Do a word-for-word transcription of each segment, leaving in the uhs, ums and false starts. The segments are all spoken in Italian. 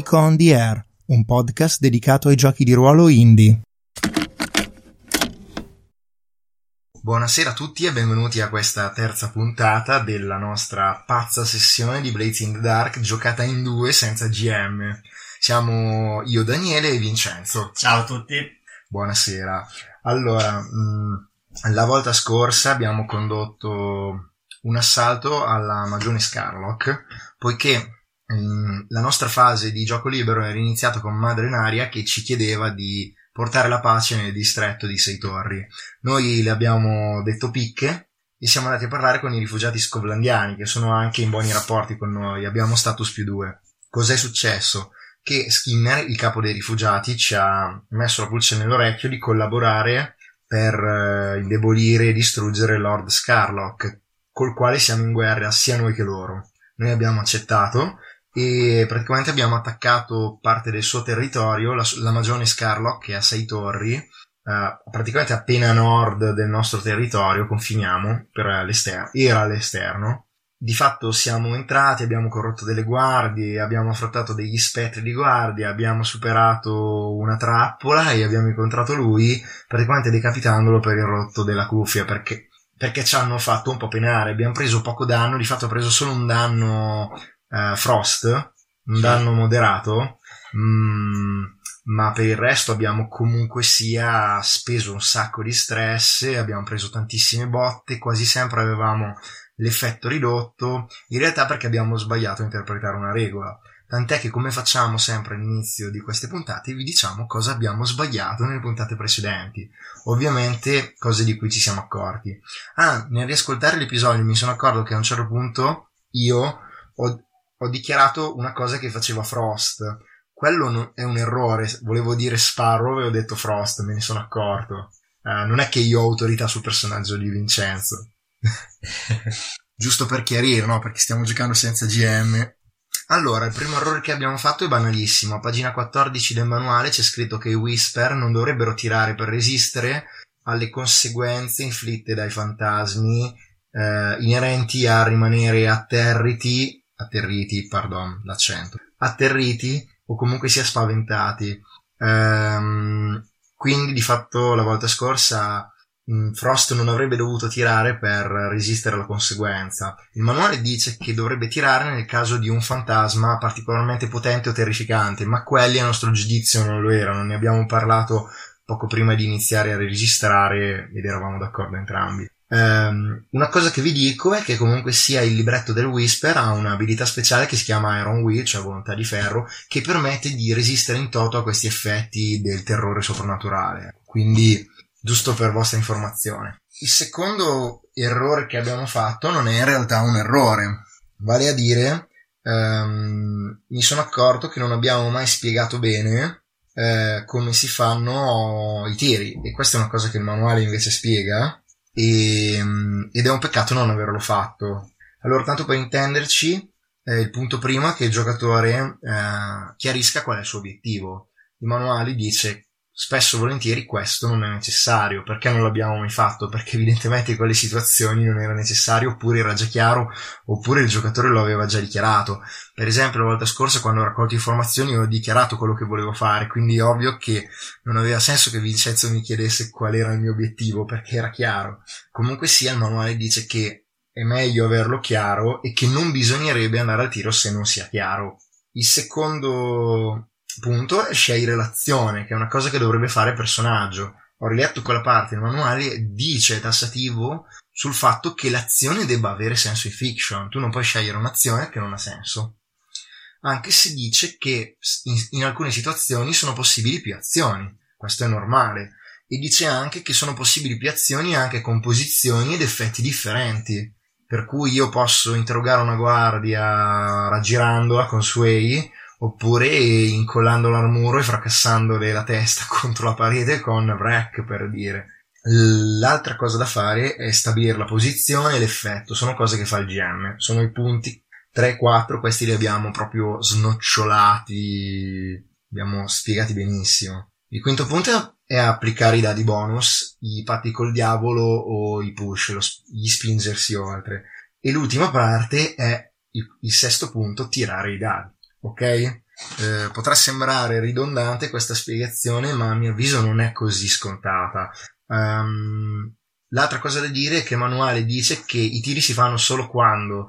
Geeko on the Air, un podcast dedicato ai giochi di ruolo indie. Buonasera a tutti e benvenuti a questa terza puntata della nostra pazza sessione di Blades in the Dark, giocata in due senza G M. Siamo io, Daniele, e Vincenzo. Ciao a tutti. Buonasera. Allora, mh, la volta scorsa abbiamo condotto un assalto alla Magione Scarlock, poiché mh, la nostra fase di gioco libero era iniziata con Madrenaria che ci chiedeva di portare la pace nel distretto di Sei Torri. Noi le abbiamo detto picche e siamo andati a parlare con i rifugiati scovlandiani, che sono anche in buoni rapporti con noi. Abbiamo status più due. Cos'è successo? Che Skinner, il capo dei rifugiati, ci ha messo la pulce nell'orecchio di collaborare per eh, indebolire e distruggere Lord Scarlock, col quale siamo in guerra sia noi che loro. Noi abbiamo accettato e praticamente abbiamo attaccato parte del suo territorio, la, la Magione Scarlock, che è a Sei Torri, eh, praticamente appena a nord del nostro territorio, confiniamo, per l'esterno, era all'esterno. Di fatto siamo entrati, abbiamo corrotto delle guardie, abbiamo affrontato degli spettri di guardia, abbiamo superato una trappola e abbiamo incontrato lui, praticamente decapitandolo per il rotto della cuffia, perché, perché ci hanno fatto un po' penare. Abbiamo preso poco danno, di fatto ha preso solo un danno uh, Frost, un sì. danno moderato, mm, ma per il resto abbiamo comunque sia speso un sacco di stress, abbiamo preso tantissime botte, quasi sempre avevamo l'effetto ridotto, in realtà perché abbiamo sbagliato a interpretare una regola, tant'è che, come facciamo sempre all'inizio di queste puntate, vi diciamo cosa abbiamo sbagliato nelle puntate precedenti, ovviamente cose di cui ci siamo accorti. Ah, nel riascoltare l'episodio mi sono accorto che a un certo punto io ho, ho dichiarato una cosa che faceva Frost. Quello è un errore, volevo dire Sparrow e ho detto Frost, me ne sono accorto. Uh, non è che io ho autorità sul personaggio di Vincenzo. Giusto per chiarire, no? Perché stiamo giocando senza G M. Allora, il primo errore che abbiamo fatto è banalissimo. A pagina quattordici del manuale c'è scritto che i Whisper non dovrebbero tirare per resistere alle conseguenze inflitte dai fantasmi eh, inerenti a rimanere atterriti, atterriti, pardon, l'accento, atterriti o comunque sia spaventati. Ehm, quindi di fatto la volta scorsa Frost non avrebbe dovuto tirare per resistere alla conseguenza. Il manuale dice che dovrebbe tirare nel caso di un fantasma particolarmente potente o terrificante, ma quelli a nostro giudizio non lo erano. Ne abbiamo parlato poco prima di iniziare a registrare ed eravamo d'accordo entrambi. Um, una cosa che vi dico è che comunque sia il libretto del Whisper ha un'abilità speciale che si chiama Iron Will, cioè volontà di ferro, che permette di resistere in toto a questi effetti del terrore soprannaturale. Quindi, giusto per vostra informazione. Il secondo errore che abbiamo fatto non è in realtà un errore, vale a dire um, mi sono accorto che non abbiamo mai spiegato bene eh, come si fanno i tiri, e questa è una cosa che il manuale invece spiega, e, um, ed è un peccato non averlo fatto. Allora, tanto per intenderci, eh, il punto primo è che il giocatore eh, chiarisca qual è il suo obiettivo. Il manuale dice spesso e volentieri questo non è necessario. Perché non l'abbiamo mai fatto? Perché evidentemente in quelle situazioni non era necessario, oppure era già chiaro, oppure il giocatore lo aveva già dichiarato. Per esempio, la volta scorsa, quando ho raccolto informazioni, ho dichiarato quello che volevo fare, quindi è ovvio che non aveva senso che Vincenzo mi chiedesse qual era il mio obiettivo, perché era chiaro. Comunque sia, il manuale dice che è meglio averlo chiaro e che non bisognerebbe andare al tiro se non sia chiaro. Il secondo punto è scegliere l'azione, che è una cosa che dovrebbe fare il personaggio. Ho riletto quella parte del manuale, dice tassativo sul fatto che l'azione debba avere senso in fiction. Tu non puoi scegliere un'azione che non ha senso, anche se dice che in, in alcune situazioni sono possibili più azioni. Questo è normale, e dice anche che sono possibili più azioni anche con posizioni ed effetti differenti, per cui io posso interrogare una guardia raggirandola con Sway, oppure incollandola al muro e fracassandole la testa contro la parete con Wreck, per dire. L'altra cosa da fare è stabilire la posizione e l'effetto. Sono cose che fa il G M. Sono i punti tre quattro, questi li abbiamo proprio snocciolati, abbiamo spiegati benissimo. Il quinto punto è applicare i dadi bonus, i patti col diavolo o i push, lo, gli spingersi oltre. E l'ultima parte è il, il sesto punto, tirare i dadi. Ok? Eh, potrà sembrare ridondante questa spiegazione, ma a mio avviso non è così scontata. Um, l'altra cosa da dire è che il manuale dice che i tiri si fanno solo quando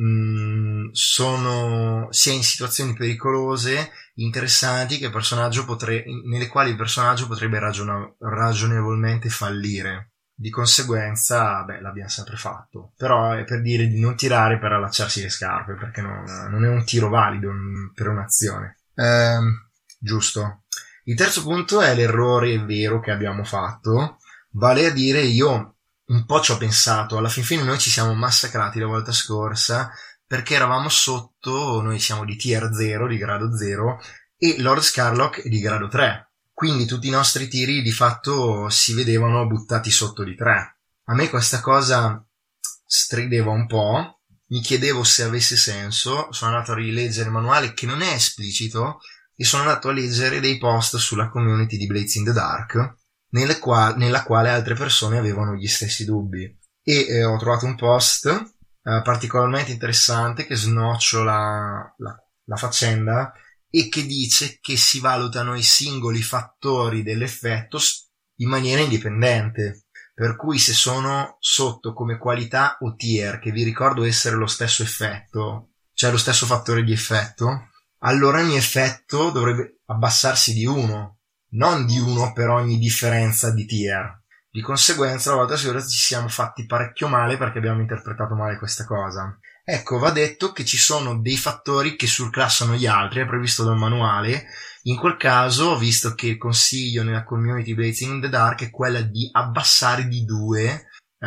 mh, sono si è in situazioni pericolose, interessanti, che il personaggio potre, nelle quali il personaggio potrebbe ragiona, ragionevolmente fallire. Di conseguenza, beh, l'abbiamo sempre fatto. Però è per dire di non tirare per allacciarsi le scarpe, perché non, non è un tiro valido per un'azione. Ehm, giusto. Il terzo punto è l'errore vero che abbiamo fatto, vale a dire, io un po' ci ho pensato, alla fin fine noi ci siamo massacrati la volta scorsa perché eravamo sotto, noi siamo di tier zero, di grado zero, e Lord Scarlock è di grado tre. Quindi tutti i nostri tiri di fatto si vedevano buttati sotto di tre. A me questa cosa strideva un po', mi chiedevo se avesse senso, sono andato a rileggere il manuale che non è esplicito e sono andato a leggere dei post sulla community di Blades in the Dark nelle qua- nella quale altre persone avevano gli stessi dubbi. E eh, ho trovato un post eh, particolarmente interessante che snocciola la, la faccenda e che dice che si valutano i singoli fattori dell'effetto in maniera indipendente, per cui se sono sotto come qualità o tier, che vi ricordo essere lo stesso effetto, cioè lo stesso fattore di effetto, allora il mio effetto dovrebbe abbassarsi di uno, non di uno per ogni differenza di tier. Di conseguenza la volta scorsa ci siamo fatti parecchio male perché abbiamo interpretato male questa cosa. Ecco, va detto che ci sono dei fattori che surclassano gli altri, è previsto dal manuale. In quel caso, visto che il consiglio nella community Blades in the Dark è quella di abbassare di due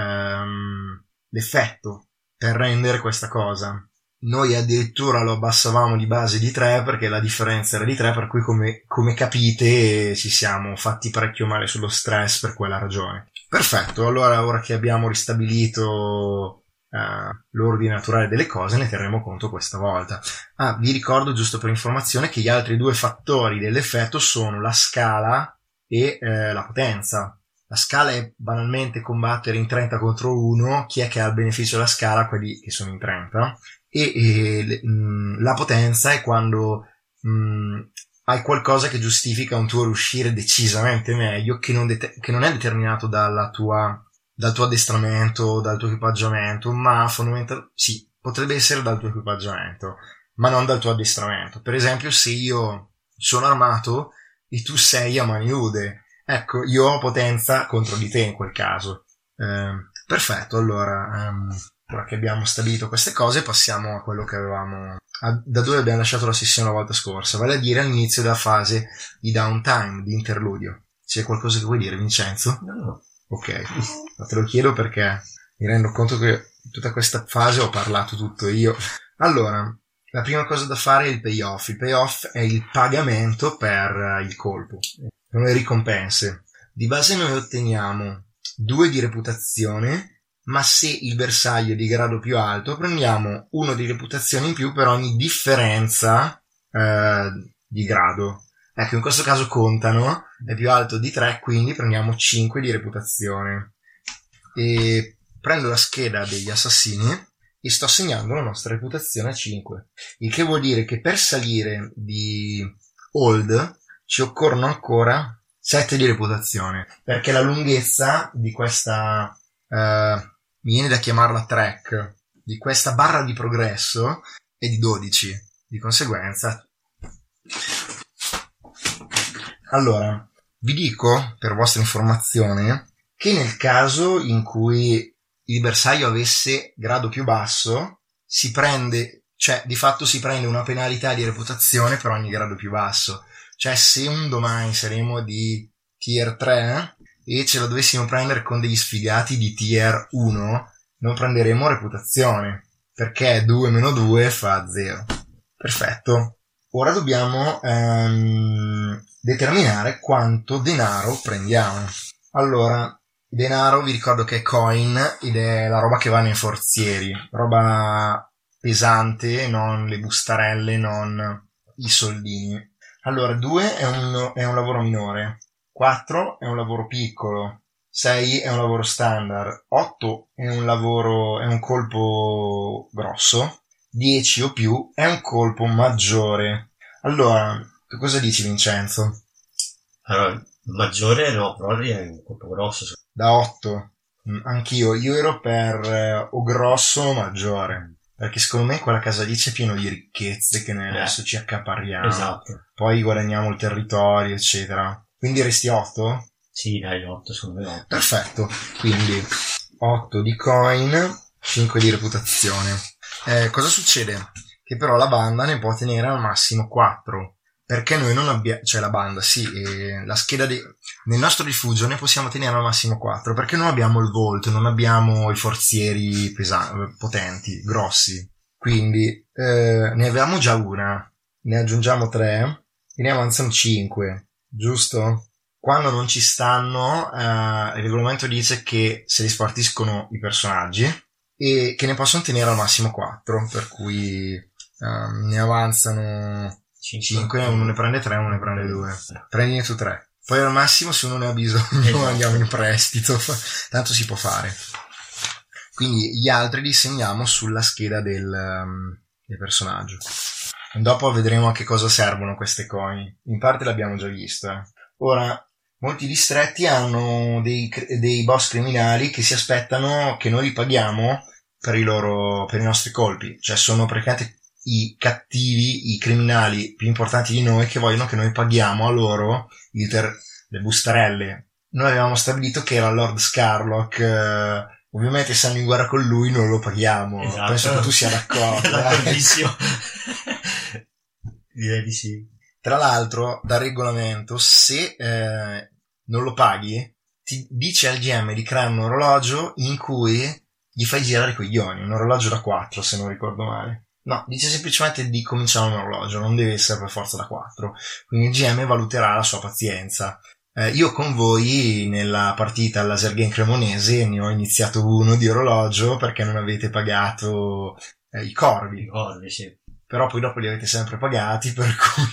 ehm, l'effetto per rendere questa cosa. Noi addirittura lo abbassavamo di base di tre perché la differenza era di tre, per cui come, come capite ci siamo fatti parecchio male sullo stress per quella ragione. Perfetto, allora ora che abbiamo ristabilito Uh, l'ordine naturale delle cose, ne terremo conto questa volta. Ah, vi ricordo giusto per informazione che gli altri due fattori dell'effetto sono la scala e eh, la potenza. La scala è banalmente combattere in trenta contro uno, chi è che ha il beneficio della scala? Quelli che sono in trenta. E, e mh, la potenza è quando mh, hai qualcosa che giustifica un tuo riuscire decisamente meglio, che non, det- che non è determinato dalla tua dal tuo addestramento, dal tuo equipaggiamento, ma fondamentalmente sì, potrebbe essere dal tuo equipaggiamento, ma non dal tuo addestramento. Per esempio, se io sono armato e tu sei a mani nude, ecco, io ho potenza contro di te in quel caso. Eh, perfetto, allora, um, ora che abbiamo stabilito queste cose, passiamo a quello che avevamo, a, da dove abbiamo lasciato la sessione la volta scorsa, vale a dire all'inizio della fase di downtime, di interludio. C'è qualcosa che vuoi dire, Vincenzo? No. Ok, ma te lo chiedo perché mi rendo conto che in tutta questa fase ho parlato tutto io. Allora, la prima cosa da fare è il payoff. Il payoff è il pagamento per il colpo, sono le ricompense. Di base noi otteniamo due di reputazione, ma se il bersaglio è di grado più alto prendiamo uno di reputazione in più per ogni differenza eh, di grado. Ecco, in questo caso contano, è più alto di tre, quindi prendiamo cinque di reputazione. E prendo la scheda degli assassini e sto segnando la nostra reputazione a cinque. Il che vuol dire che per salire di Old ci occorrono ancora sette di reputazione, perché la lunghezza di questa, eh, mi viene da chiamarla track, di questa barra di progresso è di dodici. Di conseguenza... Allora, vi dico, per vostra informazione, che nel caso in cui il bersaglio avesse grado più basso, si prende, cioè di fatto si prende una penalità di reputazione per ogni grado più basso. Cioè se un domani saremo di tier tre e ce la dovessimo prendere con degli sfigati di tier uno, non prenderemo reputazione, perché due meno due fa zero. Perfetto. Ora dobbiamo ehm, determinare quanto denaro prendiamo. Allora, denaro vi ricordo che è coin ed è la roba che va nei forzieri, roba pesante, non le bustarelle, non i soldini. Allora, due è un, è un lavoro minore, quattro è un lavoro piccolo, sei è un lavoro standard, otto è un lavoro, è un colpo grosso, dieci o più è un colpo maggiore. Allora, tu cosa dici, Vincenzo? Allora, maggiore no, però è un colpo grosso. Da otto. Mm, anch'io, io ero per eh, o grosso o maggiore. Perché secondo me quella casa lì c'è pieno di ricchezze che noi adesso Eh, ci accaparriamo. Esatto. Poi guadagniamo il territorio, eccetera. Quindi resti otto? Sì, dai, otto, secondo me otto. Perfetto. Quindi otto di coin, cinque di reputazione. Eh, cosa succede? Che però la banda ne può tenere al massimo quattro. Perché noi non abbiamo, cioè la banda, sì, e la scheda di, nel nostro rifugio ne possiamo tenere al massimo quattro, perché non abbiamo il Vault, non abbiamo i forzieri pesanti, potenti, grossi. Quindi eh, ne avevamo già una, ne aggiungiamo tre e ne avanzano cinque, giusto? Quando non ci stanno, eh, il regolamento dice che se li spartiscono i personaggi e che ne possono tenere al massimo quattro, per cui eh, ne avanzano cinque, uno ne prende tre, uno ne prende due. Prendine tu tre. Poi al massimo, se uno ne ha bisogno, esatto, andiamo in prestito. Tanto si può fare. Quindi gli altri li segniamo sulla scheda del, um, del personaggio. Dopo vedremo a che cosa servono queste coin. In parte l'abbiamo già visto. Eh. Ora, molti distretti hanno dei, dei boss criminali che si aspettano che noi li paghiamo per i loro, per i nostri colpi. Cioè sono praticamente i cattivi, i criminali più importanti di noi, che vogliono che noi paghiamo a loro il ter- le bustarelle. Noi avevamo stabilito che era Lord Scarlock, eh, ovviamente essendo in guerra con lui non lo paghiamo. Esatto. Penso che tu sia d'accordo. D'accordissimo. Direi di sì. Tra l'altro, dal regolamento, se eh, non lo paghi, ti dice al G M di creare un orologio in cui gli fai girare i coglioni, un orologio da quattro, se non ricordo male. No, dice semplicemente di cominciare un orologio, non deve essere per forza da quattro. Quindi il G M valuterà la sua pazienza. Eh, io con voi nella partita al Laser Game Cremonese ne ho iniziato uno di orologio perché non avete pagato eh, i corvi. I corvi, sì. Però poi dopo li avete sempre pagati, per cui...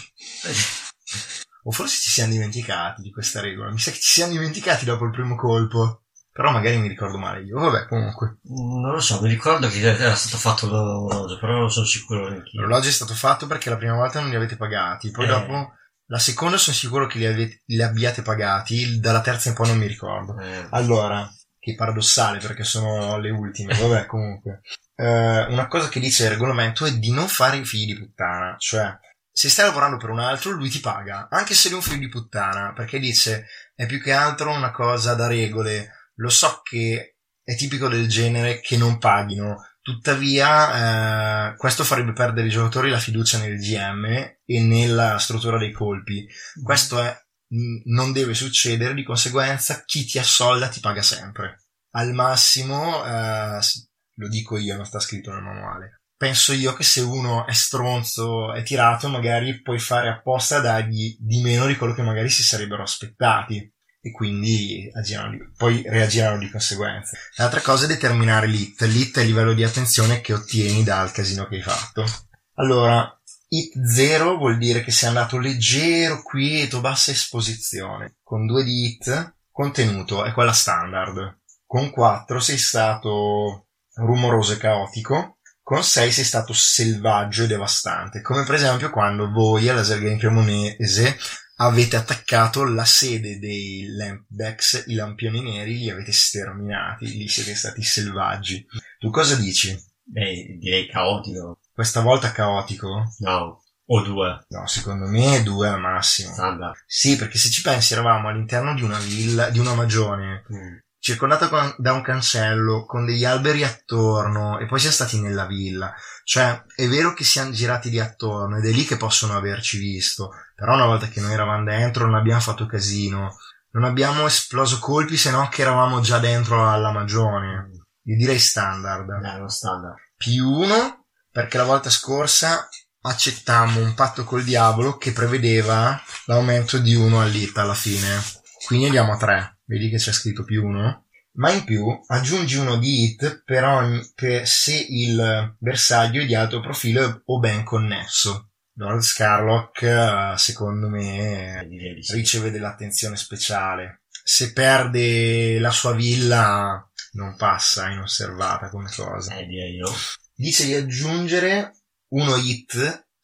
o forse ci siamo dimenticati di questa regola. Mi sa che ci siamo dimenticati dopo il primo colpo. Però magari mi ricordo male io. Vabbè, comunque. Non lo so, mi ricordo che era stato fatto l'orologio, però non sono sicuro neanche io. L'orologio è stato fatto perché la prima volta non li avete pagati. Poi eh. dopo, la seconda sono sicuro che li, avete, li abbiate pagati. Dalla terza in poi non mi ricordo. Eh. Allora, che paradossale perché sono le ultime. Vabbè, comunque. Uh, una cosa che dice il regolamento è di non fare i figli di puttana. Cioè, se stai lavorando per un altro, lui ti paga. Anche se è un figlio di puttana. Perché dice, è più che altro una cosa da regole. Lo so che è tipico del genere che non paghino, tuttavia eh, questo farebbe perdere ai giocatori la fiducia nel G M e nella struttura dei colpi. Questo è, non deve succedere, di conseguenza chi ti assolda ti paga sempre. Al massimo, eh, lo dico io, non sta scritto nel manuale. Penso io che se uno è stronzo, è tirato, magari puoi fare apposta a dargli di meno di quello che magari si sarebbero aspettati. E quindi agiranno di, poi reagiranno di conseguenza. L'altra cosa è determinare l'hit. L'hit è il livello di attenzione che ottieni dal casino che hai fatto. Allora, hit zero vuol dire che sei andato leggero, quieto, bassa esposizione. Con due di hit, contenuto, è quella standard. Con quattro sei stato rumoroso e caotico. Con sei sei stato selvaggio e devastante. Come per esempio quando voi alla Laser Game Cremonese avete attaccato la sede dei Lampbacks, i lampioni neri, li avete sterminati, lì siete stati selvaggi. Tu cosa dici? Beh, direi caotico. Questa volta caotico? No, o due. No, secondo me due al massimo. Standard. Sì, perché se ci pensi eravamo all'interno di una villa, di una magione, mm. circondata da un cancello, con degli alberi attorno, e poi siamo stati nella villa. Cioè, è vero che siamo girati di attorno, ed è lì che possono averci visto. Però una volta che noi eravamo dentro non abbiamo fatto casino, non abbiamo esploso colpi, se no che eravamo già dentro alla magione. Io direi standard. Eh, lo standard. Più uno, perché la volta scorsa accettammo un patto col diavolo che prevedeva l'aumento di uno all'hit alla fine. Quindi andiamo a tre. Vedi che c'è scritto più uno? Ma in più aggiungi uno di hit per ogni, per se il bersaglio è di alto profilo o ben connesso. Lord Scarlock, secondo me, riceve dell'attenzione speciale. Se perde la sua villa, non passa inosservata come cosa. Eh, direi io. Dice di aggiungere uno hit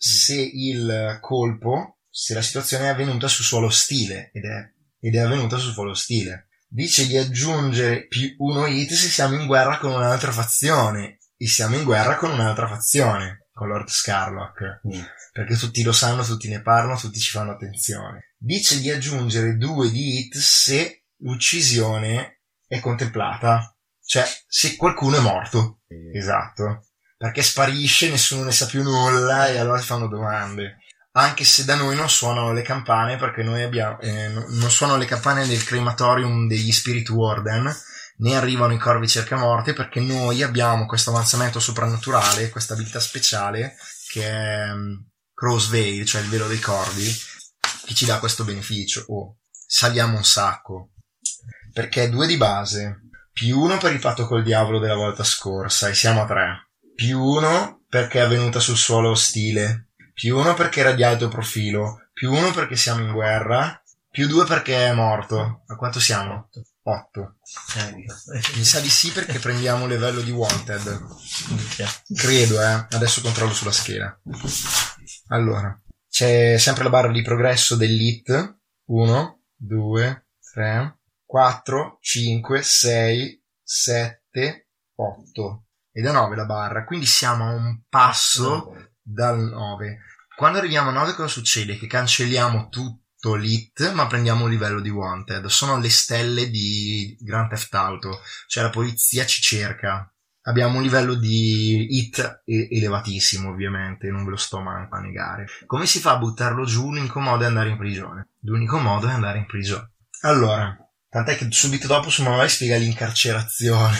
se il colpo, se la situazione è avvenuta su suolo ostile, ed è, ed è avvenuta su suolo ostile. Dice di aggiungere più uno hit se siamo in guerra con un'altra fazione, e siamo in guerra con un'altra fazione, con Lord Scarlock, mm. perché tutti lo sanno, tutti ne parlano, tutti ci fanno attenzione. Dice di aggiungere due di hit se l'uccisione è contemplata, cioè se qualcuno è morto, mm. esatto, perché sparisce, nessuno ne sa più nulla e allora si fanno domande. Anche se da noi non suonano le campane, perché noi abbiamo eh, non suonano le campane del crematorium degli Spirit Warden, né arrivano i corvi cercamorte, perché noi abbiamo questo avanzamento soprannaturale, questa abilità speciale che è um, Crow's Veil, cioè il velo dei corvi, che ci dà questo beneficio. Oh, saliamo un sacco, perché due di base, più uno per il patto col diavolo della volta scorsa, e siamo a tre, più uno perché è avvenuta sul suolo ostile, più uno perché era di alto profilo, più uno perché siamo in guerra, più due perché è morto. A quanto siamo? otto. Mi sa di sì, perché prendiamo livello di Wanted. Credo, eh. Adesso controllo sulla scheda. Allora, c'è sempre la barra di progresso dell'I T. uno, due, tre, quattro, cinque, sei, sette, otto. Ed è nove la barra, quindi siamo a un passo dal nove. Quando arriviamo a nove cosa succede? Che cancelliamo tutto l'I T, ma prendiamo un livello di Wanted. Sono le stelle di Grand Theft Auto, cioè la polizia ci cerca. Abbiamo un livello di I T elevatissimo, ovviamente, non ve lo sto manco a negare. Come si fa a buttarlo giù? L'unico modo è andare in prigione. L'unico modo è andare in prigione. Allora, tant'è che subito dopo su manuale spiega l'incarcerazione.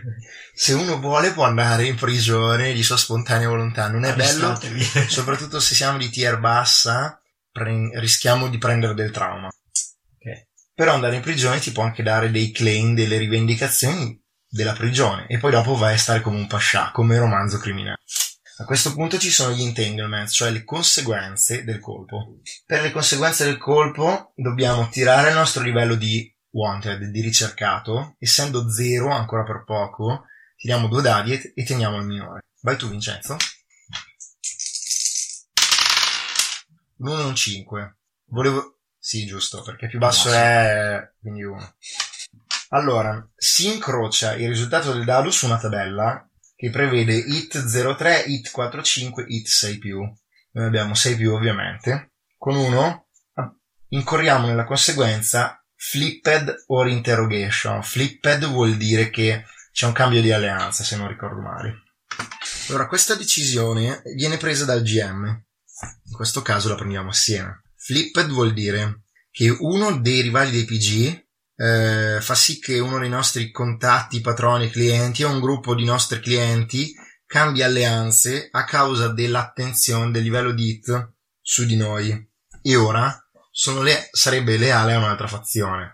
Se uno vuole può andare in prigione di sua spontanea volontà. Non è bello, soprattutto se siamo di tier bassa, pre- rischiamo di prendere del trauma. Okay. Però andare in prigione ti può anche dare dei claim, delle rivendicazioni della prigione, e poi dopo vai a stare come un pascià, come un romanzo criminale. A questo punto ci sono gli entanglements, cioè le conseguenze del colpo. Per le conseguenze del colpo dobbiamo tirare il nostro livello di Wanted, di ricercato. Essendo zero, ancora per poco, tiriamo due dadi e, e teniamo il minore. Vai tu, Vincenzo. L'uno è un cinque. Volevo... Sì, giusto, perché più basso no, è... quindi uno. Allora, si incrocia il risultato del dado su una tabella che prevede I T zero tre, I T quattro cinque, I T sei più. Noi abbiamo sei più, ovviamente. Con uno incorriamo nella conseguenza flipped or interrogation. Flipped vuol dire che c'è un cambio di alleanza, se non ricordo male. Allora, questa decisione viene presa dal G M. In questo caso la prendiamo assieme. Flipped vuol dire che uno dei rivali dei P G eh, fa sì che uno dei nostri contatti, patroni, clienti, o un gruppo di nostri clienti cambia alleanze a causa dell'attenzione del livello di I T su di noi, e ora sono le, sarebbe leale a un'altra fazione.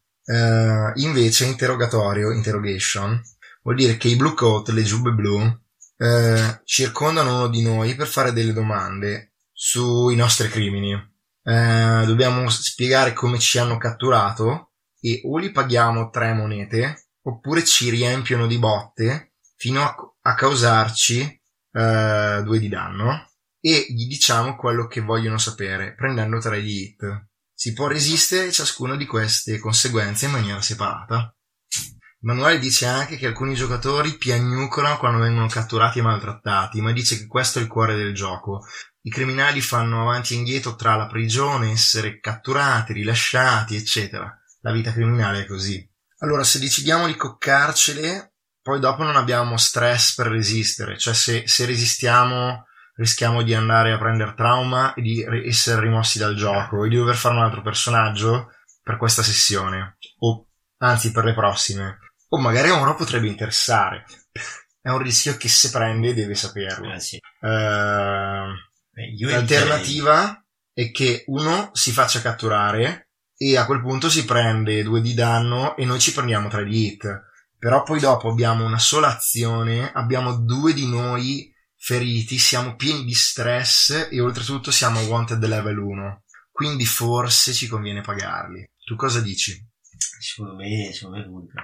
Uh, invece interrogatorio, interrogation, vuol dire che i blue coat, le giubbe blu, uh, circondano uno di noi per fare delle domande sui nostri crimini. Uh, dobbiamo spiegare come ci hanno catturato, e o li paghiamo tre monete oppure ci riempiono di botte fino a, a causarci uh, due di danno, e gli diciamo quello che vogliono sapere prendendo tre di hit. Si può resistere ciascuna di queste conseguenze in maniera separata. Il manuale dice anche che alcuni giocatori piagnucolano quando vengono catturati e maltrattati, ma dice che questo è il cuore del gioco. I criminali fanno avanti e indietro tra la prigione, essere catturati, rilasciati, eccetera. La vita criminale è così. Allora, se decidiamo di coccarcele, poi dopo non abbiamo stress per resistere. Cioè, se, se resistiamo, rischiamo di andare a prendere trauma e di essere rimossi dal gioco e di dover fare un altro personaggio per questa sessione, o anzi per le prossime, o magari a uno potrebbe interessare. È un rischio che se prende deve saperlo. Eh sì. uh, l'alternativa è che uno si faccia catturare e a quel punto si prende due di danno e noi ci prendiamo tre di hit, però poi dopo abbiamo una sola azione, abbiamo due di noi feriti, siamo pieni di stress e oltretutto siamo wanted level uno, quindi forse ci conviene pagarli. Tu cosa dici? Secondo me, secondo me è l'unica.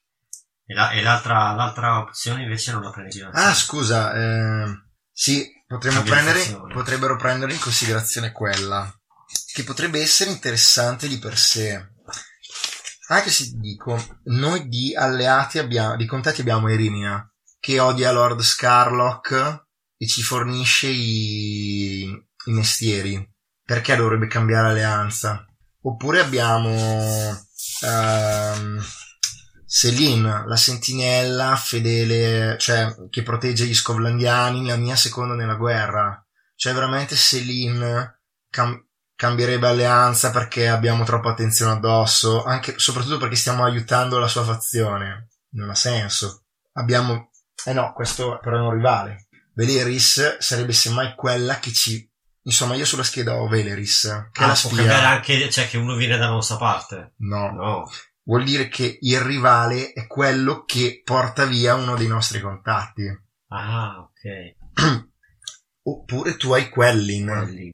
E, la, e l'altra, l'altra opzione invece non la prendi. Ah, scusa, eh, sì, potremmo prendere, potrebbero prendere in considerazione quella, che potrebbe essere interessante di per sé. Anche se ti dico, noi di alleati abbiamo, di contatti abbiamo Erimina, che odia Lord Scarlock e ci fornisce i, i mestieri. Perché dovrebbe cambiare alleanza? Oppure abbiamo um, Selene, la sentinella fedele, cioè che protegge gli scovlandiani, la mia seconda nella guerra. Cioè veramente Selene cam- cambierebbe alleanza perché abbiamo troppa attenzione addosso, anche soprattutto perché stiamo aiutando la sua fazione. Non ha senso. Abbiamo eh no, questo però è un rivale. Veleris sarebbe semmai quella che ci, insomma, io sulla scheda ho Veleris, che ah, è la può spia. cambiare anche, cioè che uno viene dalla nostra parte. No. No. Vuol dire che il rivale è quello che porta via uno dei nostri contatti. Ah, ok. Oppure tu hai Quellin. Quelli.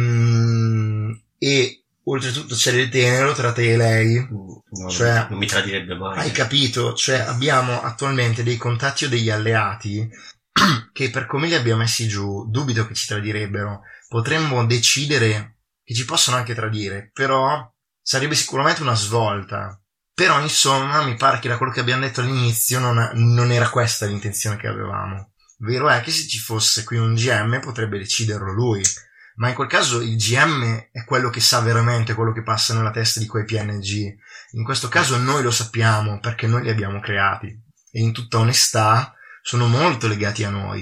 Mm, e oltretutto c'è del tenero tra te e lei. No, cioè, non, non mi tradirebbe mai. Hai capito? Cioè abbiamo attualmente dei contatti o degli alleati che per come li abbiamo messi giù dubito che ci tradirebbero. Potremmo decidere che ci possono anche tradire, però sarebbe sicuramente una svolta. Però insomma mi pare che da quello che abbiamo detto all'inizio non, non era questa l'intenzione che avevamo. Vero è che se ci fosse qui un G M potrebbe deciderlo lui, ma in quel caso il G M è quello che sa veramente quello che passa nella testa di quei P N G. In questo caso noi lo sappiamo perché noi li abbiamo creati e in tutta onestà sono molto legati a noi.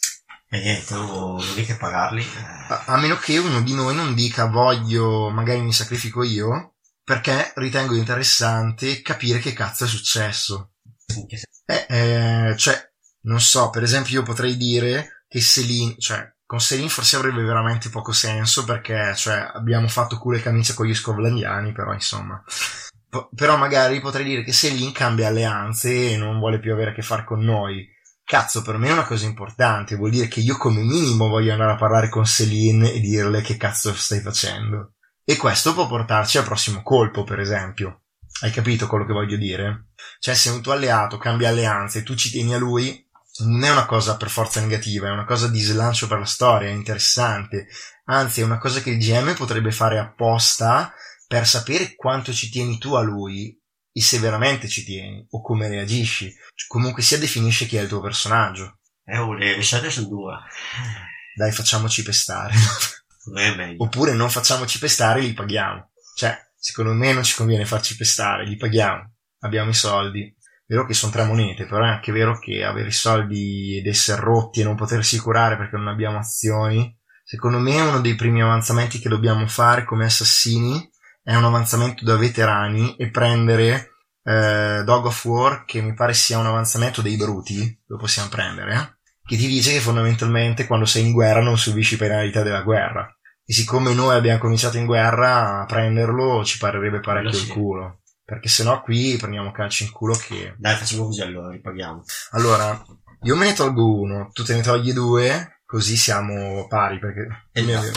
E niente, non, non dica pagarli. A, a meno che uno di noi non dica voglio, magari mi sacrifico io, perché ritengo interessante capire che cazzo è successo. Eh, eh, cioè, non so, per esempio io potrei dire che Selene, cioè, con Selene forse avrebbe veramente poco senso perché, cioè, abbiamo fatto culo e camicia con gli scovlandiani, però insomma. P- però magari potrei dire che Selene cambia alleanze e non vuole più avere a che fare con noi. Cazzo, per me è una cosa importante, vuol dire che io come minimo voglio andare a parlare con Selene e dirle che cazzo stai facendo. E questo può portarci al prossimo colpo, per esempio. Hai capito quello che voglio dire? Cioè, se un tuo alleato cambia alleanze e tu ci tieni a lui, non è una cosa per forza negativa, è una cosa di slancio per la storia, è interessante. Anzi, è una cosa che il G M potrebbe fare apposta per sapere quanto ci tieni tu a lui e se veramente ci tieni o come reagisci. Comunque sia, definisce chi è il tuo personaggio. Eh, oh, le scelte sono due. Dai, facciamoci pestare. È meglio. Oppure non facciamoci pestare e li paghiamo. Cioè, secondo me non ci conviene farci pestare, li paghiamo. Abbiamo i soldi. È vero che sono tre monete, però è anche vero che avere i soldi ed essere rotti e non potersi curare perché non abbiamo azioni, secondo me è uno dei primi avanzamenti che dobbiamo fare come assassini. È un avanzamento da veterani e prendere eh, Dog of War, che mi pare sia un avanzamento dei bruti, lo possiamo prendere, eh? Che ti dice che fondamentalmente quando sei in guerra non subisci penalità della guerra. E siccome noi abbiamo cominciato in guerra, a prenderlo ci parerebbe parecchio sì. il culo. Perché sennò qui prendiamo calci in culo che... Dai, facciamo così allora, ripaghiamo. Allora, io me ne tolgo uno, tu te ne togli due, così siamo pari, perché... Esatto.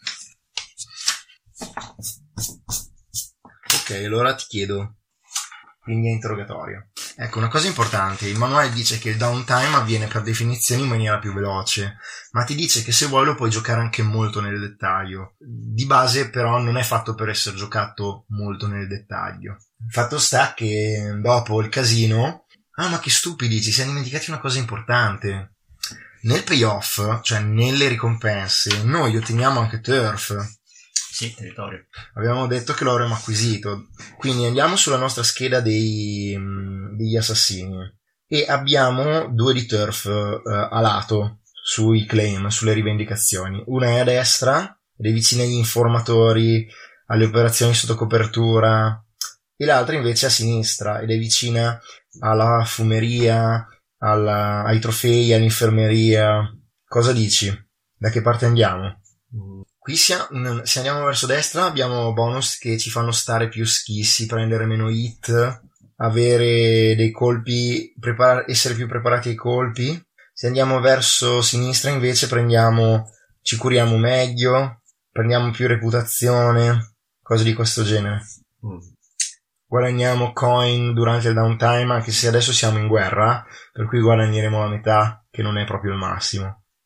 Ok, allora ti chiedo, linea interrogatoria. Ecco, una cosa importante, il manuale dice che il downtime avviene per definizione in maniera più veloce, ma ti dice che se vuoi lo puoi giocare anche molto nel dettaglio. Di base però non è fatto per essere giocato molto nel dettaglio. Il fatto sta che dopo il casino, ah ma che stupidi, ci siamo dimenticati una cosa importante. Nel payoff, cioè nelle ricompense, noi otteniamo anche turf. Sì, territorio. Abbiamo detto che lo avremmo acquisito, quindi andiamo sulla nostra scheda dei, degli assassini e abbiamo due di turf uh, a lato sui claim, sulle rivendicazioni. Una è a destra ed è vicina agli informatori, alle operazioni sotto copertura, e l'altra invece a sinistra ed è vicina alla fumeria, alla, ai trofei, all'infermeria. Cosa dici? Da che parte andiamo? Mm. Qui se andiamo verso destra abbiamo bonus che ci fanno stare più schissi, prendere meno hit, avere dei colpi, prepar- essere più preparati ai colpi. Se andiamo verso sinistra invece prendiamo, ci curiamo meglio, prendiamo più reputazione, cose di questo genere. Mm. Guadagniamo coin durante il downtime, anche se adesso siamo in guerra, per cui guadagneremo la metà, che non è proprio il massimo.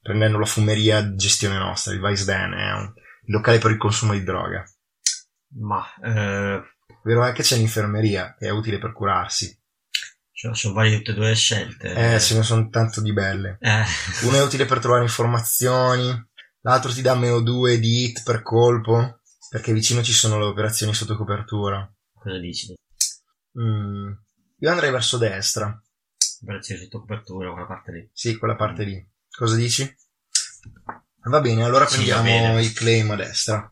prendendo la fumeria gestione nostra, il Vice Den è un locale per il consumo di droga. Ma eh, vero è che c'è l'infermeria che è utile per curarsi. cioè, sono varie tutte e due le scelte. Eh, ce ne sono tanto di belle. Eh. Uno è utile per trovare informazioni, l'altro ti dà meno due di hit per colpo, perché vicino ci sono le operazioni sotto copertura. Cosa dici? Mm. Io andrei verso destra. Operazioni sotto copertura, quella parte lì. Sì, quella parte lì. Cosa dici? Va bene, allora Sì, prendiamo bene. il claim a destra.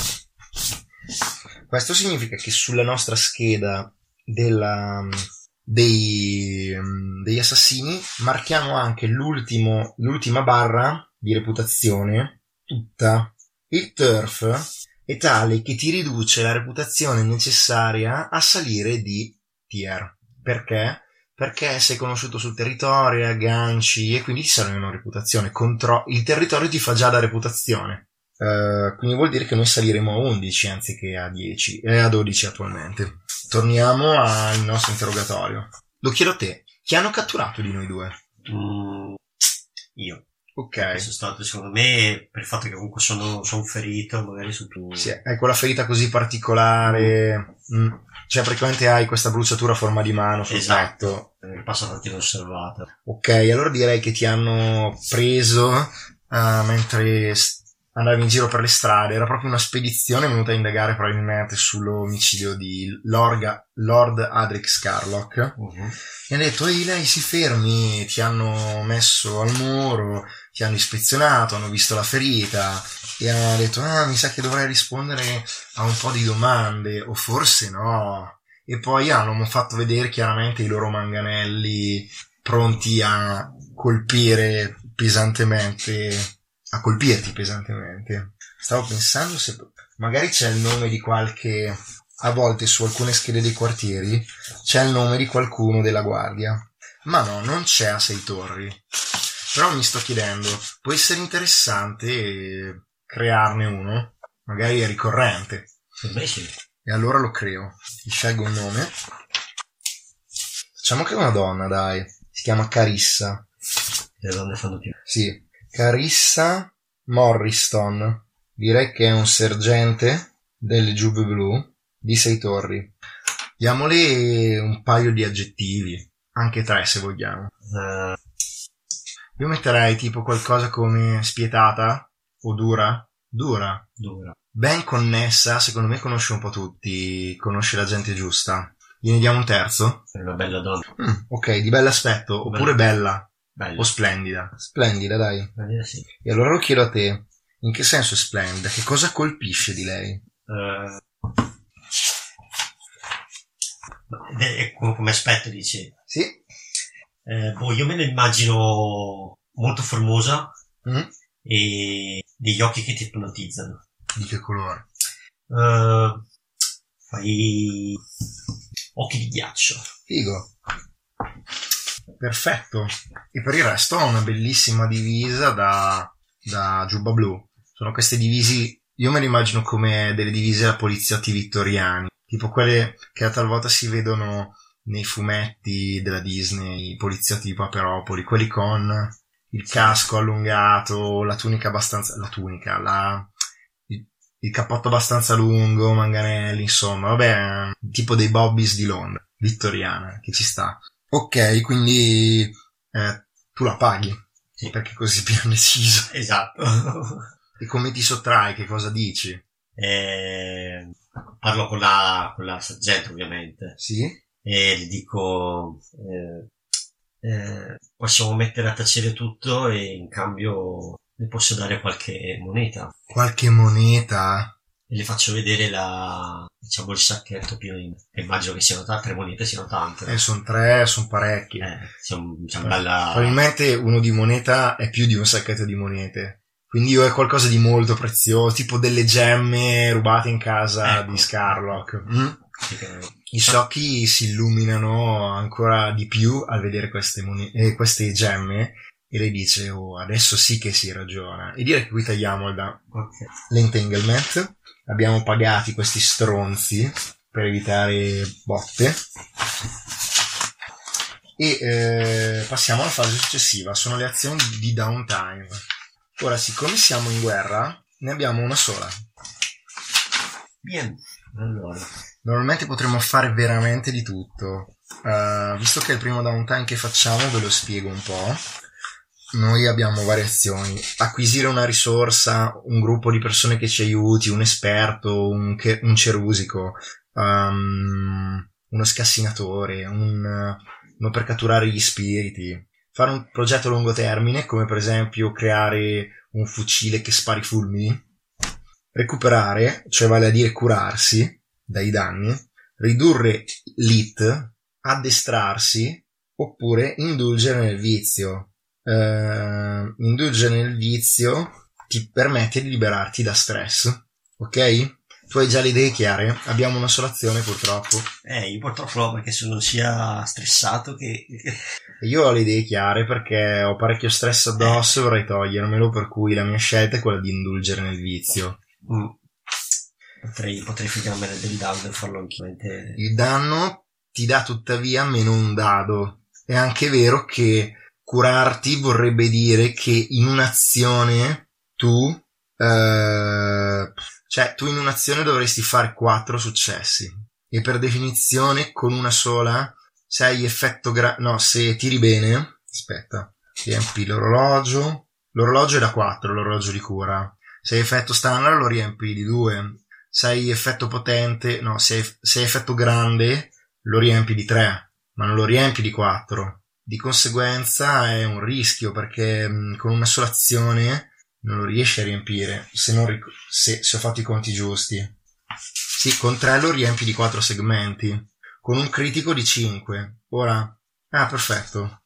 Questo significa che sulla nostra scheda della, dei, degli assassini marchiamo anche l'ultimo, l'ultima barra di reputazione, tutta. Il turf è tale che ti riduce la reputazione necessaria a salire di tier. Perché? Perché sei conosciuto sul territorio, agganci e quindi ti serve una reputazione. Contro... Il territorio ti fa già da reputazione. Uh, quindi vuol dire che noi saliremo a undici anziché a dieci e a dodici attualmente. Torniamo al nostro interrogatorio. Lo chiedo a te. Chi hanno catturato di noi due? Mm, io. Ok. Sono stato, secondo me, per il fatto che comunque sono, sono ferito, magari su più. Sì, hai quella ferita così particolare. Mm. Cioè, praticamente hai questa bruciatura a forma di mano sul Esatto. petto. Eh, passa avanti inosservata. Ok, allora direi che ti hanno preso uh, mentre andavi in giro per le strade. Era proprio una spedizione venuta a indagare probabilmente sull'omicidio di Lorga, Lord Adric Scarlock. Uh-huh. E hanno detto, ehi, lei si fermi, ti hanno messo al muro, ti hanno ispezionato, hanno visto la ferita e hanno detto, ah, mi sa che dovrei rispondere a un po' di domande, o forse no. E poi hanno fatto vedere chiaramente i loro manganelli pronti a colpire pesantemente, a colpirti pesantemente. Stavo pensando se magari c'è il nome di qualche, a volte su alcune schede dei quartieri c'è il nome di qualcuno della guardia, ma no, non c'è a Sei Torri. Però mi sto chiedendo, può essere interessante crearne uno, magari è ricorrente. Per me sì. E allora lo creo. Ti scelgo un nome. Facciamo che è una donna, dai. Si chiama Carissa. Le donne fanno più. Sì. Carissa Morriston. Direi che è un sergente delle Giubbe Blu di Sei Torri. Diamole un paio di aggettivi. Anche tre se vogliamo. Uh, Io metterei tipo qualcosa come spietata o dura. Dura. dura. Ben connessa, secondo me conosce un po' tutti, conosce la gente giusta. Gliene diamo un terzo? È una bella donna. Mm, ok, di bell'aspetto, oppure bella, Bella. o splendida. Splendida, dai. Bella, sì. E allora lo chiedo a te, in che senso è splendida? Che cosa colpisce di lei? Uh, beh, come aspetto dici? Sì? Eh, boh, io me la immagino molto formosa Mm? e degli occhi che ti ipnotizzano. Di che colore? Uh, fai occhi di ghiaccio. Figo. Perfetto. E per il resto ha una bellissima divisa da, da giubba blu. Sono queste divisi, io me le immagino come delle divise da poliziotti vittoriani, tipo quelle che talvolta si vedono nei fumetti della Disney, i poliziotti di Paperopoli, quelli con il casco allungato, la tunica abbastanza, la tunica, la, il, il cappotto abbastanza lungo, manganelli, insomma, vabbè, tipo dei Bobbies di Londra, vittoriana, che ci sta. Ok, quindi eh, tu la paghi, Sì. Perché così più deciso. Esatto. E come ti sottrai, che cosa dici? Eh, parlo con la, con la sergente, ovviamente, Sì? e gli dico eh, eh, possiamo mettere a tacere tutto e in cambio le posso dare qualche moneta. Qualche moneta? E le faccio vedere la, diciamo, il sacchetto pieno di, immagino che siano tante, tre monete siano tante. Eh, sono tre, sono parecchi. Eh, siamo, siamo bella... Probabilmente uno di moneta è più di un sacchetto di monete. Quindi io è qualcosa di molto prezioso, tipo delle gemme rubate in casa Ecco. di Scarlock. Mm? Sì, che- I suoi occhi si illuminano ancora di più al vedere queste, mone- eh, queste gemme e lei dice, oh, adesso sì che si ragiona. E direi che qui tagliamo da ok. l'entanglement. Abbiamo pagati questi stronzi per evitare botte. E eh, passiamo alla fase successiva. Sono le azioni di downtime. Ora, siccome siamo in guerra, ne abbiamo una sola. Bien, allora. Normalmente potremmo fare veramente di tutto. Uh, visto che è il primo downtime che facciamo, ve lo spiego un po'. Noi abbiamo varie azioni: acquisire una risorsa, un gruppo di persone che ci aiuti, un esperto, un, che, un cerusico, um, uno scassinatore, un, uno per catturare gli spiriti, fare un progetto a lungo termine, come per esempio creare un fucile che spari fulmini, recuperare, cioè vale a dire curarsi dai danni, ridurre l'hit, addestrarsi, oppure indulgere nel vizio. Uh, indulgere nel vizio ti permette di liberarti da stress, ok? Tu hai già le idee chiare? Abbiamo una sola azione, purtroppo. Eh, io purtroppo no, perché se non sia stressato che... Io ho le idee chiare perché ho parecchio stress addosso e vorrei togliermelo, per cui la mia scelta è quella di indulgere nel vizio. Mm. Potrei, potrei fregarmene del danno e farlo anche. Il danno ti dà tuttavia meno un dado. È anche vero che curarti vorrebbe dire che in un'azione tu... Uh, cioè tu in un'azione dovresti fare quattro successi e per definizione con una sola se hai effetto gra- no se tiri bene aspetta riempi l'orologio l'orologio è da quattro, l'orologio di cura. Se hai effetto standard lo riempi di due, se hai effetto potente no se hai, se hai effetto grande lo riempi di tre, ma non lo riempi di quattro. Di conseguenza è un rischio, perché mh, con una sola azione non lo riesci a riempire, se, non ric- se, se ho fatto i conti giusti. Sì, con tre lo riempi di quattro segmenti, con un critico di cinque. Ora, ah, perfetto.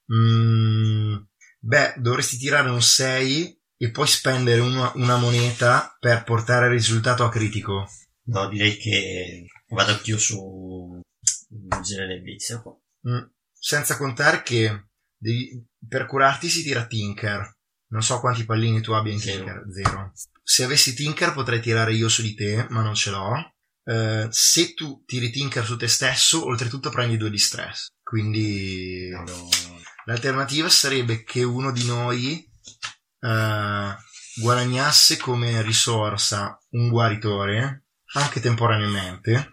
Mm, beh, dovresti tirare un sei e poi spendere una, una moneta per portare il risultato a critico. No, direi che vado anch'io su indulgere nel vizio. Mm, senza contare che devi, per curarti si tira Tinker. Non so quanti pallini tu abbia in Zero. Tinker. Zero. Se avessi Tinker potrei tirare io su di te, ma non ce l'ho. Uh, se tu tiri Tinker su te stesso, oltretutto prendi due di stress. Quindi No, no. l'alternativa sarebbe che uno di noi uh, guadagnasse come risorsa un guaritore, anche temporaneamente,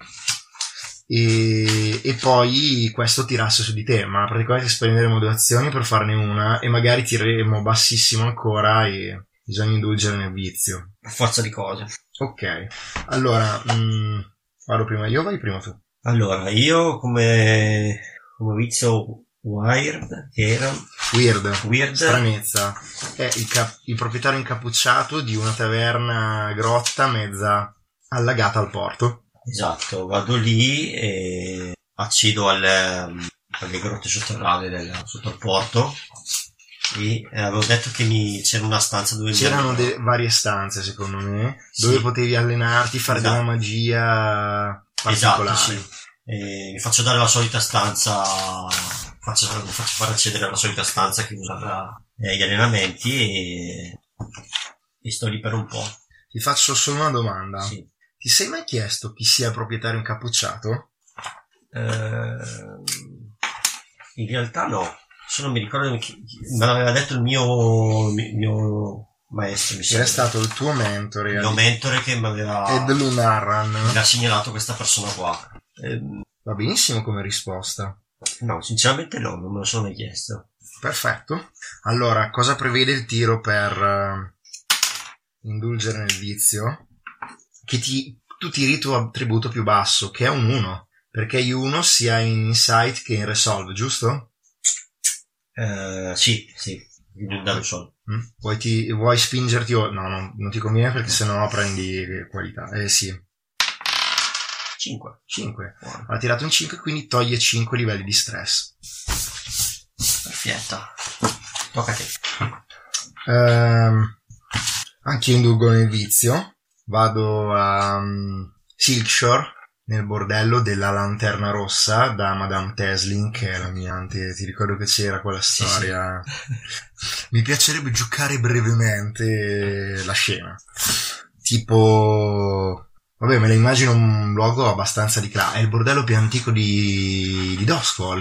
e, e poi questo tirasse su di te, ma praticamente spenderemo due azioni per farne una e magari tireremo bassissimo ancora e bisogna indulgere nel vizio A forza di cose. ok. Allora mh, vado prima io o vai prima tu? Allora, io come, come vizio Weird, che era Weird, Weird. stranezza, è il, cap- il proprietario incappucciato di una taverna grotta mezza allagata al porto. Esatto, vado lì e accedo alle, alle grotte sotterranee del, sotto il porto e eh, avevo detto che mi, c'era una stanza dove c'erano mi... de- varie stanze secondo me Sì. dove potevi allenarti, fare Esatto. della magia Esatto, particolare. sì. E mi faccio dare la solita stanza, faccio, mi faccio fare accedere alla solita stanza che usa per eh, gli allenamenti e, e sto lì per un po'. Ti faccio solo una domanda. Sì. Ti sei mai chiesto chi sia il proprietario incappucciato? Eh, in realtà no, solo mi ricordo che me l'aveva detto il mio, il mio maestro, mi Era sembra. stato il tuo mentore, Il mio mentore che mi aveva Ed Lunarran. mi ha segnalato questa persona qua. Eh, Va benissimo come risposta. no, sinceramente no, non me lo sono mai chiesto. Perfetto. Allora, cosa prevede il tiro per uh, indulgere nel vizio? Che ti, tu tiri il tuo attributo più basso, che è un uno, perché hai uno sia in Insight che in Resolve, giusto? Eh, sì, sì, non dare solo. Mm? Vuoi, ti, vuoi spingerti o... No, no, non ti conviene perché sennò prendi qualità. Eh sì. cinque. cinque. Ha tirato un cinque, quindi toglie cinque livelli di stress. Perfetto. Tocca a te. Ehm, anche io indulgo nel vizio. Vado a um, Silkshore, nel bordello della Lanterna Rossa da Madame Teslin, che è la mia ante. Ti ricordo che c'era quella storia. Sì, sì. Mi piacerebbe giocare brevemente la scena. Tipo... Vabbè, me la immagino un luogo abbastanza di classe. È il bordello più antico di, di Doskwall.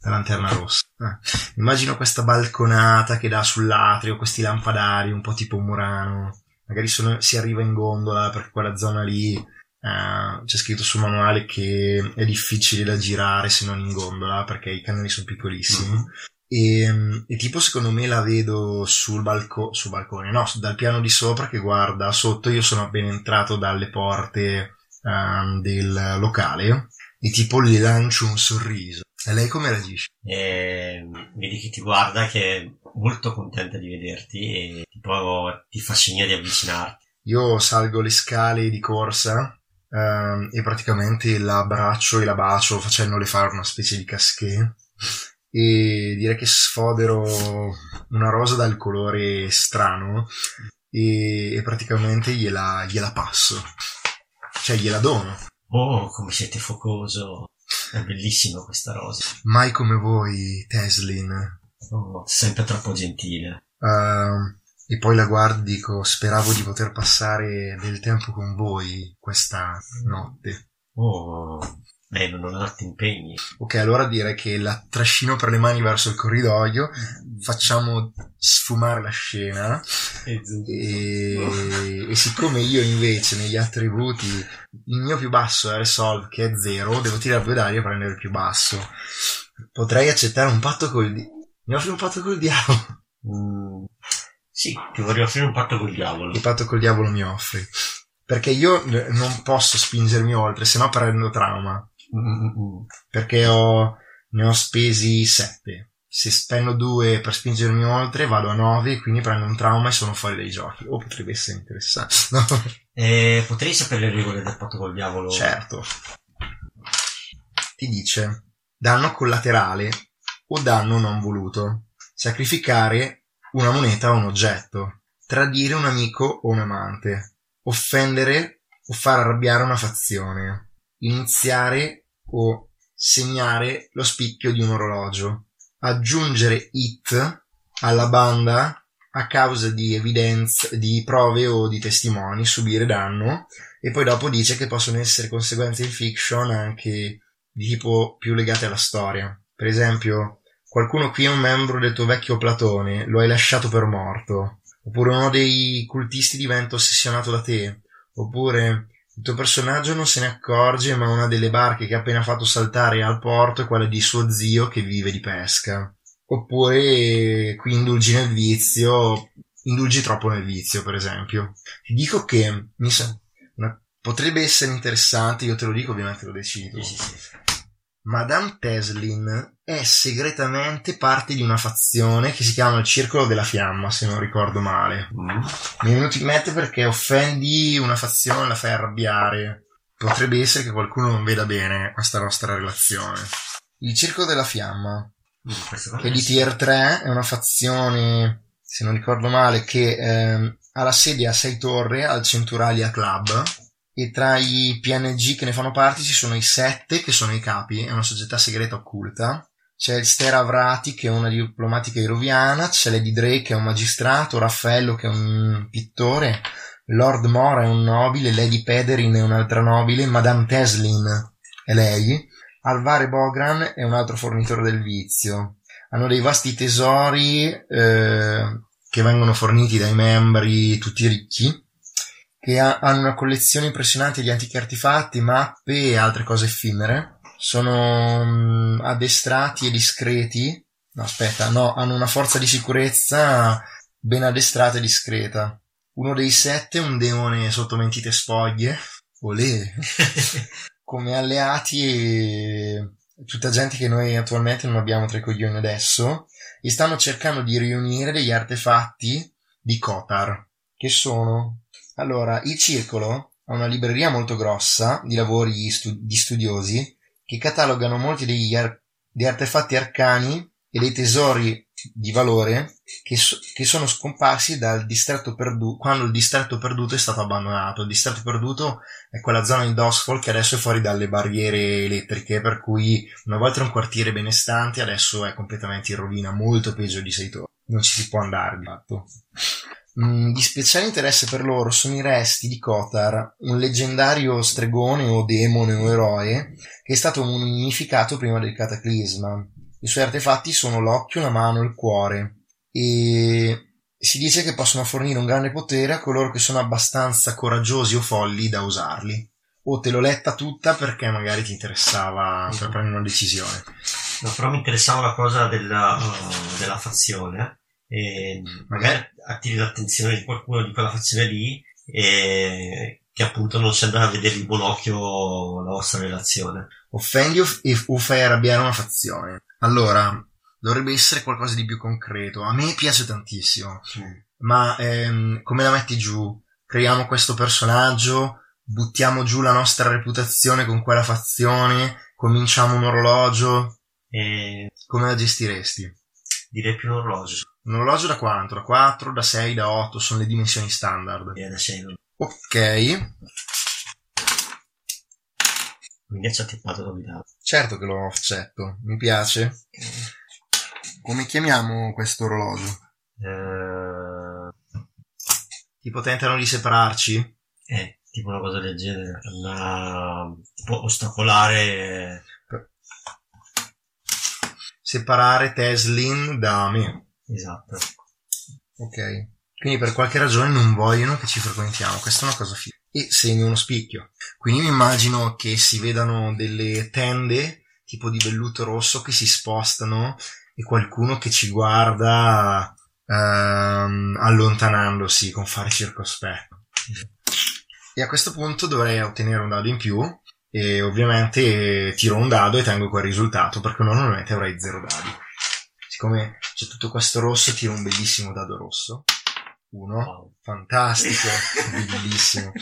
la lanterna rossa. Eh. Immagino questa balconata che dà sull'atrio, questi lampadari un po' tipo Murano, magari sono, si arriva in gondola perché quella zona lì eh, c'è scritto sul manuale che è difficile da girare se non in gondola perché i canali sono piccolissimi. Mm-hmm. E, e tipo secondo me la vedo sul, balco- sul balcone, no, dal piano di sopra che guarda sotto. Io sono appena entrato dalle porte um, del locale e tipo le lancio un sorriso. E lei come reagisce? E vedi che ti guarda, che è molto contenta di vederti e tipo ti fa segno di avvicinarti. Io salgo le scale di corsa um, e praticamente la abbraccio e la bacio facendole fare una specie di casquet. E direi che sfodero una rosa dal colore strano e, e praticamente gliela, gliela passo, cioè gliela dono. Oh, come siete focoso, è bellissima questa rosa. Mai come voi, Teslin. Oh, sempre troppo gentile. Uh, e poi la guardo e dico, speravo di poter passare del tempo con voi questa notte. Oh, lei non ha altri impegni. Ok, allora direi che la trascino per le mani verso il corridoio, facciamo sfumare la scena e, e, e siccome io invece negli attributi il mio più basso è Resolve che è zero, devo tirare due dadi a prendere il più basso. Potrei accettare un patto col di- mi offri un patto col diavolo? Mm, sì, ti vorrei offrire un patto col diavolo. Il patto col diavolo mi offri perché io non posso spingermi oltre, se no prendo trauma. Mm-mm. Perché ho, ne ho spesi sette. Se spendo due per spingermi oltre vado a nove, quindi prendo un trauma e sono fuori dai giochi. O potrebbe essere interessante, no? Eh, potrei sapere le regole del patto col diavolo? Certo. Ti dice danno collaterale o danno non voluto, sacrificare una moneta o un oggetto, tradire un amico o un amante, offendere o far arrabbiare una fazione, iniziare o segnare lo spicchio di un orologio, aggiungere hit alla banda a causa di evidenze, di prove o di testimoni, subire danno. E poi dopo dice che possono essere conseguenze in fiction anche di tipo più legate alla storia. Per esempio, qualcuno qui è un membro del tuo vecchio Platone, lo hai lasciato per morto, oppure uno dei cultisti diventa ossessionato da te, oppure il tuo personaggio non se ne accorge, ma una delle barche che ha appena fatto saltare al porto è quella di suo zio che vive di pesca. Oppure qui indulgi nel vizio, indulgi troppo nel vizio, per esempio. Ti dico che mi sa, una, potrebbe essere interessante, io te lo dico, ovviamente lo decido. Sì, sì, sì. Madame Teslin è segretamente parte di una fazione che si chiama il Circolo della Fiamma, se non ricordo male. Mm. Mi è venuto in mente perché offendi una fazione, la fai arrabbiare. Potrebbe essere che qualcuno non veda bene questa nostra relazione. Il Circolo della Fiamma, mm, che è di tier tre, è una fazione, se non ricordo male, che eh, ha la sede a Sei Torre, al Centuralia Club. E tra i P N G che ne fanno parte ci sono i sette, che sono i capi, è una società segreta occulta. C'è il Stera Avrati, che è una diplomatica iroviana, c'è Lady Drake, che è un magistrato, Raffaello, che è un pittore, Lord Mora è un nobile, Lady Pederin è un'altra nobile, Madame Teslin è lei, Alvare Bogran è un altro fornitore del vizio. Hanno dei vasti tesori eh, che vengono forniti dai membri tutti ricchi, che ha, hanno una collezione impressionante di antichi artefatti, mappe e altre cose effimere. Sono mh, addestrati e discreti. No, aspetta, no, hanno una forza di sicurezza ben addestrata e discreta. Uno dei sette è un demone sotto mentite spoglie. Olè. Come alleati e tutta gente che noi attualmente non abbiamo tra i coglioni adesso. E stanno cercando di riunire degli artefatti di Kotar, che sono... Allora, il circolo ha una libreria molto grossa di lavori stu- di studiosi che catalogano molti degli ar- di artefatti arcani e dei tesori di valore che, so- che sono scomparsi dal distretto perduto, quando il distretto perduto è stato abbandonato. Il distretto perduto è quella zona di Dosfall che adesso è fuori dalle barriere elettriche, per cui una volta era un quartiere benestante, adesso è completamente in rovina, molto peggio di Sei Torri. Non ci si può andare, di fatto. Di speciale interesse per loro sono i resti di Kotar, un leggendario stregone o demone o eroe che è stato mummificato prima del cataclisma. I suoi artefatti sono l'occhio, la mano e il cuore, e si dice che possono fornire un grande potere a coloro che sono abbastanza coraggiosi o folli da usarli. O te l'ho letta tutta perché magari ti interessava per prendere una decisione. No, però mi interessava la cosa della, uh, della fazione, e magari attiri l'attenzione di qualcuno di quella fazione lì, e che appunto non sembra vedere di buon occhio la vostra relazione. Offendi o, f- o fai arrabbiare una fazione. Allora, dovrebbe essere qualcosa di più concreto. A me piace tantissimo, mm. ma ehm, come la metti giù? Creiamo questo personaggio, buttiamo giù la nostra reputazione con quella fazione, cominciamo un orologio. E... come la gestiresti? Direi più un orologio. Un orologio da quanto? Da quattro, da sei, da otto? Sono le dimensioni standard. E da sei. Ok. Quindi accettato nominato. Certo che lo accetto, mi piace. Come chiamiamo questo orologio? Eh... Tipo tentano di separarci? Eh, tipo una cosa del genere. Una... tipo ostacolare... Separare Teslin da me. Esatto. Ok. Quindi per qualche ragione non vogliono che ci frequentiamo. Questa è una cosa figa. E segno uno spicchio. Quindi mi immagino che si vedano delle tende tipo di velluto rosso che si spostano e qualcuno che ci guarda ehm, allontanandosi con fare circospetto. E a questo punto dovrei ottenere un dado in più e ovviamente tiro un dado e tengo quel risultato, perché normalmente avrei zero dadi. Siccome c'è tutto questo rosso, tiro un bellissimo dado rosso. Uno, wow. Fantastico, bellissimo.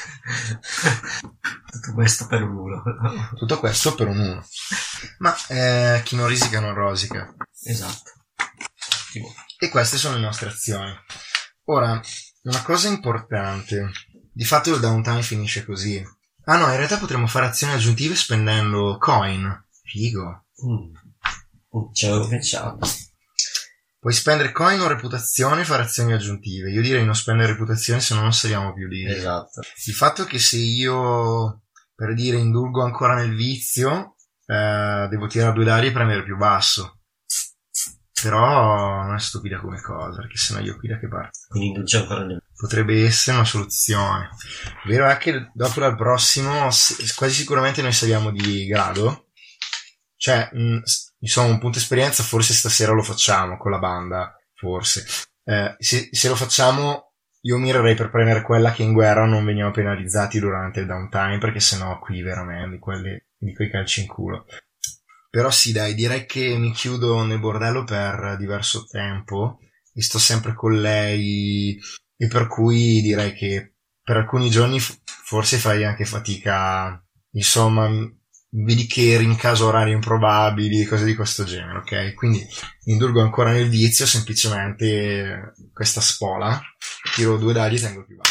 Tutto questo per un uno. Tutto questo per un uno. Ma eh, chi non risica non rosica. Esatto. E queste sono le nostre azioni. Ora, una cosa importante. Di fatto il downtime finisce così. Ah no, in realtà potremmo fare azioni aggiuntive spendendo coin. Figo. Mm. Mm, ci avevo pensato. Puoi spendere coin o reputazione e fare azioni aggiuntive. Io direi non spendere reputazione, se no non saliamo più lì. Esatto. Il fatto è che se io, per dire, indulgo ancora nel vizio, eh, devo tirare due dadi e premere più basso. Però non è stupida come cosa, perché sennò io qui da che parte? Quindi indulge ancora nel... Potrebbe essere una soluzione. Vero è che dopo dal prossimo quasi sicuramente noi saliamo di grado. Cioè, mh, insomma, un punto esperienza forse stasera lo facciamo con la banda, forse. Eh, se, se lo facciamo, io mirerei per prendere quella che in guerra non veniamo penalizzati durante il downtime, perché sennò qui veramente di, quelli, di quei calci in culo. Però sì, dai, direi che mi chiudo nel bordello per diverso tempo e sto sempre con lei, e per cui direi che per alcuni giorni f- forse fai anche fatica, insomma, vedi che rincaso orari improbabili, cose di questo genere, ok? Quindi indulgo ancora nel vizio, semplicemente questa spola, tiro due dadi e tengo più basso.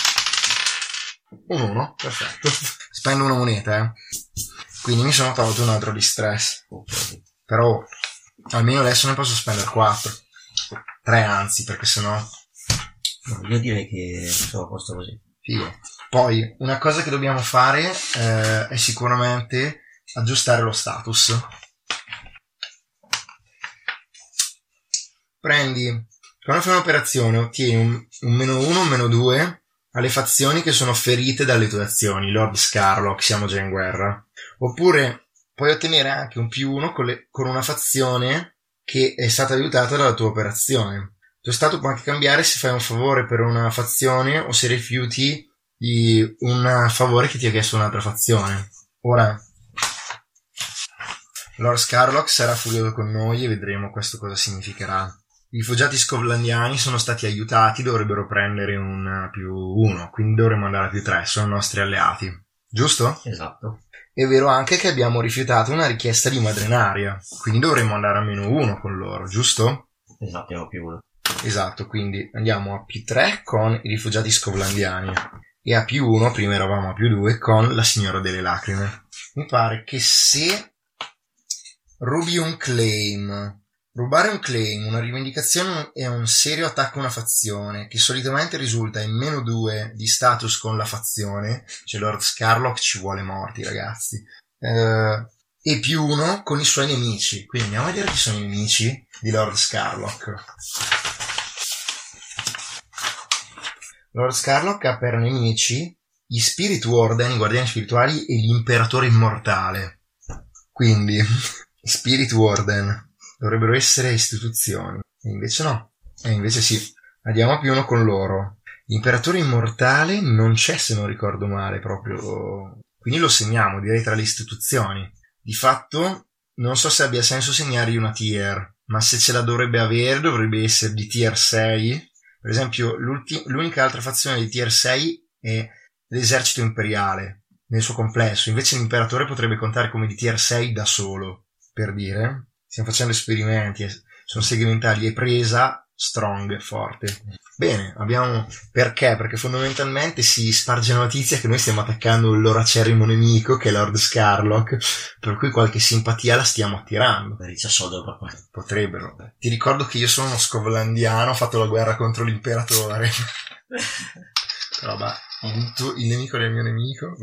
Un uno, perfetto. Spendo una moneta, eh. Quindi mi sono tolto un altro di stress. Okay. Però almeno adesso ne posso spendere quattro. tre anzi, perché sennò... No, io direi che sono a posto così. Figo. Poi, una cosa che dobbiamo fare eh, è sicuramente aggiustare lo status. Prendi, quando fai un'operazione, ottieni un, un meno uno, un meno due alle fazioni che sono ferite dalle tue azioni. Lord Scarlock, siamo già in guerra. Oppure puoi ottenere anche un più uno con, le, con una fazione che è stata aiutata dalla tua operazione. Il tuo stato può anche cambiare se fai un favore per una fazione o se rifiuti di un favore che ti ha chiesto un'altra fazione. Ora, Lord Scarlock sarà furioso con noi e vedremo questo cosa significherà. I rifugiati scovlandiani sono stati aiutati, dovrebbero prendere un più uno, quindi dovremmo andare a più tre, sono i nostri alleati. Giusto? Esatto. È vero anche che abbiamo rifiutato una richiesta di Madrenaria, quindi dovremmo andare a meno uno con loro, giusto? Esatto, abbiamo più uno. Esatto, quindi andiamo a più tre con i rifugiati scovlandiani e a più uno, prima eravamo a più due, con la signora delle lacrime. Mi pare che se rubi un claim, rubare un claim, una rivendicazione è un serio attacco a una fazione che solitamente risulta in meno due di status con la fazione, cioè Lord Scarlock ci vuole morti, ragazzi. Eh, e più uno con i suoi nemici. Quindi andiamo a vedere chi sono i nemici di Lord Scarlock. Lord Scarlock ha per nemici gli Spirit Warden, i guardiani spirituali, e l'imperatore immortale. Quindi Spirit Warden dovrebbero essere istituzioni, e invece no, e invece sì. Andiamo a più uno con loro. L'imperatore immortale non c'è, se non ricordo male, proprio, quindi lo segniamo, direi, tra le istituzioni. Di fatto non so se abbia senso segnargli una tier, ma se ce la dovrebbe avere dovrebbe essere di tier sei. Per esempio l'unica altra fazione di tier sei è l'esercito imperiale nel suo complesso, invece l'imperatore potrebbe contare come di tier sei da solo, per dire. Stiamo facendo esperimenti, sono segmentali, è presa, strong, forte. Bene, abbiamo... Perché? Perché fondamentalmente si sparge la notizia che noi stiamo attaccando il loro acerrimo nemico, che è Lord Scarlock, per cui qualche simpatia la stiamo attirando. Potrebbero. Ti ricordo che io sono uno scovlandiano, ho fatto la guerra contro l'imperatore. Però va, il, tuo, il nemico del mio nemico.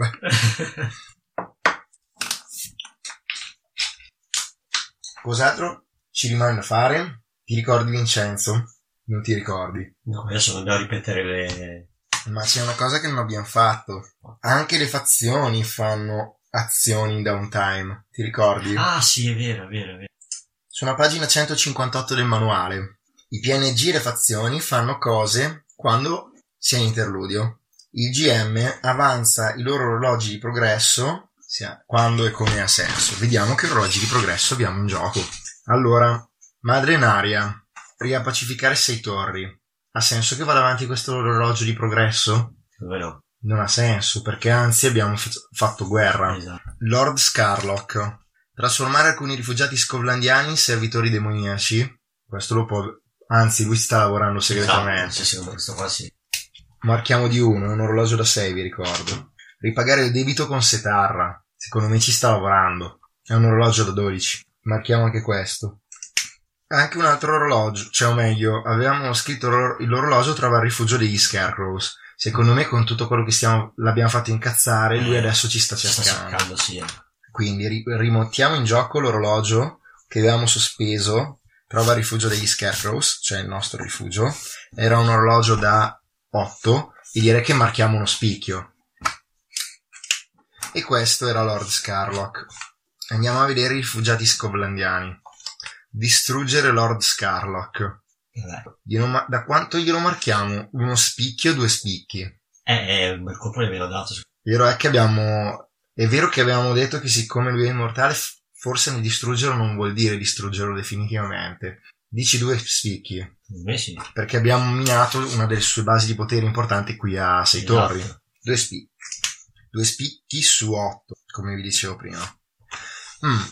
Cos'altro ci rimane da fare? Ti ricordi Vincenzo? Non ti ricordi? No, adesso non devo ripetere le... Ma c'è una cosa che non abbiamo fatto. Anche le fazioni fanno azioni in downtime. Ti ricordi? Ah sì, è vero, è vero, è vero. Sulla pagina centocinquantotto del manuale. I P N G e le fazioni fanno cose quando si è in interludio. Il G M avanza i loro orologi di progresso quando e come ha senso. Vediamo che orologi di progresso abbiamo in gioco. Allora, Madre Naria, riappacificare sei torri. Ha senso che vada avanti questo orologio di progresso? No. Non ha senso, perché anzi abbiamo f- fatto guerra. Esatto. Lord Scarlock, trasformare alcuni rifugiati scovlandiani in servitori demoniaci. Questo lo può... Anzi, lui sta lavorando segretamente. Esatto, sì, questo qua sì. Marchiamo di uno, è un orologio da sei, vi ricordo. Ripagare il debito con Setarra. Secondo me ci sta lavorando. È un orologio da dodici. Marchiamo anche questo. Anche un altro orologio, cioè o meglio, avevamo scritto l'orologio trova il rifugio degli Scarecrows. Secondo me con tutto quello che stiamo l'abbiamo fatto incazzare, lui adesso ci sta cercando. Ci sta cercando, sì. Quindi ri- rimontiamo in gioco l'orologio che avevamo sospeso, trova il rifugio degli Scarecrows, cioè il nostro rifugio. Era un orologio da otto e direi che marchiamo uno spicchio. E questo era Lord Scarlock. Andiamo a vedere i rifugiati scovlandiani. Distruggere Lord Scarlock. Ma- da quanto glielo marchiamo? Uno spicchio o due spicchi? Eh, eh, il colpo glielo dato. Vero è che abbiamo... È vero che avevamo detto che siccome lui è immortale, f- forse ne distruggerlo non vuol dire distruggerlo definitivamente. Dici due spicchi. Beh, sì. Perché abbiamo minato una delle sue basi di potere importanti qui a sei Esatto. torri. Due spicchi. Due spicchi su otto, come vi dicevo prima. Mm.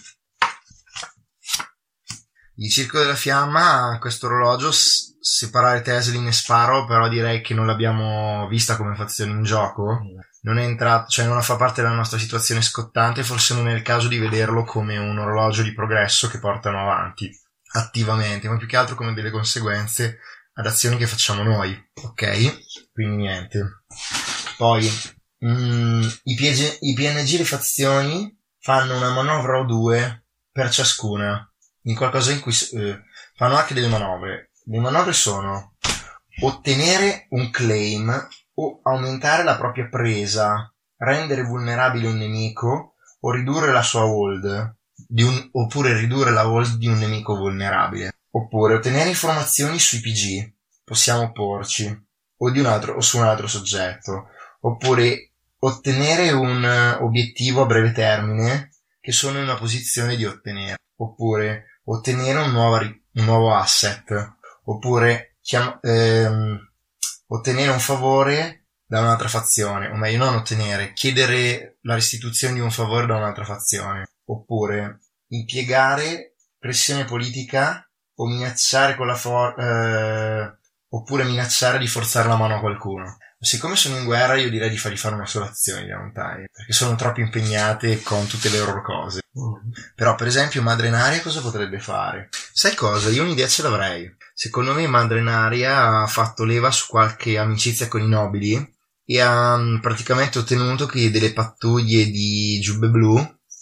Il Circo della Fiamma, questo orologio, s- separare Teslin e Sparrow, però direi che non l'abbiamo vista come fazione in gioco. Non è entrato, cioè non fa parte della nostra situazione scottante, forse non è il caso di vederlo come un orologio di progresso che portano avanti attivamente, ma più che altro come delle conseguenze ad azioni che facciamo noi, ok? Quindi niente. Poi mm, i, P G, i P N G, le fazioni, fanno una manovra o due per ciascuna, in qualcosa in cui eh, fanno anche delle manovre. Le manovre sono ottenere un claim o aumentare la propria presa, rendere vulnerabile un nemico o ridurre la sua hold di un, oppure ridurre la hold di un nemico vulnerabile, oppure ottenere informazioni sui P G, possiamo opporci, o di un altro o su un altro soggetto, oppure ottenere un obiettivo a breve termine che sono in una posizione di ottenere, oppure ottenere un nuovo, un nuovo asset, oppure chiam- ehm, ottenere un favore da un'altra fazione, o meglio non ottenere, chiedere la restituzione di un favore da un'altra fazione, oppure impiegare pressione politica o minacciare con la for- eh, oppure minacciare di forzare la mano a qualcuno. Siccome sono in guerra io direi di fargli fare una sola azione di downtime, perché sono troppo impegnate con tutte le loro cose. Mm. Però per esempio Madre Naria cosa potrebbe fare? Sai cosa? Io un'idea ce l'avrei. Secondo me Madre Naria ha fatto leva su qualche amicizia con i nobili e ha praticamente ottenuto che delle pattuglie di giubbe blu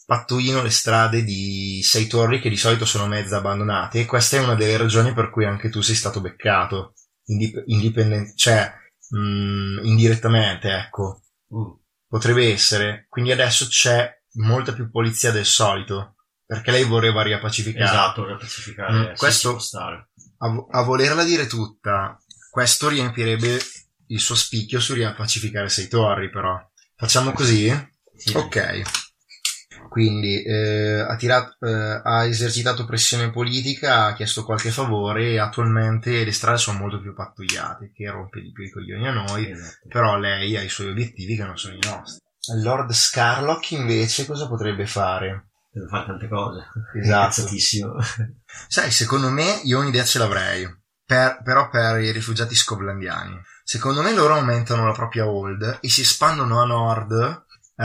pattuino le strade di sei torri che di solito sono mezze abbandonate, e questa è una delle ragioni per cui anche tu sei stato beccato, indip- indipendent- cioè mh, indirettamente, ecco. Mm. Potrebbe essere. Quindi adesso c'è molta più polizia del solito, perché lei voleva riappacificare. Esatto, riappacificare. Mm, questo, a, a volerla dire tutta, questo riempirebbe il suo spicchio su riappacificare sei torri, però. Facciamo così? Sì. Ok. Quindi eh, ha, tirato, eh, ha esercitato pressione politica, ha chiesto qualche favore, e attualmente le strade sono molto più pattugliate, che rompe di più i coglioni a noi, Esatto. però lei ha i suoi obiettivi che non sono i nostri. Lord Scarlock invece cosa potrebbe fare? Deve fare tante cose. Esatto. Cazzatissimo. Sai, secondo me io un'idea ce l'avrei, per, però per i rifugiati scovlandiani. Secondo me loro aumentano la propria hold e si espandono a nord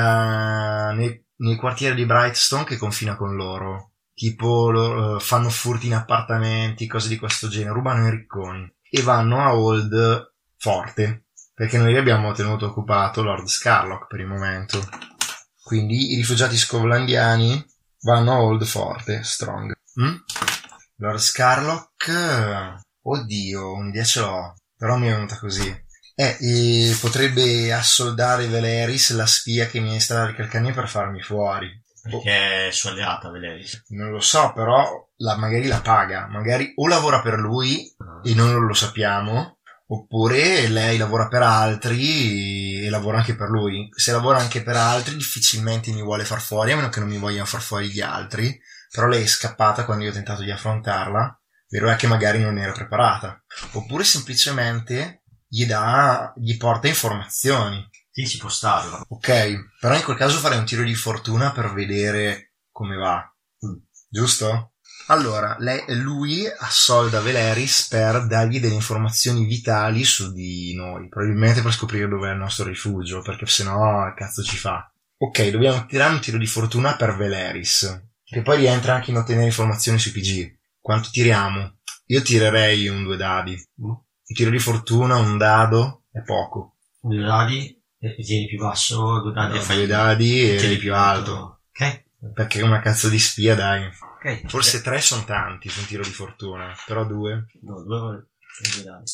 eh, nei, nei quartieri di Brightstone che confina con loro. Tipo loro, fanno furti in appartamenti, cose di questo genere, rubano i ricconi e vanno a hold forte, perché noi abbiamo tenuto occupato Lord Scarlock per il momento. Quindi i rifugiati scovlandiani vanno a hold forte, strong. Mm? Lord Scarlock, oddio, un'idea ce l'ho, però mi è venuta così. Eh, e potrebbe assoldare Veleris, la spia che mi è stata ricalcando, per farmi fuori. Perché è sua alleata, Veleris. Non lo so, però la, magari la paga, magari o lavora per lui e noi non lo sappiamo, oppure lei lavora per altri e lavora anche per lui. Se lavora anche per altri difficilmente mi vuole far fuori, a meno che non mi vogliano far fuori gli altri, però lei è scappata quando io ho tentato di affrontarla. Vero è che magari non era preparata, oppure semplicemente gli dà, gli porta informazioni. Sì, ci può stare. Ok, però in quel caso farei un tiro di fortuna per vedere come va. Mm. Giusto? Allora, lei, lui assolda Veleris per dargli delle informazioni vitali su di noi, probabilmente per scoprire dove è il nostro rifugio, perché sennò cazzo ci fa. Ok, dobbiamo tirare un tiro di fortuna per Veleris, che poi rientra anche in ottenere informazioni sui P G. Quanto tiriamo? Io tirerei un due dadi. Mm. Un tiro di fortuna, un dado, è poco. Due dadi e tieni più basso, due dadi No, e fai due dadi e tieni di più alto. Ok. Perché è una cazzo di spia, dai. Ok. Forse okay. tre sono tanti su un tiro di fortuna, però due. No, due, due dadi.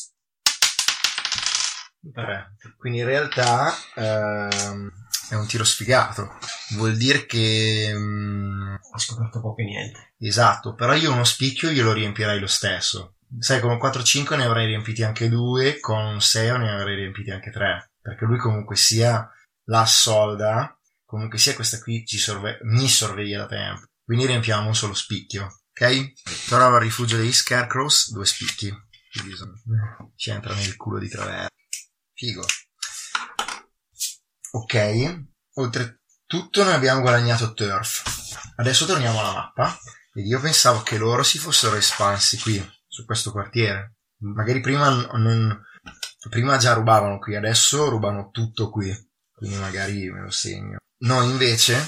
Tre. Quindi in realtà ehm, è un tiro sfigato. Vuol dire che mm, ha scoperto poco e niente. Esatto, però io uno spicchio glielo riempirei lo stesso. Sai, con un quattro cinque ne avrei riempiti anche due, con un sei ne avrei riempiti anche tre, perché lui comunque sia la assolda, comunque sia questa qui ci sorve- mi sorveglia da tempo, quindi riempiamo un solo spicchio, ok? Però al rifugio degli Scarecrows due spicchi, quindi ci entra nel culo di traverso. Figo. Ok, oltretutto noi abbiamo guadagnato turf. Adesso torniamo alla mappa, ed io pensavo che loro si fossero espansi qui su questo quartiere. Magari prima non, prima già rubavano qui, adesso rubano tutto qui, quindi magari me lo segno. Noi invece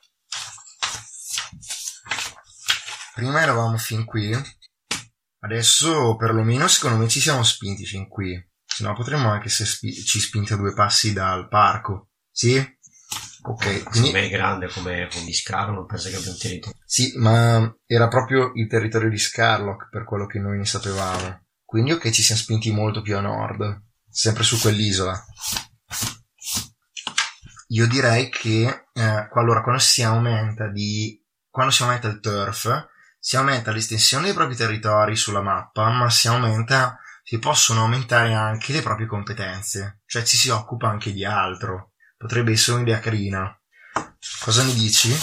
prima eravamo fin qui, adesso perlomeno secondo me ci siamo spinti fin qui, se no potremmo anche se spi- ci spinti a due passi dal parco. Sì? Ok, quindi è grande come, come di Scarlock, non penso che abbia un territorio. Sì, ma era proprio il territorio di Scarlock per quello che noi ne sapevamo. Quindi ok, ci siamo spinti molto più a nord, sempre su quell'isola. Io direi che eh, allora quando si aumenta di quando si aumenta il turf, si aumenta l'estensione dei propri territori sulla mappa, ma si aumenta si possono aumentare anche le proprie competenze, cioè ci si occupa anche di altro. Potrebbe essere un'idea carina. Cosa ne dici?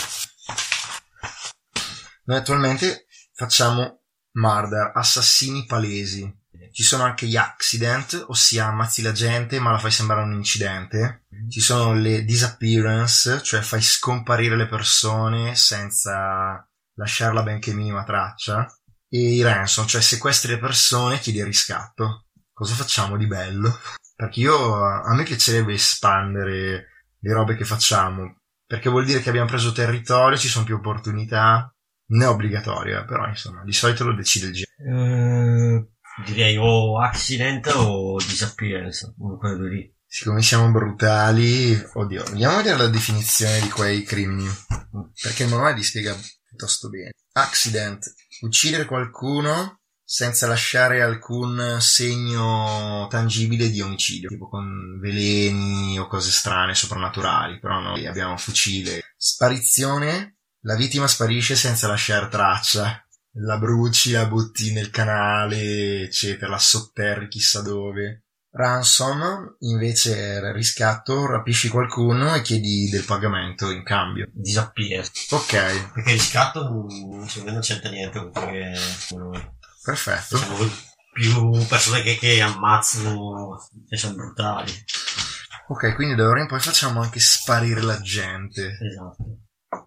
Noi attualmente facciamo murder, assassini palesi. Ci sono anche gli accident, ossia ammazzi la gente ma la fai sembrare un incidente. Ci sono le disappearance, cioè fai scomparire le persone senza lasciarla benché minima traccia. E i ransom, cioè sequestri le persone, chiedi il riscatto. Cosa facciamo di bello? Perché io, a me piacerebbe espandere le robe che facciamo, perché vuol dire che abbiamo preso territorio, ci sono più opportunità. Non è obbligatorio, però insomma, di solito lo decide il G M. Uh, direi o accident o disappearance, uno di quelle due lì. siccome siamo brutali, oddio, andiamo a vedere la definizione di quei crimini, perché il manuale li spiega piuttosto bene. Accident, uccidere qualcuno senza lasciare alcun segno tangibile di omicidio, tipo con veleni o cose strane, soprannaturali, però noi abbiamo fucile. Sparizione, la vittima sparisce senza lasciare traccia, la bruci, la butti nel canale, eccetera, la sotterri chissà dove. Ransom, invece, è riscatto, rapisci qualcuno e chiedi del pagamento in cambio. Disappear. Ok. Perché riscatto non, secondo me non c'entra niente con che... Perfetto. Diciamo, più persone che, che ammazzano, che sono brutali. Ok, quindi da ora in poi facciamo anche sparire la gente. Esatto.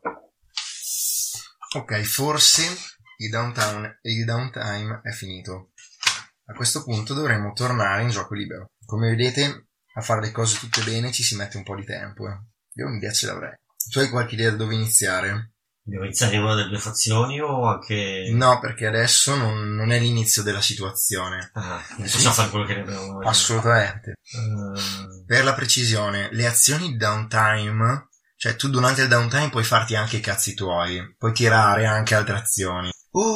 Ok, forse il downtime, il downtime è finito. A questo punto dovremo tornare in gioco libero. Come vedete, a fare le cose tutte bene ci si mette un po' di tempo. Eh. Io un'idea ce l'avrei. Tu hai qualche idea da dove iniziare? Devo iniziare in una delle due fazioni o anche... No, perché adesso non, non è l'inizio della situazione. Ah, non possiamo fare quello che ne abbiamo. Assolutamente. Uh... Per la precisione, le azioni di downtime, cioè tu durante il downtime puoi farti anche i cazzi tuoi, puoi tirare anche altre azioni.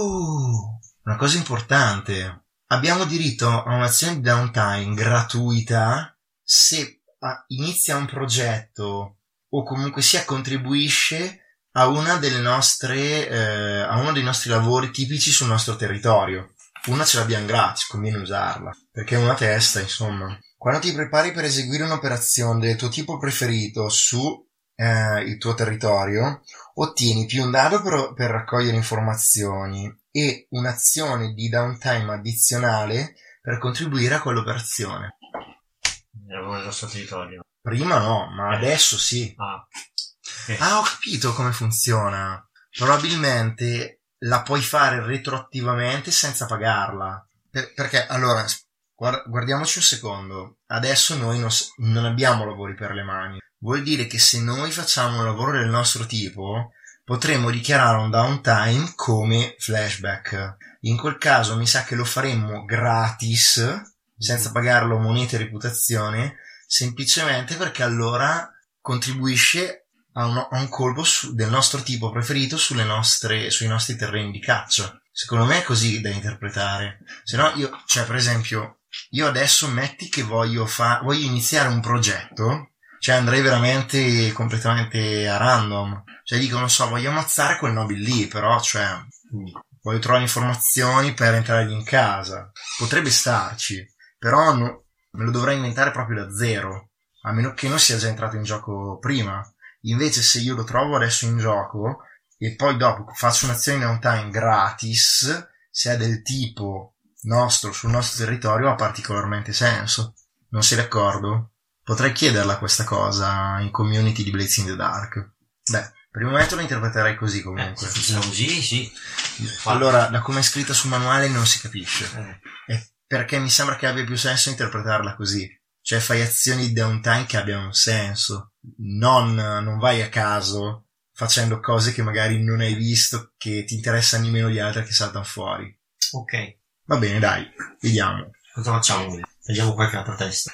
Uh, una cosa importante. Abbiamo diritto a un'azione di downtime gratuita se inizia un progetto o comunque sia contribuisce a una delle nostre eh, a uno dei nostri lavori tipici sul nostro territorio. Una ce l'abbiamo gratis, conviene usarla, perché è una testa, insomma. Quando ti prepari per eseguire un'operazione del tuo tipo preferito su eh, il tuo territorio, ottieni più un dado per, per raccogliere informazioni e un'azione di downtime addizionale per contribuire a quell'operazione. Eravamo nel nostro territorio. Prima no, ma eh. adesso sì. Ah. Okay. Ah, ho capito come funziona. Probabilmente la puoi fare retroattivamente senza pagarla. Per, perché, allora, guardiamoci un secondo. Adesso noi non, non abbiamo lavori per le mani. Vuol dire che se noi facciamo un lavoro del nostro tipo, potremmo dichiarare un downtime come flashback. In quel caso mi sa che lo faremmo gratis, senza pagarlo moneta e reputazione, semplicemente perché allora contribuisce a un, a un colpo su, del nostro tipo preferito sulle nostre, sui nostri terreni di caccia. Secondo me è così da interpretare. Se no io, cioè per esempio, io adesso metti che voglio fa, voglio iniziare un progetto, cioè andrei veramente completamente a random. Cioè dico, non so, voglio ammazzare quel nobile lì, però, cioè, voglio trovare informazioni per entrargli in casa. Potrebbe starci, però no, me lo dovrei inventare proprio da zero, a meno che non sia già entrato in gioco prima. Invece se io lo trovo adesso in gioco e poi dopo faccio un'azione downtime gratis, se è del tipo nostro, sul nostro territorio, ha particolarmente senso. Non sei d'accordo? Potrei chiederla questa cosa in community di Blades in the Dark. Beh, per il momento la interpreterei così comunque. Eh, se funziona così, sì. Allora, da come è scritta sul manuale non si capisce. Eh. È perché mi sembra che abbia più senso interpretarla così. Cioè fai azioni di downtime che abbiano un senso. Non, non vai a caso facendo cose che magari non hai visto, che ti interessano di meno di altre che saltano fuori. Ok. Va bene, dai, vediamo. Cosa facciamo? Vediamo qualche altra testa.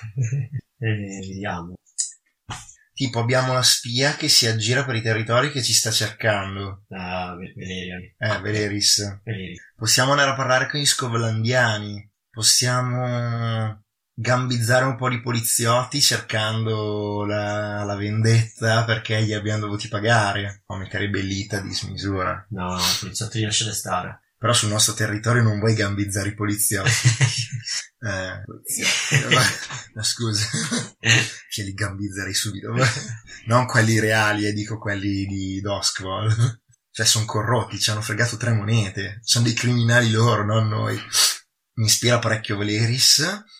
eh, vediamo. Tipo abbiamo la spia che si aggira per i territori che ci sta cercando. Ah, Veleria. Eh, Veleris. Veleris. Possiamo andare a parlare con gli scovlandiani. Possiamo gambizzare un po' di poliziotti cercando la, la vendetta perché gli abbiamo dovuti pagare. O metterebbe l'ita di smisura. No, no, i poliziotti lasciate stare. Però sul nostro territorio non vuoi gambizzare i poliziotti. eh, poliziotti. No, scusa. Che li gambizzerei subito. Non quelli reali, eh, dico quelli di Doskvol. Cioè sono corrotti, ci hanno fregato tre monete. Sono dei criminali loro, non noi. Mi ispira parecchio Veleris.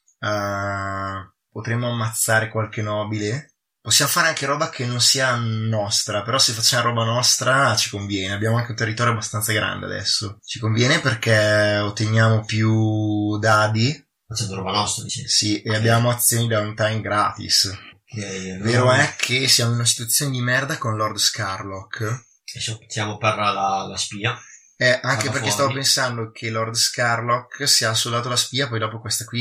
Uh, potremmo ammazzare qualche nobile. Possiamo fare anche roba che non sia nostra, però se facciamo roba nostra ci conviene. Abbiamo anche un territorio abbastanza grande adesso. Ci conviene perché otteniamo più dadi. Facendo roba nostra, dici? Sì, okay. E abbiamo azioni downtime gratis. Okay, allora... Vero è che siamo in una situazione di merda con Lord Scarlock. E se optiamo per la, la spia. Eh, anche perché fuori. Stavo pensando che Lord Scarlock, se ha soldato la spia, poi dopo questa qui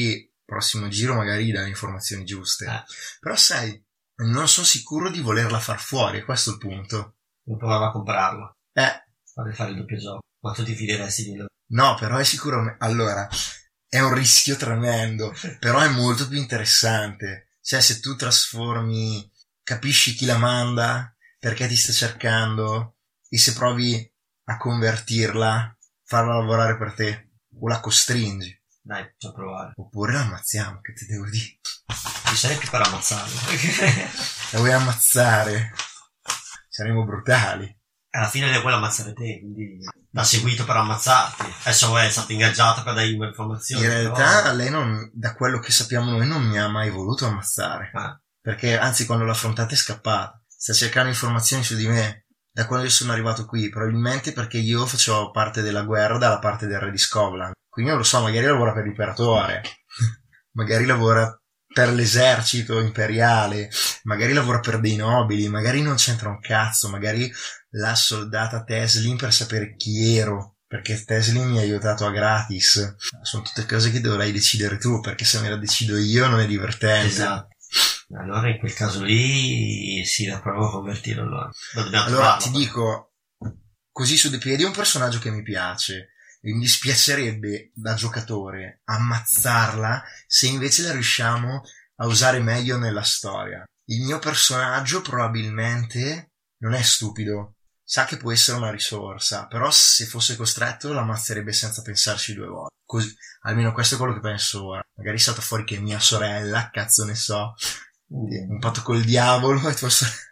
prossimo giro magari gli dà le informazioni giuste. Eh. Però sai, non sono sicuro di volerla far fuori, è questo il punto. Non provava a comprarlo. Eh, Fare fare il doppio gioco. Ma tu ti fideresti di lui? no, però è sicuro, allora, è un rischio tremendo, però è molto più interessante. Cioè, se tu trasformi, capisci chi la manda, perché ti sta cercando, e se provi a convertirla, farla lavorare per te, o la costringi. Dai, faccio provare. Oppure la ammazziamo, che ti devo dire? Ci sarei più per ammazzarlo. La vuoi ammazzare? Saremo brutali. Alla fine le vuole ammazzare te, quindi l'ha seguito per ammazzarti. Adesso è stato ingaggiato per dargli informazioni. In realtà però... lei non, da quello che sappiamo noi, non mi ha mai voluto ammazzare. Ah. Perché anzi quando l'ho affrontata è scappata. Sta cercando informazioni su di me. Da quando io sono arrivato qui, probabilmente perché io facevo parte della guerra dalla parte del re di Scotland. Quindi non lo so, magari lavora per l'imperatore, magari lavora per l'esercito imperiale, magari lavora per dei nobili, magari non c'entra un cazzo, magari l'ha soldata Teslin per sapere chi ero, perché Teslin mi ha aiutato a gratis. Sono tutte cose che dovrai decidere tu, perché se me la decido io non è divertente. Esatto. Allora in quel caso lì sì, la provo a convertirlo allora. Allora trovarlo, ti però. dico, così su dei piedi è un personaggio che mi piace. E mi dispiacerebbe da giocatore ammazzarla se invece la riusciamo a usare meglio nella storia. Il mio personaggio probabilmente non è stupido, sa che può essere una risorsa, però se fosse costretto l'ammazzerebbe senza pensarci due volte. Così, almeno questo è quello che penso ora. Magari è stata fuori che mia sorella, cazzo ne so, un patto col diavolo e tua sorella.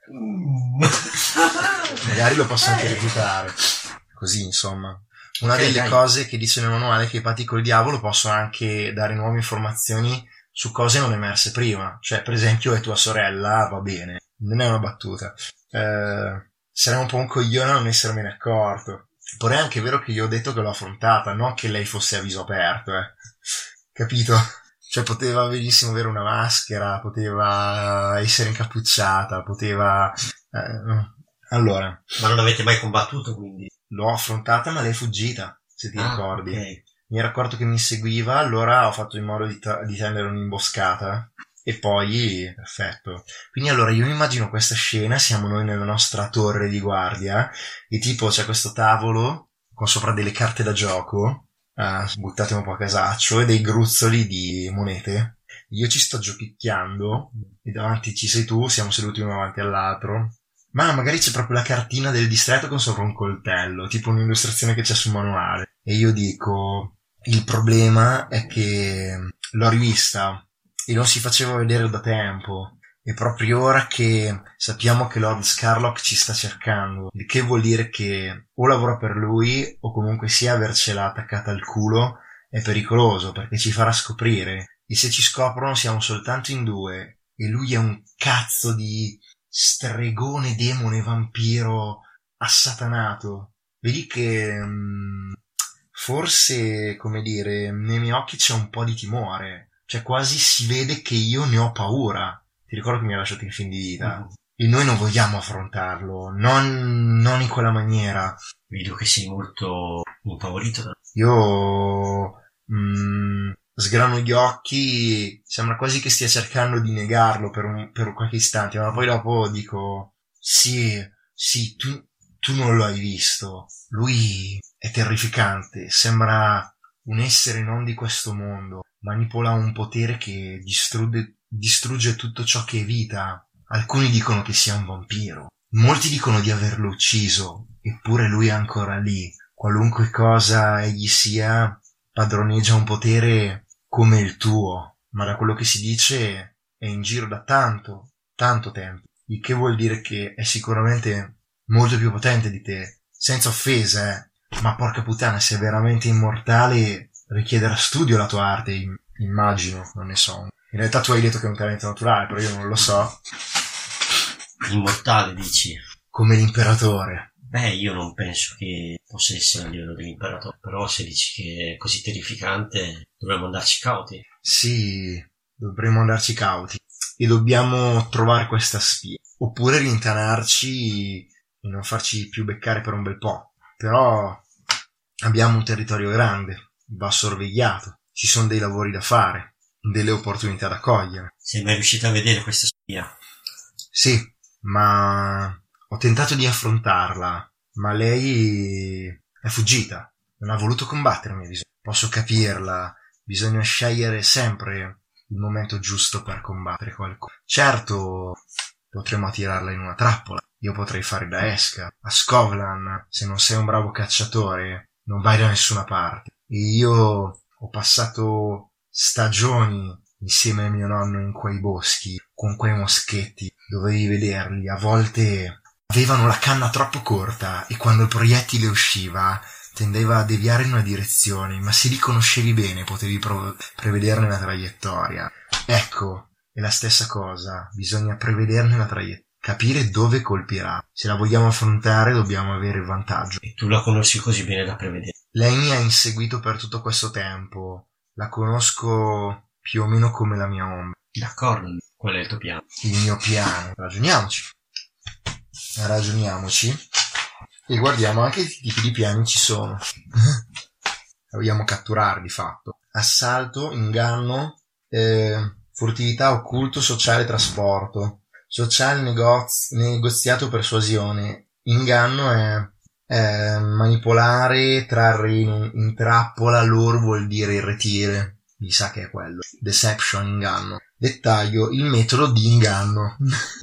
Magari lo posso anche reputare. Così, insomma. Una Okay, delle dai. cose che dice nel manuale è che i patti col diavolo possono anche dare nuove informazioni su cose non emerse prima. Cioè, per esempio, è tua sorella, va bene. Non è una battuta. Eh, sarei un po' un coglione a non essermene accorto. Però è anche vero che io ho detto che l'ho affrontata, non che lei fosse a viso aperto, eh. Capito? Cioè, poteva benissimo avere una maschera, poteva essere incappucciata, poteva... Eh, allora... Ma non l'avete mai combattuto, quindi? L'ho affrontata, ma lei è fuggita, se ti Ah, ricordi. ok. Mi ero accorto che mi inseguiva, allora ho fatto in modo di, ta- di tendere un'imboscata. E poi, perfetto. Quindi allora io mi immagino questa scena, siamo noi nella nostra torre di guardia, e tipo c'è questo tavolo con sopra delle carte da gioco, eh, buttate un po' a casaccio, e dei gruzzoli di monete. Io ci sto giochicchiando, e davanti ci sei tu, siamo seduti uno davanti all'altro. Ma magari c'è proprio la cartina del distretto con sopra un coltello, tipo un'illustrazione che c'è sul manuale. E io dico, il problema è che l'ho rivista e non si faceva vedere da tempo. E proprio ora che sappiamo che Lord Scarlock ci sta cercando, il che vuol dire che o lavora per lui o comunque sia avercela attaccata al culo è pericoloso perché ci farà scoprire. E se ci scoprono siamo soltanto in due e lui è un cazzo di... stregone, demone, vampiro assatanato. Vedi che mh, forse, come dire, nei miei occhi c'è un po' di timore, cioè quasi si vede che io ne ho paura. Ti ricordo che mi ha lasciato in fin di vita. Mm. E noi non vogliamo affrontarlo, non, non in quella maniera. Vedo che sei molto impaurito. Da... Io mh, sgrano gli occhi, sembra quasi che stia cercando di negarlo per, un, per qualche istante, ma poi dopo dico, sì, sì, tu, tu non lo hai visto. Lui è terrificante, sembra un essere non di questo mondo, manipola un potere che distrugge, distrugge tutto ciò che è vita. Alcuni dicono che sia un vampiro, molti dicono di averlo ucciso, eppure lui è ancora lì. Qualunque cosa egli sia, padroneggia un potere come il tuo, ma da quello che si dice è in giro da tanto, tanto tempo, il che vuol dire che è sicuramente molto più potente di te, senza offesa, eh. Ma porca puttana, se è veramente immortale richiederà studio la tua arte, immagino, non ne so. In realtà tu hai detto che è un talento naturale, però io non lo so. Immortale, dici? Come l'imperatore. Beh, io non penso che possa essere a livello dell'imperatore, però se dici che è così terrificante dovremmo andarci cauti. Sì, dovremmo andarci cauti e dobbiamo trovare questa spia, oppure rintanarci e non farci più beccare per un bel po'. Però abbiamo un territorio grande, va sorvegliato, ci sono dei lavori da fare, delle opportunità da cogliere. Sei mai riuscito a vedere questa spia? Sì, ma ho tentato di affrontarla, ma lei è fuggita, non ha voluto combattermi. Posso capirla, bisogna scegliere sempre il momento giusto per combattere qualcuno. Certo, potremmo attirarla in una trappola, io potrei fare da esca. A Skovlan, se non sei un bravo cacciatore, non vai da nessuna parte. E io ho passato stagioni insieme a mio nonno in quei boschi, con quei moschetti, dovevi vederli, a volte avevano la canna troppo corta e quando il proiettile usciva tendeva a deviare in una direzione, ma se li conoscevi bene potevi prov- prevederne la traiettoria. Ecco, è la stessa cosa, bisogna prevederne la traiettoria, capire dove colpirà. Se la vogliamo affrontare dobbiamo avere il vantaggio. E tu la conosci così bene da prevedere? Lei mi ha inseguito per tutto questo tempo, la conosco più o meno come la mia ombra. D'accordo, qual è il tuo piano? Il mio piano. Ragioniamoci. Ragioniamoci. E guardiamo anche che tipi di piani ci sono. La vogliamo catturare di fatto. Assalto, inganno, eh, furtività, occulto, sociale, trasporto. Sociale, negozi- negoziato, persuasione. Inganno è, è manipolare, trarre in, in trappola, loro vuol dire irretire. Mi sa che è quello. Deception, inganno. Dettaglio, il metodo di inganno.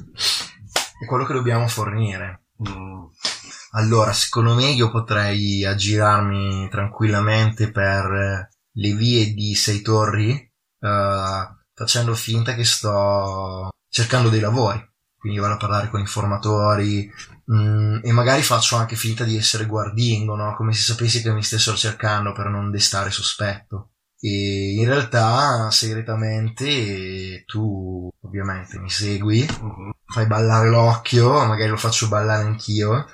È quello che dobbiamo fornire. Mm. Allora, secondo me io potrei aggirarmi tranquillamente per le vie di Sei Torri, uh, facendo finta che sto cercando dei lavori. Quindi vado a parlare con informatori mh, e magari faccio anche finta di essere guardingo, no? Come se sapessi che mi stessero cercando per non destare sospetto. E in realtà segretamente tu ovviamente mi segui, uh-huh. Fai ballare l'occhio, magari lo faccio ballare anch'io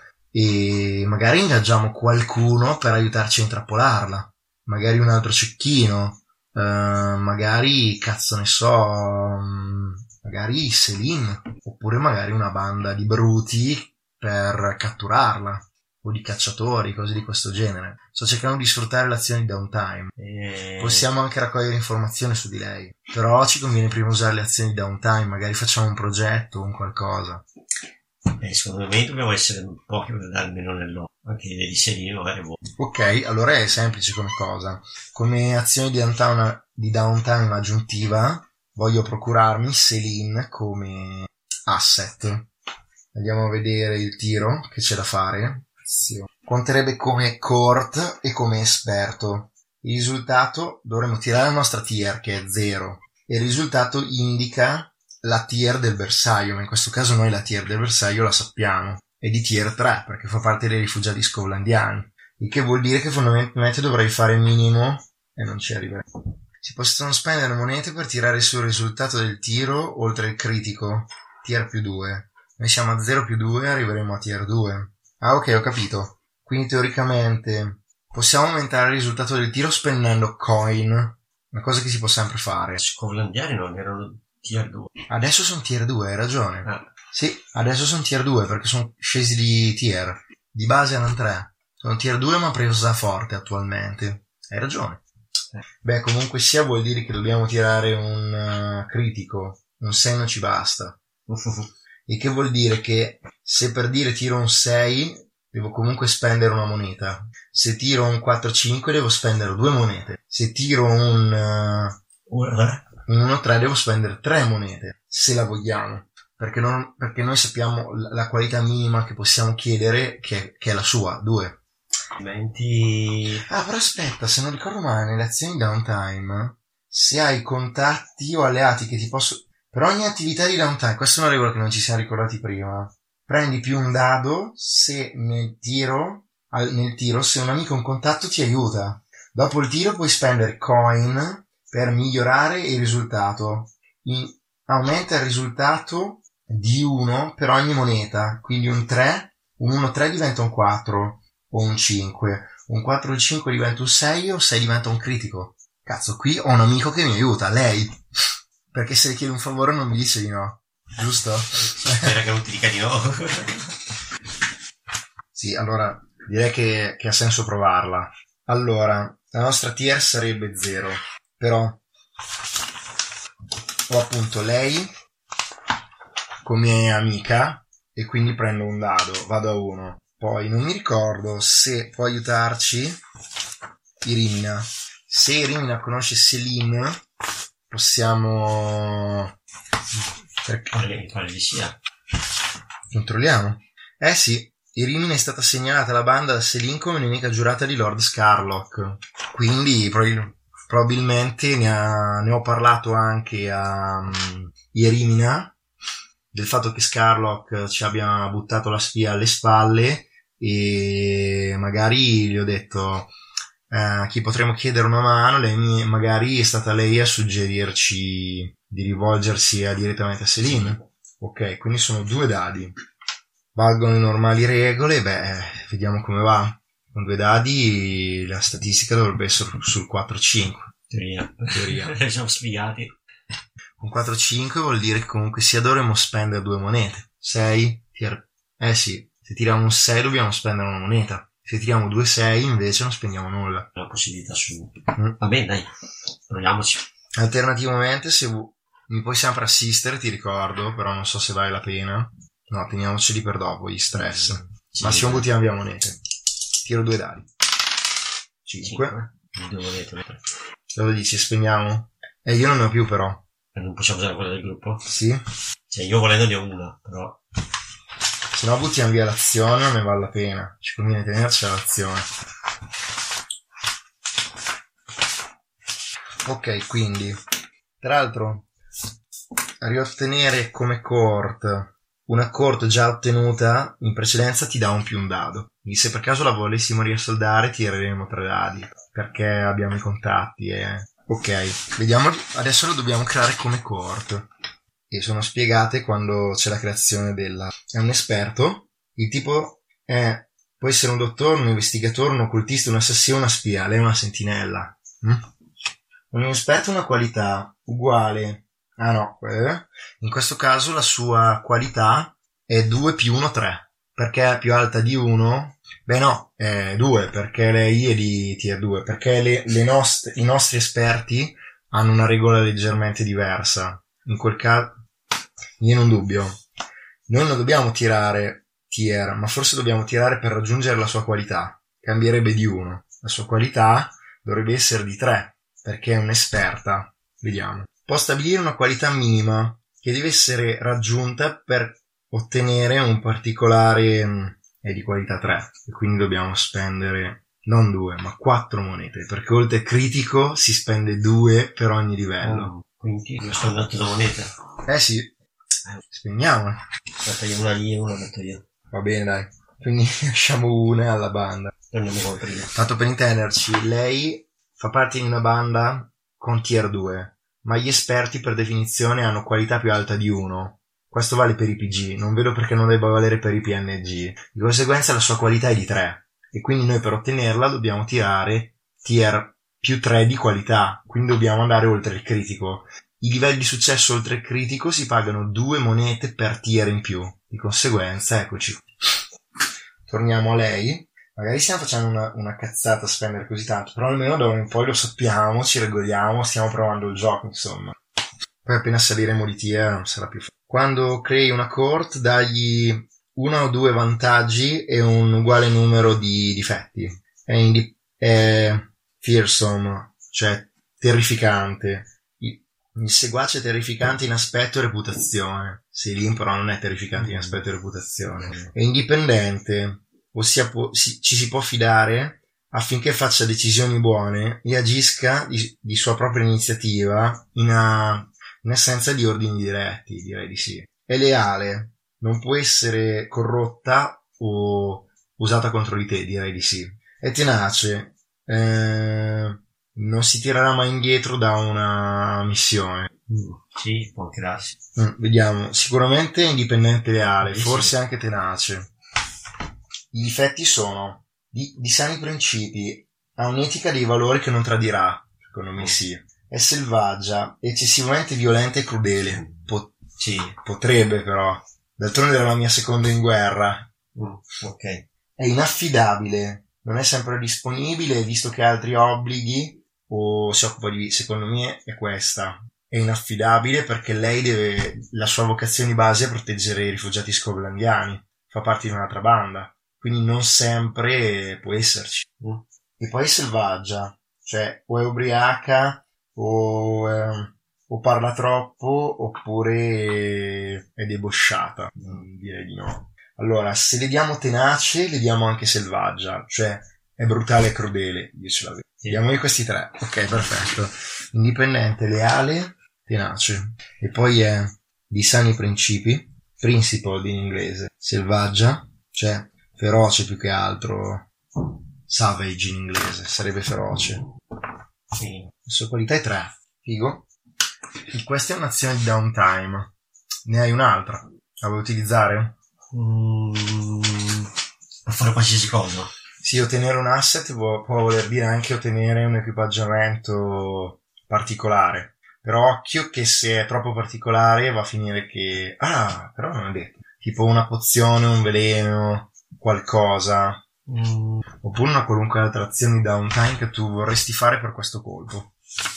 e magari ingaggiamo qualcuno per aiutarci a intrappolarla, magari un altro cecchino, uh, magari cazzo ne so, magari Céline, oppure magari una banda di bruti per catturarla, o di cacciatori, cose di questo genere. Sto cercando di sfruttare le azioni downtime. E... possiamo anche raccogliere informazioni su di lei, però ci conviene prima usare le azioni downtime, magari facciamo un progetto o un qualcosa. Eh, secondo me dobbiamo essere un po' più almeno nell'occhio, anche di serie magari vuoi. Ok, allora è semplice come cosa. Come azione di downtime, di downtime aggiuntiva voglio procurarmi Céline come asset. Andiamo a vedere il tiro che c'è da fare. Conterebbe come court e come esperto. Il risultato dovremo tirare la nostra tier che è zero e il risultato indica la tier del bersaglio, ma in questo caso noi la tier del bersaglio la sappiamo, è di tier tre perché fa parte dei rifugiati scovlandiani, il che vuol dire che fondamentalmente dovrei fare minimo e non ci arriverei. Si possono spendere monete per tirare sul risultato del tiro oltre il critico, tier più due. Noi siamo a zero più due, arriveremo a tier due. Ah, ok, ho capito. Quindi teoricamente possiamo aumentare il risultato del tiro spendendo coin, una cosa che si può sempre fare. Scovlandiani non erano tier due. Adesso sono tier due, hai ragione. Ah. Sì, adesso sono tier due perché sono scesi di tier. Di base erano tre. Sono tier due ma presa forte attualmente. Hai ragione. Eh. Beh, comunque sia vuol dire che dobbiamo tirare un uh, critico. Un sei non ci basta. Il che vuol dire che se per dire tiro un sei devo comunque spendere una moneta. Se tiro un quattro cinque devo spendere due monete. Se tiro un uh, un uno tre devo spendere tre monete, se la vogliamo, perché, non, perché noi sappiamo la, la qualità minima che possiamo chiedere, che, che è la sua, due. Menti... Ah, però aspetta, se non ricordo male, nelle azioni downtime, se hai contatti o alleati che ti possono... Per ogni attività di downtime, questa è una regola che non ci siamo ricordati prima, prendi più un dado se nel tiro, al, nel tiro se un amico in contatto ti aiuta. Dopo il tiro puoi spendere coin per migliorare il risultato. In, aumenta il risultato di uno per ogni moneta, quindi un tre, un uno tre diventa un quattro o un cinque, un quattro cinque diventa un sei o sei diventa un critico. Cazzo, qui ho un amico che mi aiuta, lei, perché se le chiedo un favore non mi dice di no, giusto? Spera che non ti dica di no. Sì, allora direi che, che ha senso provarla. Allora, la nostra tier sarebbe zero. Però ho appunto lei come amica e quindi prendo un dado, vado a uno. Poi non mi ricordo se può aiutarci Irimina. Se Irimina conosce Selim, possiamo... Pare, pare di sia. Controlliamo. Eh sì, Irimina è stata segnalata alla banda da Selim come nemica giurata di Lord Scarlock. Quindi prob- probabilmente ne, ha, ne ho parlato anche a um, Irimina del fatto che Scarlock ci abbia buttato la spia alle spalle, e magari gli ho detto a eh, chi potremmo chiedere una mano. Lei mi, magari è stata lei a suggerirci di rivolgersi a, direttamente a Selim. Ok, quindi sono due dadi, valgono le normali regole. Beh, vediamo come va. Con due dadi la statistica dovrebbe essere sul quattro cinque. Teoria. Teoria. Siamo spiegati. Con quattro cinque vuol dire che comunque sia dovremmo spendere due monete. sei tir- Eh sì, se tiriamo un sei dobbiamo spendere una moneta. Se tiriamo due sei invece non spendiamo nulla. La possibilità su. Mm. Va bene, dai, proviamoci. Alternativamente, se vu- mi puoi sempre assistere, ti ricordo, però non so se vale la pena. No, teniamoceli per dopo, gli stress. Mm. Sì, Massimo dai. buttiamo via monete. Tiro due dadi. cinque. Due monete. Cosa dici? Spendiamo? Eh, io non ne ho più però. Non possiamo usare quella del gruppo? Sì? Cioè, io volendo ne ho una, però... Se no buttiamo via l'azione, non ne vale la pena. Ci conviene tenerci l'azione. Ok, quindi, tra l'altro, riottenere come court una court già ottenuta in precedenza ti dà un più un dado. Quindi se per caso la volessimo riassoldare tireremo tre dadi, perché abbiamo i contatti e... Ok, vediamo, adesso lo dobbiamo creare come court. E sono spiegate quando c'è la creazione della... È un esperto, il tipo è... può essere un dottore, un investigatore, un occultista, un assassino, una spia. Lei è una sentinella. Mm? Un esperto ha una qualità uguale... Ah no, eh? In questo caso la sua qualità è due più uno, tre. Perché è più alta di uno? Beh no, è due, perché lei è di tier due. Perché le, le nost- i nostri esperti hanno una regola leggermente diversa. In quel caso... Viene un dubbio. Noi non dobbiamo tirare tier, ma forse dobbiamo tirare per raggiungere la sua qualità. Cambierebbe di uno. La sua qualità dovrebbe essere di tre, perché è un'esperta. Vediamo. Può stabilire una qualità minima che deve essere raggiunta per ottenere un particolare mh, è di qualità tre. E quindi dobbiamo spendere non due, ma quattro monete, perché oltre al critico si spende due per ogni livello. Oh, quindi io sto andando da monete. Eh sì. Spendiamo. Aspetta, io una lì e una metto io. Va bene, dai. Quindi lasciamo una alla banda. Prendiamo come prima. Tanto per intenderci, lei fa parte di una banda con tier due, ma gli esperti per definizione hanno qualità più alta di uno. Questo vale per i P G, non vedo perché non debba valere per i P N G. Di conseguenza la sua qualità è di tre, e quindi noi per ottenerla dobbiamo tirare tier più tre di qualità, quindi dobbiamo andare oltre il critico. I livelli di successo oltre il critico si pagano due monete per tier in più. Di conseguenza, eccoci. Torniamo a lei. Magari stiamo facendo una, una cazzata a spendere così tanto, però almeno da ora in poi lo sappiamo, ci regoliamo, stiamo provando il gioco, insomma. Poi appena saliremo di tier non sarà più facile. Quando crei una court, dagli uno o due vantaggi e un uguale numero di difetti. È, indi- è fearsome, cioè terrificante. Il seguace è terrificante in aspetto e reputazione. Selim però non è terrificante in aspetto e reputazione. È indipendente, ossia può, si, ci si può fidare affinché faccia decisioni buone e agisca di, di sua propria iniziativa in, a, in assenza di ordini diretti, direi di sì. È leale, non può essere corrotta o usata contro di te, direi di sì. È tenace, eh... non si tirerà mai indietro da una missione. Mm, sì, può anche darsi. Mm, vediamo. Sicuramente indipendente e leale, Sì, forse sì. Anche tenace. I difetti sono di, di sani principi, ha un'etica dei valori che non tradirà, secondo me sì. È selvaggia, eccessivamente violenta e crudele. Po- Sì. Potrebbe però. D'altronde era la mia seconda in guerra. Mm, ok. È inaffidabile, non è sempre disponibile, visto che ha altri obblighi, o si occupa di, secondo me, è questa. è inaffidabile perché lei deve, la sua vocazione di base è proteggere i rifugiati scovlandiani, fa parte di un'altra banda, quindi non sempre può esserci. Mm. E poi è selvaggia, cioè o è ubriaca o, eh, o parla troppo oppure è debosciata, direi di no. Allora, se le diamo tenace, le diamo anche selvaggia, cioè è brutale e crudele, io ce l'avevo. Sì. Diamogli questi tre, ok, perfetto. Indipendente, leale, tenace. E poi è di sani principi, principled in inglese, selvaggia, cioè feroce più che altro, savage in inglese, sarebbe feroce. Sì. La sua qualità è tre, figo. E questa è un'azione di downtime. Ne hai un'altra? La vuoi utilizzare? Mm, per fare qualsiasi cosa. Sì, ottenere un asset può, può voler dire anche ottenere un equipaggiamento particolare. Però occhio che se è troppo particolare va a finire che... Ah, però non è detto. Tipo una pozione, un veleno, qualcosa. Mm. Oppure una qualunque altra azione di downtime che tu vorresti fare per questo colpo.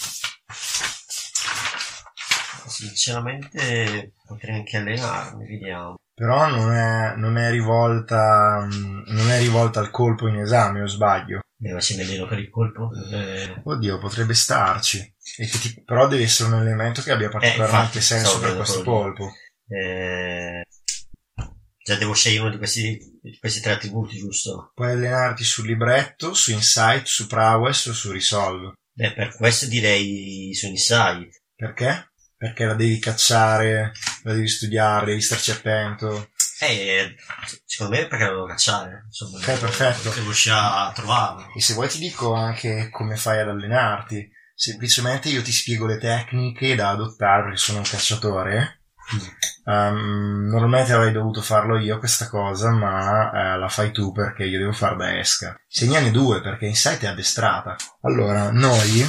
Sinceramente potrei anche allenarmi, vediamo. Però non è, non è rivolta non è rivolta al colpo in esame, o sbaglio? Beh, ma se mi alleno per il colpo? Eh... Oddio, potrebbe starci. E che ti, però deve essere un elemento che abbia particolarmente eh, infatti, senso per questo colpo. Eh... Cioè devo scegliere uno di questi, di questi tre attributi, giusto? Puoi allenarti sul libretto, su insight, su prowess o su resolve. Beh, per questo direi su insight. Perché? Perché la devi cacciare, la devi studiare, devi starci attento. Eh, secondo me perché la devo cacciare. Insomma, Ok, perfetto. Devo riuscire a trovarlo. E se vuoi ti dico anche come fai ad allenarti. Semplicemente io ti spiego le tecniche da adottare perché sono un cacciatore. Um, normalmente avrei dovuto farlo io questa cosa, ma eh, la fai tu perché io devo far da esca. Segnane due perché Insight è addestrata. Allora, noi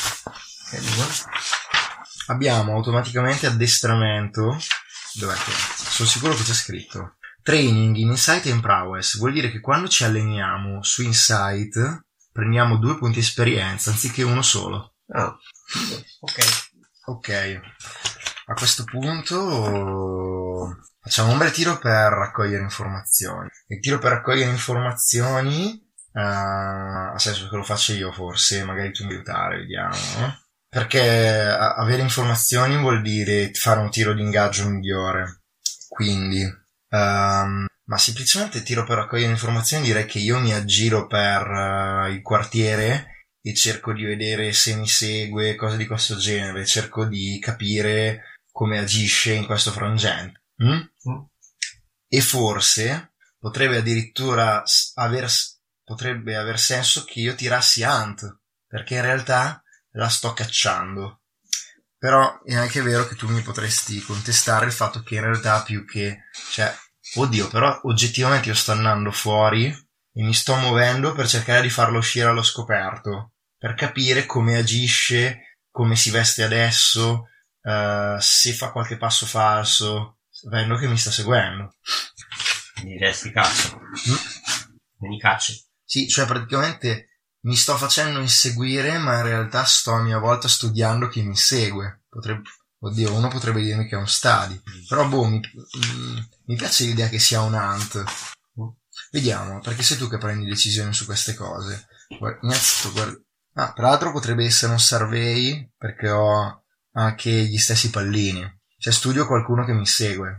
abbiamo automaticamente addestramento. Dov'è che? Sono sicuro che c'è scritto training in Insight e in Prowess. Vuol dire che quando ci alleniamo su Insight prendiamo due punti esperienza anziché uno solo. Ah, ok. Ok. A questo punto facciamo un bel tiro per raccogliere informazioni. Il tiro per raccogliere informazioni uh, ha senso che lo faccio io forse, magari tu mi aiutare, vediamo. Perché avere informazioni vuol dire fare un tiro di ingaggio migliore. Quindi, um, ma semplicemente tiro per raccogliere informazioni direi che io mi aggiro per uh, il quartiere e cerco di vedere se mi segue, cose di questo genere. Cerco di capire come agisce in questo frangente. Mm? Mm. E forse potrebbe addirittura aver, potrebbe aver senso che io tirassi Hunt, perché in realtà la sto cacciando. Però è anche vero che tu mi potresti contestare il fatto che in realtà più che... Cioè, oddio, però oggettivamente io sto andando fuori e mi sto muovendo per cercare di farlo uscire allo scoperto, per capire come agisce, come si veste adesso, uh, se fa qualche passo falso, sapendo che mi sta seguendo. Quindi resti caccia. Mm? Quindi cacci. Sì, cioè praticamente... mi sto facendo inseguire, ma in realtà sto a mia volta studiando chi mi insegue. Potrebbe, oddio, uno potrebbe dirmi che è un study. Però boh, mi, mi piace l'idea che sia un hunt. Vediamo, perché sei tu che prendi decisioni su queste cose. Innanzitutto, guarda. Ah, tra l'altro potrebbe essere un survey, perché ho anche gli stessi pallini. Cioè studio qualcuno che mi segue.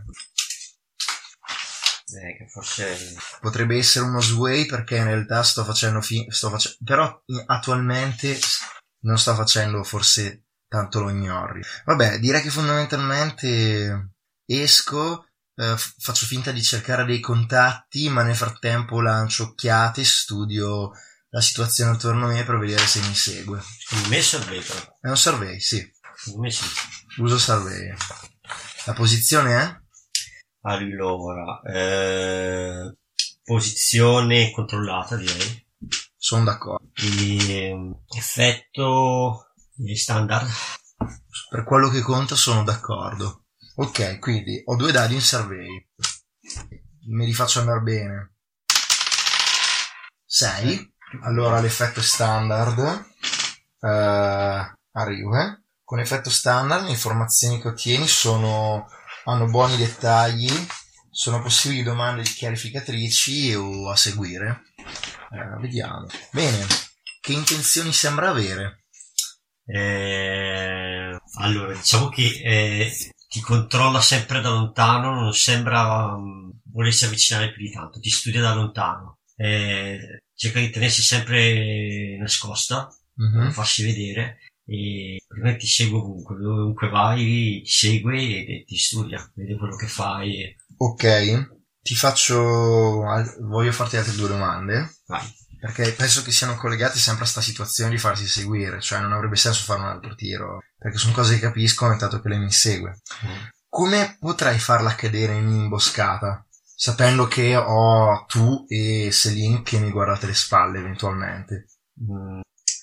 Eh, che forse potrebbe essere uno sway perché in realtà sto facendo fi- sto face- però attualmente non sto facendo forse tanto lo gnorri. Vabbè, direi che fondamentalmente esco, eh, f- faccio finta di cercare dei contatti, ma nel frattempo lancio occhiate, studio la situazione attorno a me per vedere se mi segue. Secondo me survey però. È un survey, sì. Secondo me sì. Uso survey. La posizione è? Allora, eh, posizione controllata, direi. Sono d'accordo. E, effetto standard. Per quello che conta sono d'accordo. Ok, quindi ho due dadi in survey. Me li faccio andare bene. sei. Allora l'effetto è standard. Uh, arrivo, eh. con effetto standard le informazioni che ottieni sono, hanno buoni dettagli, sono possibili domande chiarificatrici o a seguire. Eh, vediamo. Bene, che intenzioni sembra avere? Eh, allora, diciamo che eh, ti controlla sempre da lontano, non sembra um, volersi avvicinare più di tanto, ti studia da lontano, eh, cerca di tenersi sempre nascosta, Mm-hmm. non farsi vedere, e prima ti segue ovunque, dovunque vai, ti segue e, e ti studia, vede quello che fai. E... Ok, ti faccio, voglio farti altre due domande. Vai. Perché penso che siano collegati sempre a sta situazione di farsi seguire, cioè non avrebbe senso fare un altro tiro, perché sono cose che capisco intanto che lei mi segue. Mm. Come potrei farla cadere in un'imboscata, sapendo che ho tu e Céline che mi guardate le spalle eventualmente? Mm.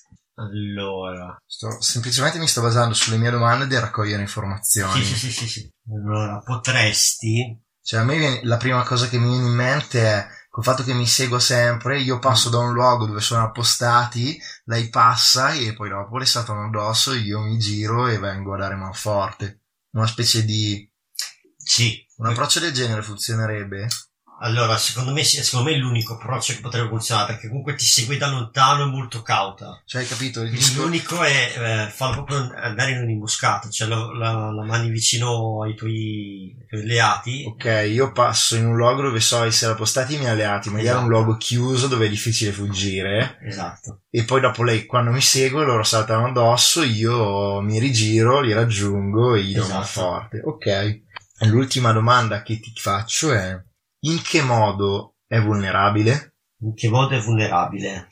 Allora, Sto, semplicemente mi sto basando sulle mie domande di raccogliere informazioni. sì, sì, sì, sì, sì. Allora, potresti... Cioè a me viene, la prima cosa che mi viene in mente è col fatto che mi segua sempre, io passo da un luogo dove sono appostati, lei passa e poi dopo le saltano addosso, io mi giro e vengo a dare manforte. Una specie di... Sì. Un approccio del genere funzionerebbe? Allora, secondo me, secondo me è l'unico approccio che potrebbe funzionare, perché comunque ti segue da lontano e molto cauta. Cioè hai capito? Il discor- L'unico è eh, farlo proprio andare in un'imboscata, cioè la, la, la mani vicino ai tuoi, ai tuoi alleati. Ok, io passo in un luogo dove so essere appostati i miei alleati, magari Esatto. un luogo chiuso dove è difficile fuggire, Esatto. e poi dopo lei quando mi segue loro saltano addosso, io mi rigiro, li raggiungo e gli do Esatto. manforte. Ok. L'ultima domanda che ti faccio è: in che modo è vulnerabile? In che modo è vulnerabile?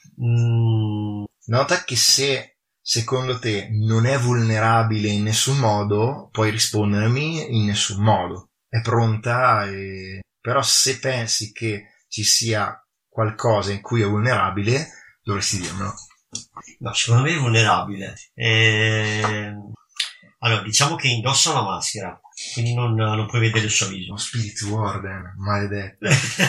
Mm, Nota che se secondo te non è vulnerabile in nessun modo, puoi rispondermi in nessun modo. È pronta, e... però se pensi che ci sia qualcosa in cui è vulnerabile, dovresti dirmelo. no, secondo me è vulnerabile. Eh, allora, diciamo che indossa una maschera, quindi non, non puoi vedere il suo viso. Lo Spirit Warden, maledetto.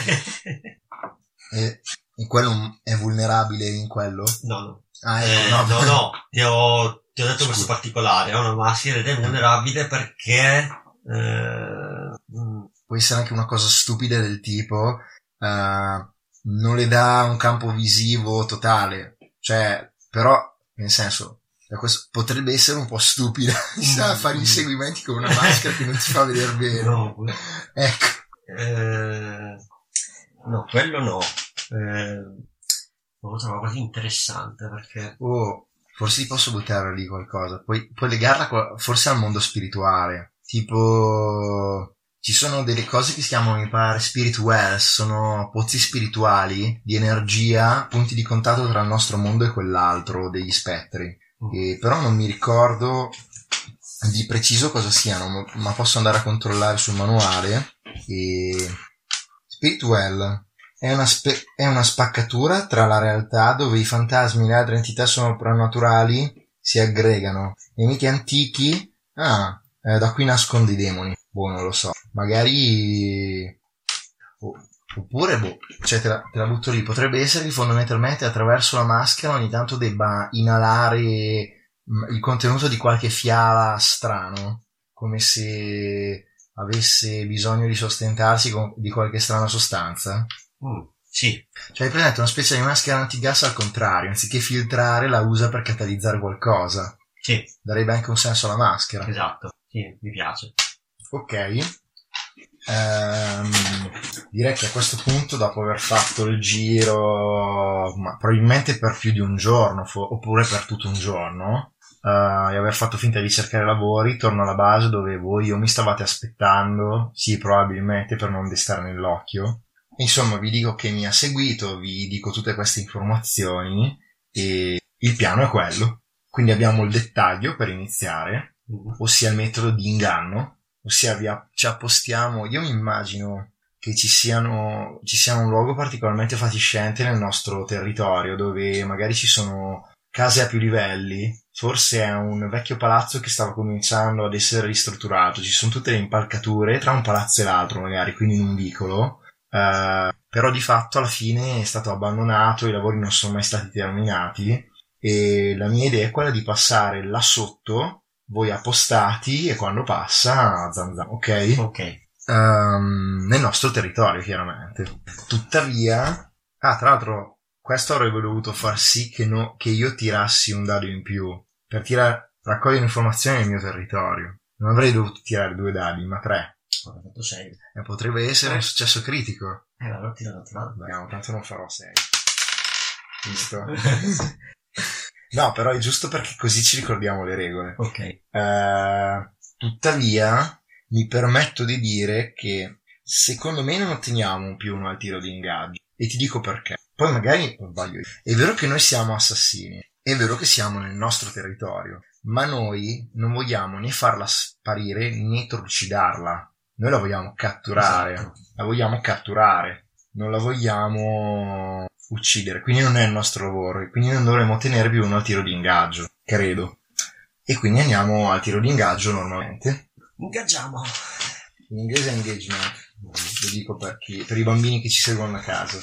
E, e quello è vulnerabile in quello? No, no. Ah, Eh, ecco, no, no, ti ho, ti ho detto Scusa. questo particolare, è una maschera ed è vulnerabile perché eh, mm, Può essere anche una cosa stupida del tipo uh, non le dà un campo visivo totale, cioè, però nel senso, da questo, potrebbe essere un po' stupida sa, fare inseguimenti con una maschera che non ti fa vedere bene. no, Ecco, eh, no, quello no. Eh, lo trovo quasi interessante perché oh, forse ti posso buttare lì qualcosa, puoi, puoi legarla qua- forse al mondo spirituale, tipo ci sono delle cose che si chiamano, mi pare, spirit wells, sono pozzi spirituali di energia, punti di contatto tra il nostro mondo e quell'altro degli spettri. E però non mi ricordo di preciso cosa siano, ma posso andare a controllare sul manuale. E Spirit Well è una, spe- è una spaccatura tra la realtà dove i fantasmi e le altre entità soprannaturali si aggregano. Nei miti antichi, ah, eh, da qui nascono dei demoni. Boh, non lo so. Magari... Oh. Oppure, boh, cioè te la, te la butto lì, potrebbe essere che fondamentalmente attraverso la maschera ogni tanto debba inalare mh, il contenuto di qualche fiala strano, come se avesse bisogno di sostentarsi con, di qualche strana sostanza. mm, sì, Cioè hai presente una specie di maschera antigas al contrario, anziché filtrare la usa per catalizzare qualcosa. sì, Darebbe anche un senso alla maschera. esatto, sì, mi piace. Ok. Ehm, direi che a questo punto, dopo aver fatto il giro, ma probabilmente per più di un giorno, fo- oppure per tutto un giorno, eh, e aver fatto finta di cercare lavori, torno alla base dove voi o mi stavate aspettando, sì, probabilmente per non destare nell'occhio. Insomma, vi dico che mi ha seguito, vi dico tutte queste informazioni e il piano è quello. Quindi abbiamo il dettaglio per iniziare, Mm. ossia il metodo di inganno. Ossia vi a- ci appostiamo, io mi immagino che ci siano ci sia un luogo particolarmente fatiscente nel nostro territorio, dove magari ci sono case a più livelli, forse è un vecchio palazzo che stava cominciando ad essere ristrutturato, ci sono tutte le impalcature tra un palazzo e l'altro magari, quindi in un vicolo, eh, però di fatto alla fine è stato abbandonato, i lavori non sono mai stati terminati e la mia idea è quella di passare là sotto voi appostati e quando passa zam zam, ok? Ok. Um, nel nostro territorio, chiaramente. Tuttavia, ah, tra l'altro, questo avrebbe dovuto far sì che, no, che io tirassi un dado in più per tirare, raccogliere informazioni nel mio territorio. Non avrei dovuto tirare due dadi, ma tre. Ho fatto sei. E potrebbe essere eh. un successo critico. Eh, allora tira l'altro dado. Beh, no, tanto non farò sei. Visto? No, però è giusto perché così ci ricordiamo le regole. Ok. Uh, tuttavia, mi permetto di dire che secondo me non otteniamo un più uno al tiro di ingaggio. E ti dico perché. Poi magari sbaglio io. È vero che noi siamo assassini. È vero che siamo nel nostro territorio. Ma noi non vogliamo né farla sparire né trucidarla. Noi la vogliamo catturare. Esatto. La vogliamo catturare. Non la vogliamo uccidere. Quindi non è il nostro lavoro. E quindi non dovremmo ottenere più uno al tiro di ingaggio. Credo. E quindi andiamo al tiro di ingaggio normalmente. Ingaggiamo. In inglese è engagement, lo dico per, chi, per i bambini che ci seguono da casa.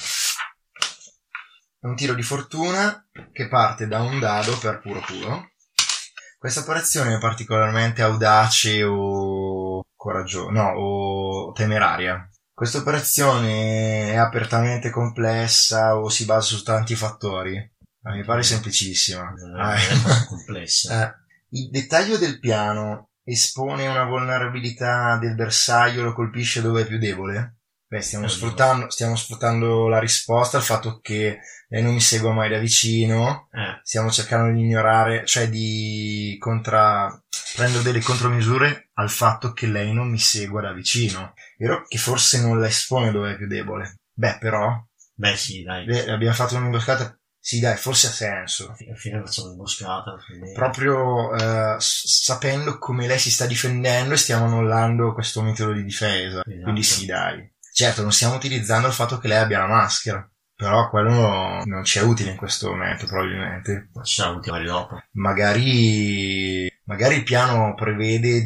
È un tiro di fortuna che parte da un dado per puro puro. Questa operazione è particolarmente audace o coraggiosa, no, o temeraria. Questa operazione è apertamente complessa o si basa su tanti fattori? Ma mi pare semplicissima. Non è complessa. Eh, il dettaglio del piano espone una vulnerabilità del bersaglio, lo colpisce dove è più debole? Beh, stiamo sfruttando, stiamo sfruttando la risposta al fatto che lei non mi segua mai da vicino, Eh. stiamo cercando di ignorare, cioè di contra, prendere delle contromisure al fatto che lei non mi segua da vicino. È vero che forse non la espone dove è più debole. Beh, però... Beh, sì, dai. Beh, abbiamo fatto un'imboscata... Sì, dai, forse ha senso. Alla fine facciamo un'imboscata. Proprio eh, sapendo come lei si sta difendendo e stiamo annullando questo metodo di difesa. Esatto. Quindi sì, dai. Certo, non stiamo utilizzando il fatto che lei abbia la maschera, però quello non ci è utile in questo momento, probabilmente. Ma ci sarà ultimare dopo. Magari... Magari il piano prevede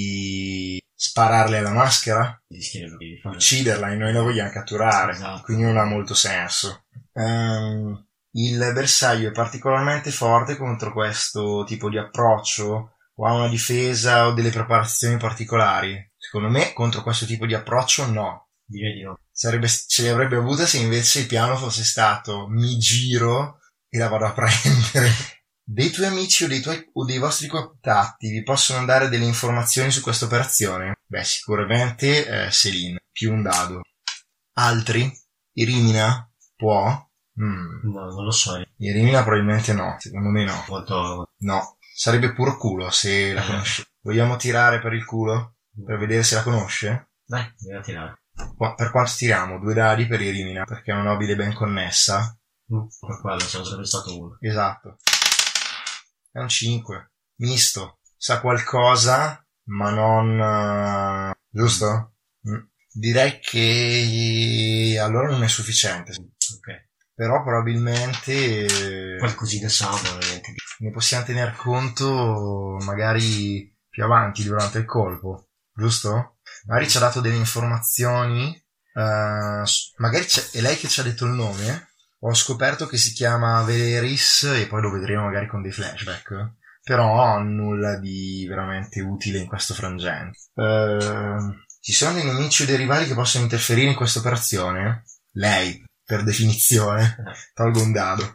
di spararle alla maschera, Di ucciderla e noi la vogliamo catturare. Esatto. Quindi non ha molto senso. Um, Il bersaglio è particolarmente forte contro questo tipo di approccio o ha una difesa o delle preparazioni particolari? Secondo me contro questo tipo di approccio no. Direi di no. Sarebbe, ce le avrebbe avute se invece il piano fosse stato mi giro e la vado a prendere. Dei tuoi amici o dei tuoi o dei vostri contatti vi possono dare delle informazioni su questa operazione? Beh, sicuramente eh, Selin, più un dado. Altri? Irimina? Può? Mm. No, non lo so. Irimina probabilmente no, secondo me no. Molto... No, sarebbe puro culo se la conosce. Vogliamo tirare per il culo? Per vedere se la conosce? Dai, andiamo a tirare. Qu- per quanto tiriamo? Due dadi per Irimina, perché è una nobile ben connessa. Mm, per quello c'è sempre stato uno. Esatto. È un cinque. Misto. Sa qualcosa, ma non... Uh, giusto? Mm. Direi che allora non è sufficiente. Ok. Però probabilmente... Qualcosina sa, ma niente di... Ne possiamo tener conto magari più avanti durante il colpo, giusto? Magari ci ha dato delle informazioni, uh, magari c'è, è lei che ci ha detto il nome. Ho scoperto che si chiama Valeris e poi lo vedremo magari con dei flashback, però nulla di veramente utile in questo frangente. Uh, ci sono dei nemici o dei rivali che possono interferire in questa operazione? Lei, per definizione, tolgo un dado.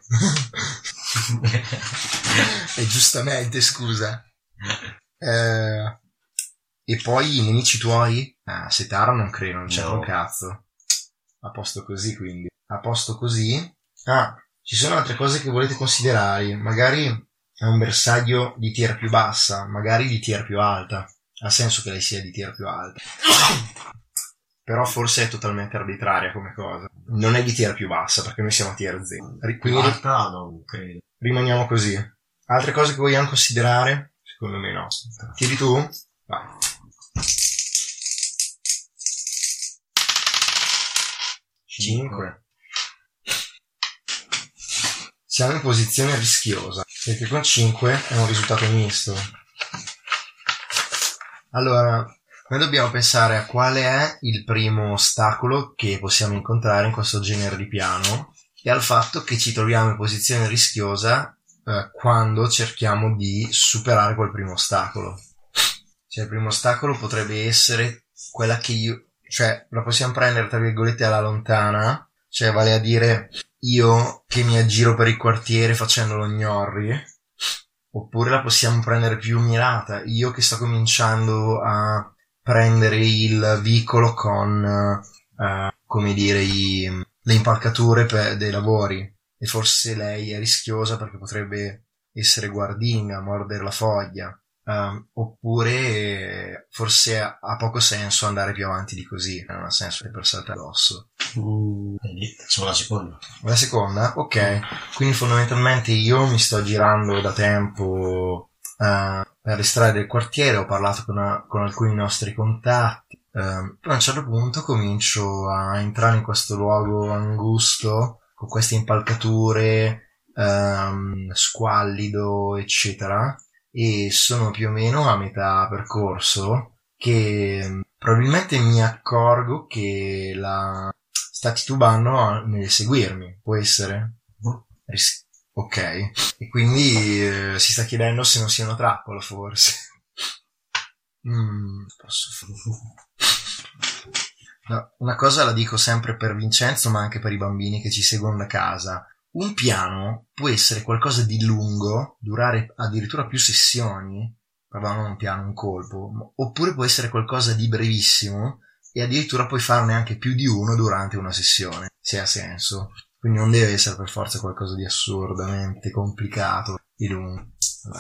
E giustamente, scusa. Uh, e poi i nemici tuoi? Ah, Setara non credo, non c'è No. un cazzo. A posto così, quindi. A posto così. Ah, ci sono altre cose che volete considerare. Magari è un bersaglio di tier più bassa, magari di tier più alta. Ha senso che lei sia di tier più alta. Però forse è totalmente arbitraria come cosa. Non è di tier più bassa, perché noi siamo a tier zero. Quindi Alta non credo. rimaniamo così. Altre cose che vogliamo considerare? Secondo me no. Tiri tu? Vai. cinque. Siamo in posizione rischiosa, perché con cinque è un risultato misto. Allora, noi dobbiamo pensare a quale è il primo ostacolo che possiamo incontrare in questo genere di piano e al fatto che ci troviamo in posizione rischiosa, eh, quando cerchiamo di superare quel primo ostacolo. Cioè, il primo ostacolo potrebbe essere quella che io, cioè, la possiamo prendere tra virgolette alla lontana, cioè vale a dire io che mi aggiro per il quartiere facendo lo gnorri, oppure la possiamo prendere più mirata, io che sto cominciando a prendere il vicolo con, uh, come dire, i, le impalcature per, dei lavori, e forse lei è rischiosa perché potrebbe essere guardinga, mordere la foglia. Um, oppure forse ha, ha poco senso andare più avanti di così, non ha senso per saltare addosso. Uh, facciamo la seconda. La seconda? Ok. Quindi fondamentalmente io mi sto girando da tempo uh, per le strade del quartiere, ho parlato con, una, con alcuni nostri contatti, uh, poi a un certo punto comincio a entrare in questo luogo angusto con queste impalcature, um, squallido, eccetera, e sono più o meno a metà percorso che probabilmente mi accorgo che la sta titubando nel seguirmi. Può essere? Ris- ok. E quindi eh, si sta chiedendo se non sia una trappola, forse. mm, posso no, una cosa la dico sempre per Vincenzo, ma anche per i bambini che ci seguono da casa. Un piano può essere qualcosa di lungo, durare addirittura più sessioni, parlando di un piano, un colpo, oppure può essere qualcosa di brevissimo e addirittura puoi farne anche più di uno durante una sessione, se ha senso. Quindi non deve essere per forza qualcosa di assurdamente complicato e lungo.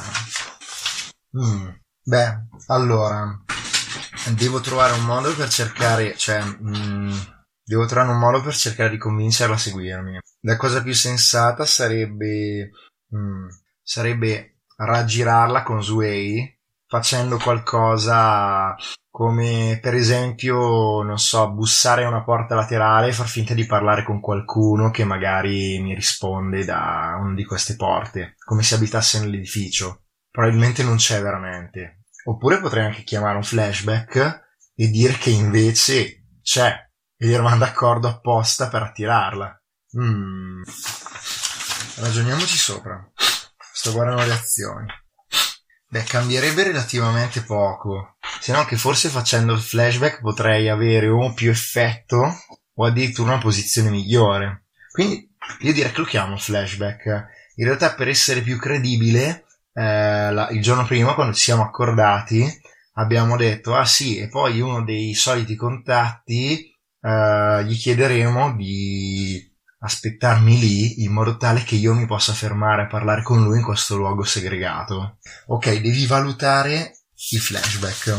Mm. Beh, allora, devo trovare un modo per cercare, cioè... Mm, Devo trovare un modo per cercare di convincerla a seguirmi. La cosa più sensata sarebbe mh, sarebbe raggirarla con Sway, facendo qualcosa come, per esempio, non so, bussare a una porta laterale e far finta di parlare con qualcuno che magari mi risponde da una di queste porte, come se abitasse nell'edificio. Probabilmente non c'è veramente. Oppure potrei anche chiamare un flashback e dire che invece c'è, e li rimando d'accordo apposta per attirarla. Mm. Ragioniamoci sopra. Sto guardando le azioni. Beh, cambierebbe relativamente poco, se no che forse facendo il flashback potrei avere o più effetto o addirittura una posizione migliore. Quindi io direi che lo chiamo flashback. In realtà, per essere più credibile, eh, la, il giorno prima, quando ci siamo accordati, abbiamo detto ah sì, e poi uno dei soliti contatti Uh, gli chiederemo di aspettarmi lì in modo tale che io mi possa fermare a parlare con lui in questo luogo segregato. Ok, devi valutare il flashback,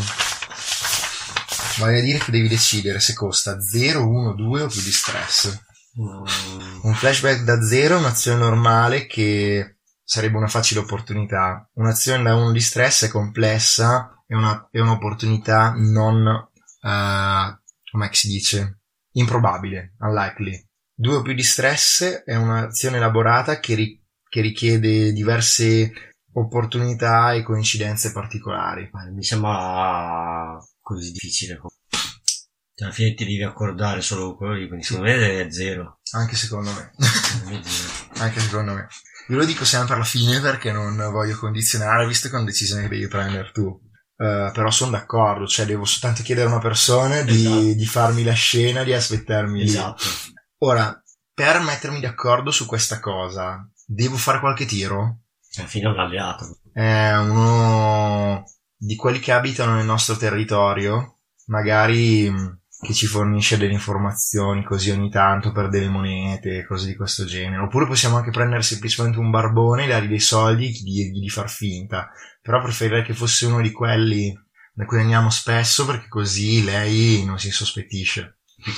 vale a dire che devi decidere se costa zero, uno, due o più di stress. mm. Un flashback da zero è un'azione normale che sarebbe una facile opportunità. Un'azione da uno di stress è complessa, è, una, è un'opportunità non uh, come si dice? Improbabile, unlikely. Due o più di stress è un'azione elaborata che, ri- che richiede diverse opportunità e coincidenze particolari. Mi sembra così difficile. Cioè, alla fine ti devi accordare solo quello lì, quindi secondo me è zero. Anche secondo me. Anche secondo me. Io lo dico sempre alla fine perché non voglio condizionare, visto che è una decisione che devi prendere tu. Uh, però sono d'accordo, cioè devo soltanto chiedere a una persona di, esatto. di farmi la scena, di aspettarmi esatto. lì. Ora, per mettermi d'accordo su questa cosa, devo fare qualche tiro? Alla fine è un alleato. È uno di quelli che abitano nel nostro territorio, magari che ci fornisce delle informazioni così ogni tanto per delle monete, cose di questo genere. Oppure possiamo anche prendere semplicemente un barbone, dargli dei soldi e dirgli di far finta. Però preferirei che fosse uno di quelli da cui andiamo spesso, perché così lei non si insospettisce.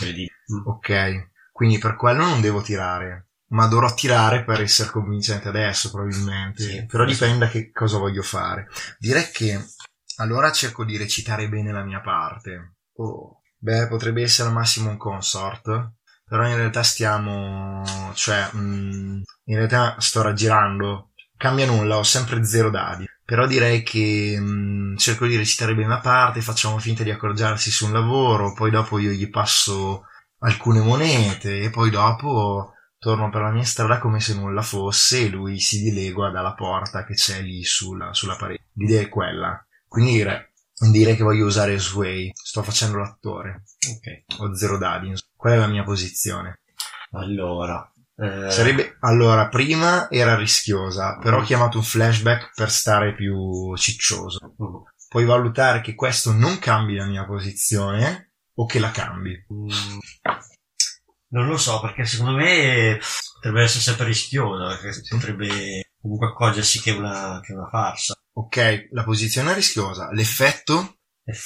Ok, quindi per quello non devo tirare, ma dovrò tirare per essere convincente adesso probabilmente. Sì, però dipende da che cosa voglio fare. Direi che allora cerco di recitare bene la mia parte. Oh. Beh, potrebbe essere al massimo un consort, però in realtà stiamo, cioè, mh, in realtà sto raggirando. Cambia nulla, ho sempre zero dadi. Però direi che mh, cerco di recitare bene la parte, facciamo finta di accorgiarsi su un lavoro, poi dopo io gli passo alcune monete e poi dopo torno per la mia strada come se nulla fosse e lui si dilegua dalla porta che c'è lì sulla, sulla parete. L'idea è quella. Quindi direi, direi che voglio usare Sway. Sto facendo l'attore. Ok. Ho zero dadi. Qual è la mia posizione? Allora... Eh... Sarebbe, allora, prima era rischiosa, però ho chiamato un flashback per stare più ciccioso. Mm. Puoi valutare che questo non cambi la mia posizione o che la cambi. Mm. Non lo so, perché secondo me potrebbe essere sempre rischiosa, perché Sì. potrebbe comunque accorgersi che è una, che è una farsa. Ok, la posizione è rischiosa. L'effetto?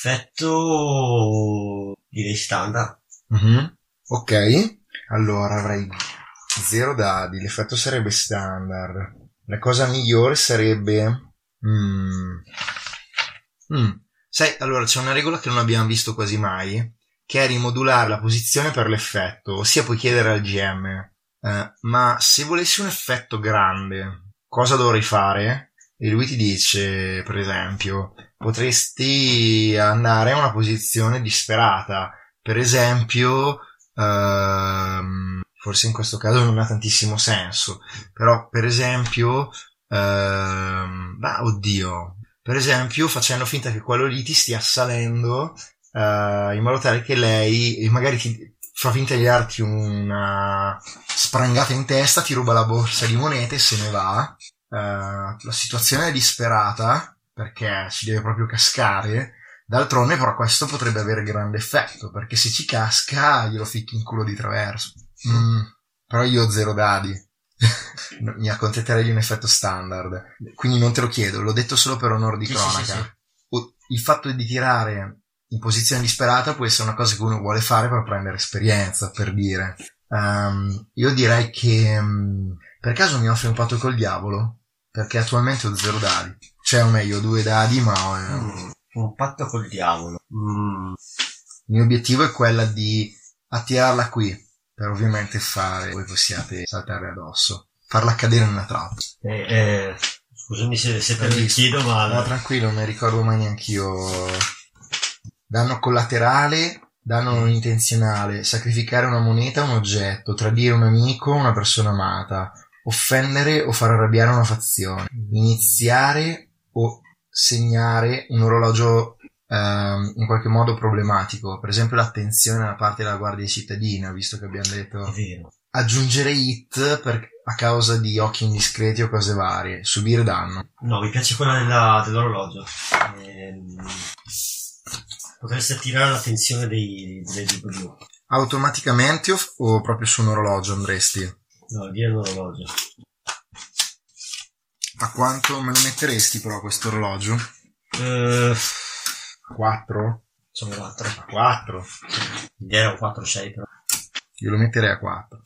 Effetto direi standard. Mm-hmm. Ok, allora avrei zero dadi. L'effetto sarebbe standard. La cosa migliore sarebbe... Mm. Mm. Sai, allora c'è una regola che non abbiamo visto quasi mai, che è rimodulare la posizione per l'effetto, ossia puoi chiedere al G M, eh, ma se volessi un effetto grande, cosa dovrei fare? E lui ti dice, per esempio, potresti andare a una posizione disperata, per esempio, ehm, forse in questo caso non ha tantissimo senso, però per esempio, ehm, bah, oddio, per esempio facendo finta che quello lì ti stia assalendo, Uh, in modo tale che lei magari ti fa finta di darti una sprangata in testa, ti ruba la borsa di monete e se ne va. Uh, la situazione è disperata perché ci deve proprio cascare. D'altronde però questo potrebbe avere grande effetto, perché se ci casca glielo ficchi in culo di traverso. Mm, però io ho zero dadi. Mi accontenterei di un effetto standard, quindi non te lo chiedo, l'ho detto solo per onore di Sì, cronaca. sì, sì, sì. Il fatto di tirare in posizione disperata può essere una cosa che uno vuole fare per prendere esperienza, per dire. Um, io direi che um, per caso mi offri un patto col diavolo? Perché attualmente ho zero dadi. Cioè, o meglio, ho due dadi, ma ho, eh, Mm, un patto col diavolo. Mm. il mio obiettivo è quella di attirarla qui, per ovviamente fare, voi possiate saltare addosso, farla cadere nella trappola. Eh, eh, scusami se, se te lo chiedo, ma... No, tranquillo, non mi ricordo mai neanch'io. Danno collaterale, danno non intenzionale, sacrificare una moneta o un oggetto, tradire un amico o una persona amata, offendere o far arrabbiare una fazione, iniziare o segnare un orologio ehm, in qualche modo problematico, per esempio l'attenzione da parte della guardia cittadina, visto che abbiamo detto È vero. aggiungere hit per, a causa di occhi indiscreti o cose varie, subire danno. No, mi piace quella della, dell'orologio. Ehm, potresti attirare l'attenzione dei, dei blu. Automaticamente o, o proprio su un orologio andresti? No, via l'orologio. A quanto me lo metteresti però questo orologio? Eh, quattro? sono quattro. quattro? L'idea era un quattro sei però. Io lo metterei a quattro.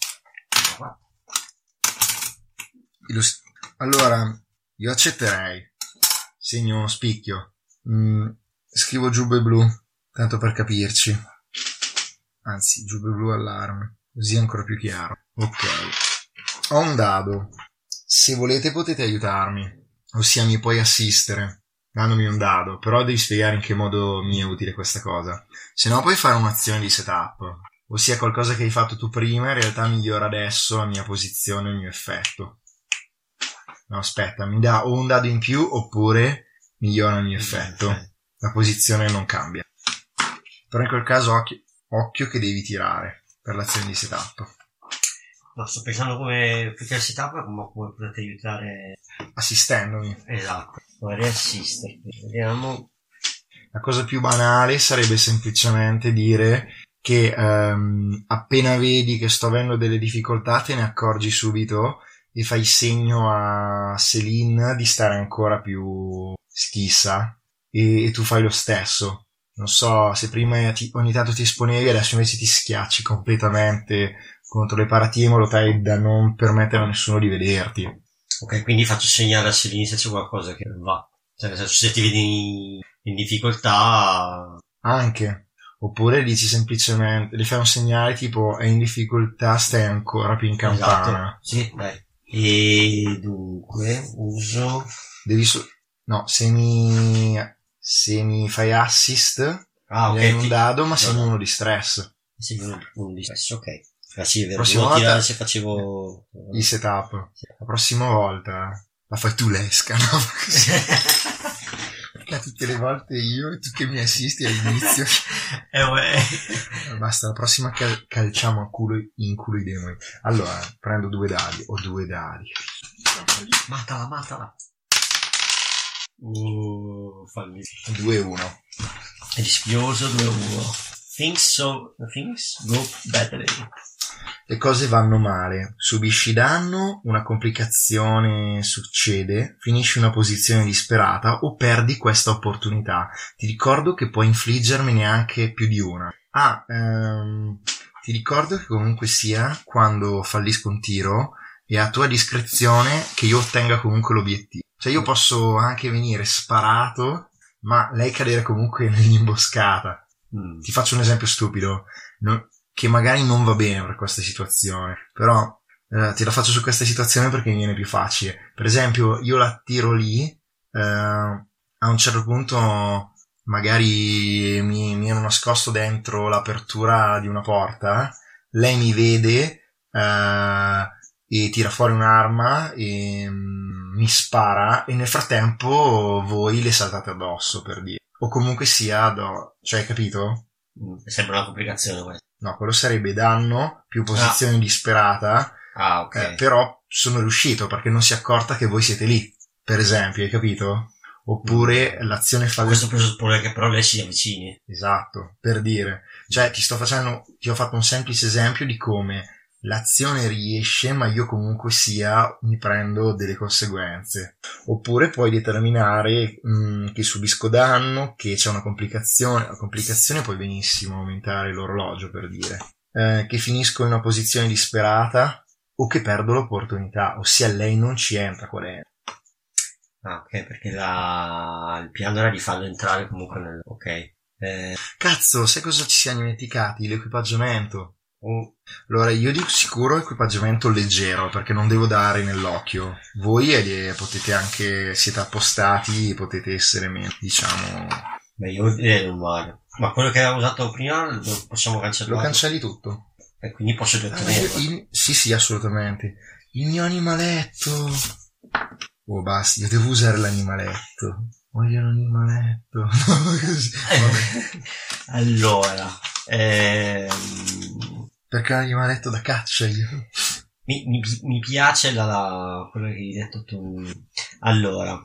Illus- allora, io accetterei. Segno uno spicchio. Mm, scrivo giubbe blu, tanto per capirci. Anzi, giubbe blu allarme, così è ancora più chiaro. Ok. Ho un dado. Se volete potete aiutarmi, ossia mi puoi assistere dandomi un dado, però devi spiegare in che modo mi è utile questa cosa. Se no puoi fare un'azione di setup, ossia qualcosa che hai fatto tu prima in realtà migliora adesso la mia posizione, il mio effetto. No, aspetta, mi dà o un dado in più oppure migliora il mio effetto. La posizione non cambia. Però in quel caso occhio, occhio che devi tirare per l'azione di setup. No, sto pensando come più che il setup, come, come potete aiutare. Assistendomi. Esatto, vorrei assisterti. Vediamo. La cosa più banale sarebbe semplicemente dire che ehm, appena vedi che sto avendo delle difficoltà te ne accorgi subito e fai segno a Céline di stare ancora più schissa e, e tu fai lo stesso. Non so, se prima ti, ogni tanto ti esponevi, adesso invece ti schiacci completamente contro le paratie in modo tale da non permettere a nessuno di vederti. Ok, quindi faccio segnare a Céline se c'è qualcosa che non va. Cioè, nel senso, se ti vedi in difficoltà... Anche. Oppure dici semplicemente, gli fai un segnale tipo è in difficoltà, stai ancora più in campana. Esatto. Sì, dai. E dunque, uso... Devi so- no, se mi, se mi fai assist, Ah, mi ok. dai un ti- dado, ma no, segno no. uno di stress. Segno uno, uno di stress, ok. Ah, sì, La prossima volta tirare se facevo il setup. Sì. La prossima volta la fai tu l'esca, no? Tutte le volte io e tu che mi assisti all'inizio. eh, beh. Basta, la prossima cal- calciamo a culo, in culo i demoni. Allora, prendo due dadi. Ho due dadi. Matala, matala. Uh, fallito. due uno. Rischioso due uno. Things so things go badly. Le cose vanno male, subisci danno, una complicazione succede, finisci una posizione disperata o perdi questa opportunità. Ti ricordo che puoi infliggermene anche più di una. Ah, ehm, ti ricordo che comunque sia, quando fallisco un tiro, è a tua discrezione che io ottenga comunque l'obiettivo. Cioè io posso anche venire sparato, ma lei cadere comunque nell'imboscata. Mm. Ti faccio un esempio stupido. Non... che magari non va bene per questa situazione, però eh, te la faccio su questa situazione perché mi viene più facile. Per esempio, io la tiro lì, eh, a un certo punto magari mi, mi ero nascosto dentro l'apertura di una porta, lei mi vede eh, e tira fuori un'arma e mm, mi spara, e nel frattempo voi le saltate addosso, per dire. O comunque sia, do... cioè, hai capito? Sembra una complicazione questa. No, quello sarebbe danno più posizione ah. disperata. Ah, ok. Eh, però sono riuscito perché non si è accorta che voi siete lì, per esempio, hai capito? Oppure mm. l'azione fa... Questo presuppone che però lei si avvicini. Esatto, per dire. Cioè, ti sto facendo, ti ho fatto un semplice esempio di come l'azione riesce, ma io comunque sia mi prendo delle conseguenze. Oppure puoi determinare mh, che subisco danno, che c'è una complicazione. La complicazione puoi benissimo aumentare l'orologio, per dire. Eh, che finisco in una posizione disperata o che perdo l'opportunità, ossia lei non ci entra qual è. Ah, ok, perché la... il piano era di farlo entrare comunque nel... Ok. Eh... Cazzo, sai cosa ci siamo dimenticati? L'equipaggiamento. Oh. Allora io dico sicuro equipaggiamento leggero, perché non devo dare nell'occhio. Voi eh, potete anche, siete appostati, potete essere meno, diciamo. Beh, io direi normale. Ma quello che avevamo usato prima lo possiamo cancellare? Lo cancelli tutto. E quindi posso riottenerlo? Eh, il... Sì, sì, assolutamente. Il mio animaletto. Oh, basta, io devo usare l'animaletto. Voglio l'animaletto. Allora, ehm... perché l'animaletto da caccia io. Mi, mi, mi piace la, la, quello che hai detto tu. Allora,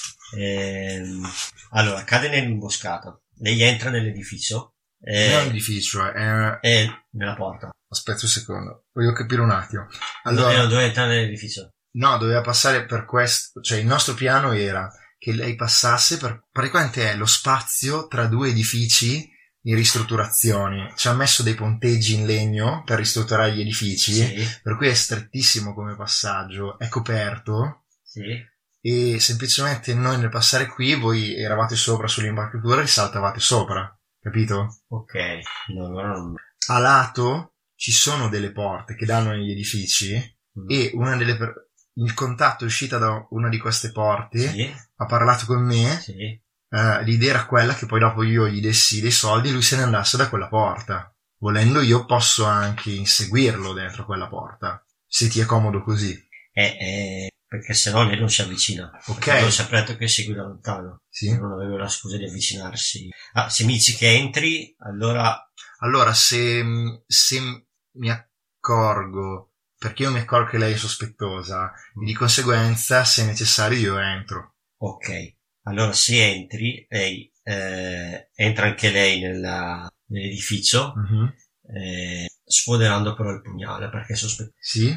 ehm, allora cade nell'imboscata. Lei entra nell'edificio. Eh, non è l'edificio, è... è nella porta. Aspetta un secondo, voglio capire un attimo. Allora, non doveva entrare nell'edificio. No, doveva passare per questo. Cioè il nostro piano era che lei passasse per... praticamente è lo spazio tra due edifici in ristrutturazioni. Ci ha messo dei ponteggi in legno per ristrutturare gli edifici, sì. Per cui è strettissimo come passaggio, è coperto, sì. E semplicemente noi nel passare qui voi eravate sopra sull'imboccatura e saltavate sopra, capito? Ok. No, no, no. A lato ci sono delle porte che danno negli edifici, mm. E una delle per... il contatto è uscita da una di queste porte, sì. Ha parlato con me, sì. Uh, l'idea era quella che poi dopo io gli dessi dei soldi e lui se ne andasse da quella porta. Volendo io posso anche inseguirlo dentro quella porta, se ti è comodo così. Eh, eh, perché se no lei non si avvicina. Ok. Avevo saputo che segui da lontano. Sì. Non avevo la scusa di avvicinarsi. Ah, se mi dici che entri, allora... Allora, se, se mi accorgo, perché io mi accorgo che lei è sospettosa, mm. e di conseguenza, se è necessario, io entro. Ok. Allora, se entri, lei, eh, entra anche lei nella, nell'edificio, mm-hmm. eh, sfoderando però il pugnale, perché è sospettoso. Sì.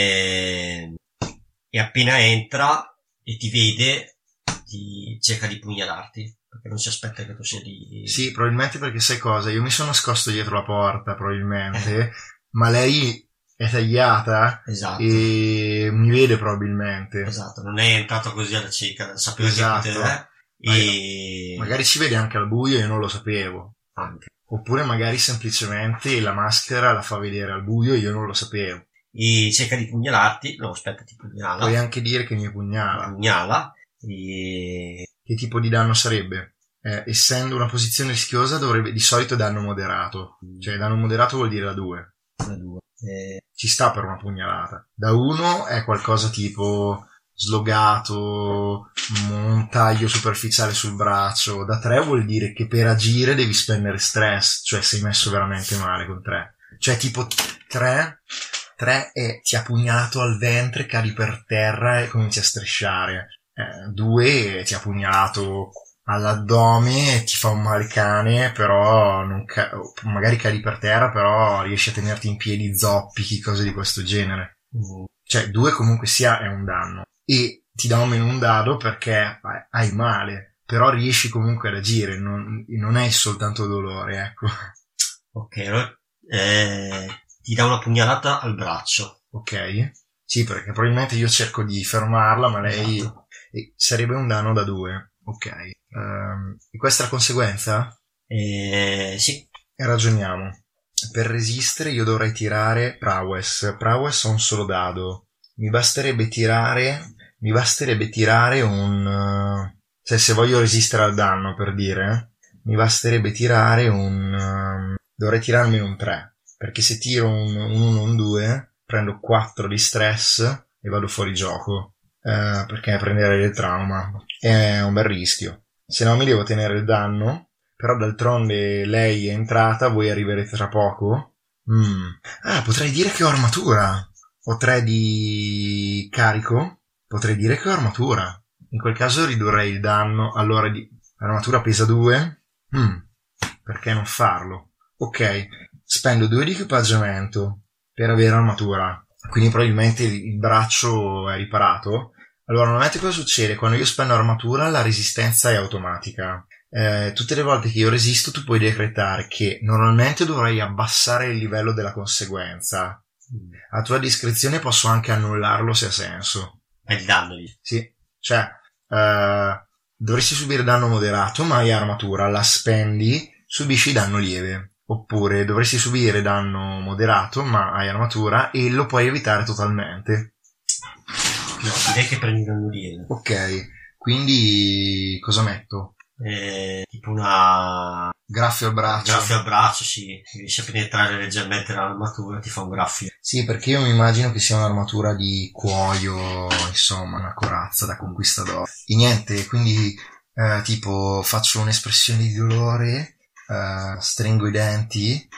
E, e appena entra e ti vede, ti cerca di pugnalarti, perché non si aspetta che tu sia lì. Sì, probabilmente perché sai cosa? Io mi sono nascosto dietro la porta, probabilmente, eh. ma lei... è tagliata, esatto. E mi vede probabilmente. Esatto, non è entrato così alla cieca, sapeva esatto. che poteva, e... magari ci vede anche al buio e io non lo sapevo. Anche. Oppure magari semplicemente la maschera la fa vedere al buio e io non lo sapevo. E cerca di pugnalarti, no aspetta, ti pugnala. Puoi anche dire che mi pugnala. Pugnala, e... Che tipo di danno sarebbe? Eh, essendo una posizione rischiosa dovrebbe di solito danno moderato. Mm. Cioè danno moderato vuol dire da due. Da due. Eh, ci sta per una pugnalata. Da uno è qualcosa tipo slogato, un taglio superficiale sul braccio. Da tre vuol dire che per agire devi spendere stress, cioè sei messo veramente male con tre. Cioè tipo tre, tre e ti ha pugnalato al ventre, cadi per terra e cominci a strisciare. Eh, due ti ha pugnalato all'addome e ti fa un male cane, però non ca- magari cadi per terra, però riesci a tenerti in piedi, zoppichi, cose di questo genere. mm. Cioè due comunque sia è un danno e ti dà meno un dado perché hai male, però riesci comunque ad agire, non, non è soltanto dolore, ecco. Ok, allora eh, ti dà una pugnalata al braccio. Ok? Sì, perché probabilmente io cerco di fermarla, ma lei Esatto. e sarebbe un danno da due. Ok. Um, e questa è la conseguenza? Eh, sì. E ragioniamo. Per resistere io dovrei tirare prowess. Prowess ho un solo dado. Mi basterebbe tirare... Mi basterebbe tirare un... Uh, cioè se voglio resistere al danno, per dire, mi basterebbe tirare un... Uh, dovrei tirarmi un tre. Perché se tiro un uno o un due, prendo quattro di stress e vado fuori gioco. Uh, perché prendere il trauma è un bel rischio. Se no mi devo tenere il danno. Però d'altronde lei è entrata, voi arriverete tra poco. Mm. Ah, potrei dire che ho armatura. Ho tre di carico. Potrei dire che ho armatura. In quel caso ridurrei il danno. Allora di... l'armatura pesa due. Mm. Perché non farlo? Ok, spendo due di equipaggiamento per avere armatura. Quindi probabilmente il braccio è riparato. Allora, normalmente cosa succede? Quando io spendo armatura la resistenza è automatica. Eh, tutte le volte che io resisto tu puoi decretare che normalmente dovrei abbassare il livello della conseguenza. A tua discrezione posso anche annullarlo se ha senso. È il danno lì. Sì, cioè eh, dovresti subire danno moderato ma hai armatura, la spendi, subisci danno lieve. Oppure dovresti subire danno moderato ma hai armatura e lo puoi evitare totalmente. No, direi che prendi danno lieve. Ok, quindi cosa metto? Eh, tipo una Graffio al braccio. graffio al braccio, sì, riesci a penetrare leggermente l'armatura, ti fa un graffio. Sì, perché io mi immagino che sia un'armatura di cuoio, insomma, una corazza da conquistador. E niente, quindi eh, tipo faccio un'espressione di dolore, eh, stringo i denti,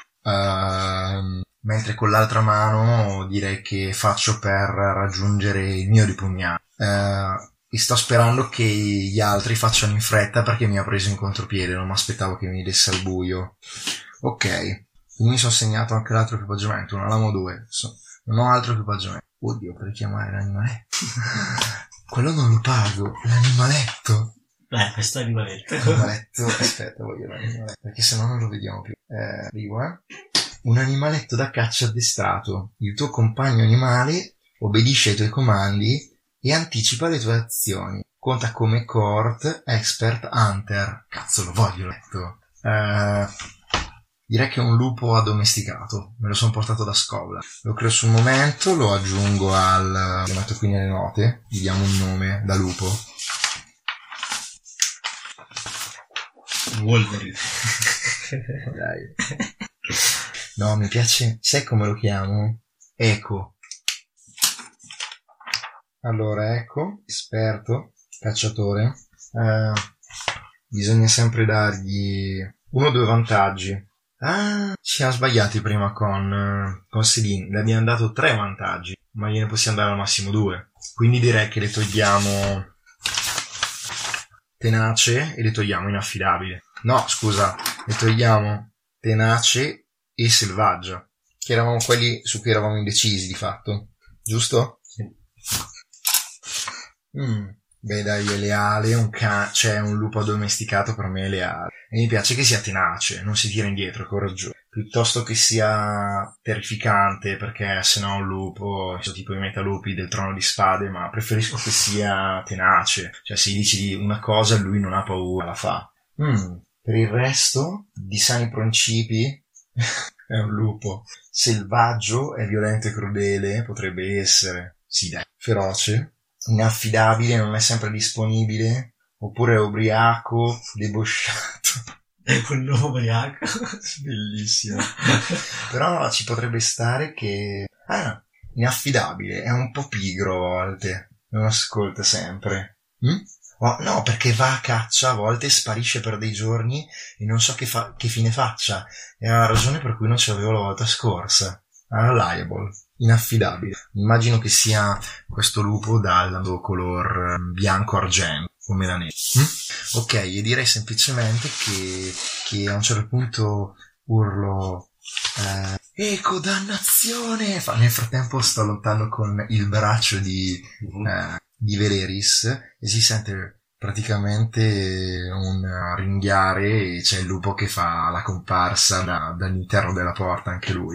eh, mentre con l'altra mano direi che faccio per raggiungere il mio ripugnale. Eh, E sto sperando che gli altri facciano in fretta perché mi ha preso in contropiede, non mi aspettavo che mi desse al buio. Ok, quindi mi sono segnato anche l'altro equipaggiamento, una lamo due, non ho altro equipaggiamento. Oddio, per chiamare l'animaletto. Quello non lo pago, l'animaletto. Eh, questo è l'animaletto. L'animaletto, aspetta, voglio l'animaletto, perché sennò non lo vediamo più. Eh, arrivo, eh. Un animaletto da caccia addestrato. Il tuo compagno animale obbedisce ai tuoi comandi e anticipa le tue azioni. Conta come Court Expert Hunter. Cazzo, lo voglio letto. Eh, direi che è un lupo addomesticato. Me lo sono portato da Scovla. Lo creo sul momento, lo aggiungo al... lo metto qui nelle note. Gli diamo un nome da lupo. Wolverine. Dai. No, mi piace... Sai come lo chiamo? Eco. Allora, ecco, esperto, cacciatore, eh, bisogna sempre dargli uno o due vantaggi. Ah, ci siamo sbagliati prima con, con Selin, le abbiamo dato tre vantaggi, ma gliene possiamo dare al massimo due. Quindi direi che le togliamo tenace e le togliamo inaffidabile. No, scusa, le togliamo tenace e selvaggia, che eravamo quelli su cui eravamo indecisi di fatto, giusto? Sì. Mm. Beh dai, è leale, un ca- c'è un lupo addomesticato, per me è leale e mi piace che sia tenace, non si tira indietro, è coraggioso, piuttosto che sia terrificante, perché se no un lupo sono tipo i metalupi del Trono di Spade, ma preferisco che sia tenace, cioè se gli dici di una cosa lui non ha paura, la fa. Mm. Per il resto, di sani principi è un lupo selvaggio, è violento e crudele, potrebbe essere, sì dai, feroce, inaffidabile, non è sempre disponibile, oppure è ubriaco, debosciato. quel nuovo ubriaco. Bellissimo. Però ci potrebbe stare che ah, inaffidabile, è un po' pigro a volte, non ascolta sempre. Hm? Oh, no, perché va a caccia a volte e sparisce per dei giorni e non so che, fa- che fine faccia. Era la ragione per cui non ce l'avevo la volta scorsa. Unreliable, inaffidabile. Immagino che sia questo lupo dal color bianco argento come la neve. Hm? Ok, e direi semplicemente che, che a un certo punto urlo eh, eco dannazione. Nel frattempo sto lontano con il braccio di, eh, di Veleris e si sente praticamente un ringhiare e c'è il lupo che fa la comparsa da, dall'interno della porta anche lui.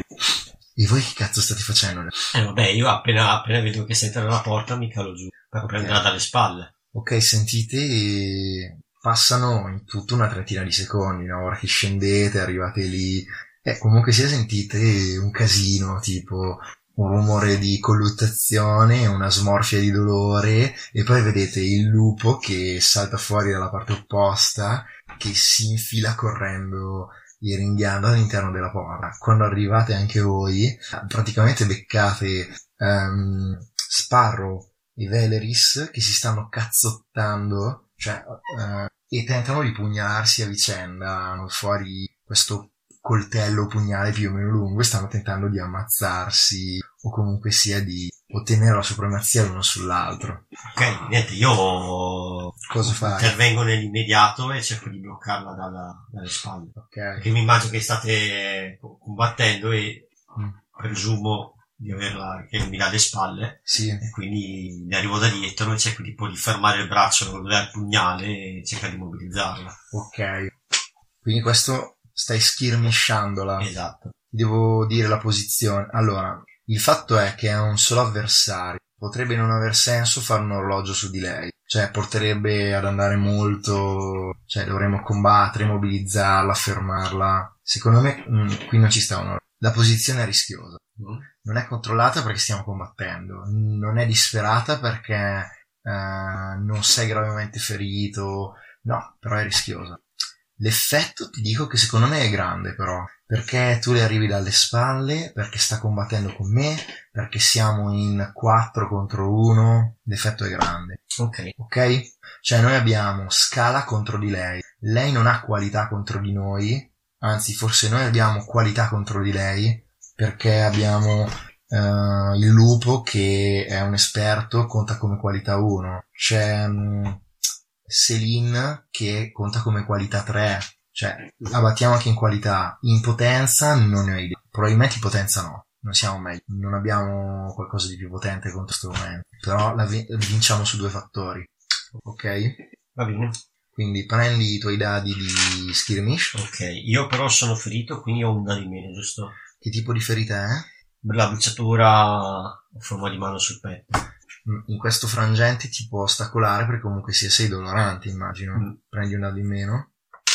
E voi che cazzo state facendo? Eh vabbè, io appena, appena vedo che sei entrato nella porta mi calo giù per okay. prenderla dalle spalle. Ok, sentite, e passano in tutta una trentina di secondi, no? Ora che scendete, arrivate lì, e comunque sia sentite un casino, tipo un rumore di colluttazione, una smorfia di dolore, e poi vedete il lupo che salta fuori dalla parte opposta, che si infila correndo e ringhiando all'interno della porta. Quando arrivate anche voi, praticamente beccate um, Sparrow e Veleris che si stanno cazzottando, cioè, uh, e tentano di pugnalarsi a vicenda, hanno fuori questo coltello pugnale più o meno lungo e stanno tentando di ammazzarsi o comunque sia di ottenere la supremazia l'uno sull'altro. Ok, niente, io cosa fai? Intervengo nell'immediato e cerco di bloccarla dalla, dalle spalle. Ok. Perché mi immagino che state combattendo e mm. presumo di averla che mi dà le spalle. Sì. E quindi ne arrivo da dietro e cerco tipo di fermare il braccio con il pugnale e cercare di mobilizzarla. Ok. Quindi questo stai skirmishandola. Esatto. Devo dire la posizione. Allora, il fatto è che è un solo avversario. Potrebbe non aver senso fare un orologio su di lei. Cioè, porterebbe ad andare molto... Cioè, dovremmo combattere, mobilizzarla, fermarla. Secondo me, mh, qui non ci sta un orologio. La posizione è rischiosa. Mm. Non è controllata perché stiamo combattendo. Non è disperata perché eh, non sei gravemente ferito. No, però è rischiosa. L'effetto ti dico che secondo me è grande però, perché tu le arrivi dalle spalle, perché sta combattendo con me, perché siamo in quattro contro uno, l'effetto è grande. Ok. Ok? Cioè noi abbiamo scala contro di lei, lei non ha qualità contro di noi, anzi forse noi abbiamo qualità contro di lei, perché abbiamo uh, il lupo che è un esperto, conta come qualità uno, c'è... Um, Selin che conta come qualità tre, cioè la battiamo anche in qualità. In potenza non ne ho idea, probabilmente in potenza no, non siamo meglio, non abbiamo qualcosa di più potente contro questo momento, però la vi- vinciamo su due fattori. Ok? Va bene. Quindi prendi i tuoi dadi di skirmish. Ok, io però sono ferito, quindi ho un dado in meno, giusto? Che tipo di ferita è? La bruciatura a forma di mano sul petto. In questo frangente ti può ostacolare perché comunque sia sei dolorante, immagino. Mm. Prendi un dado in meno.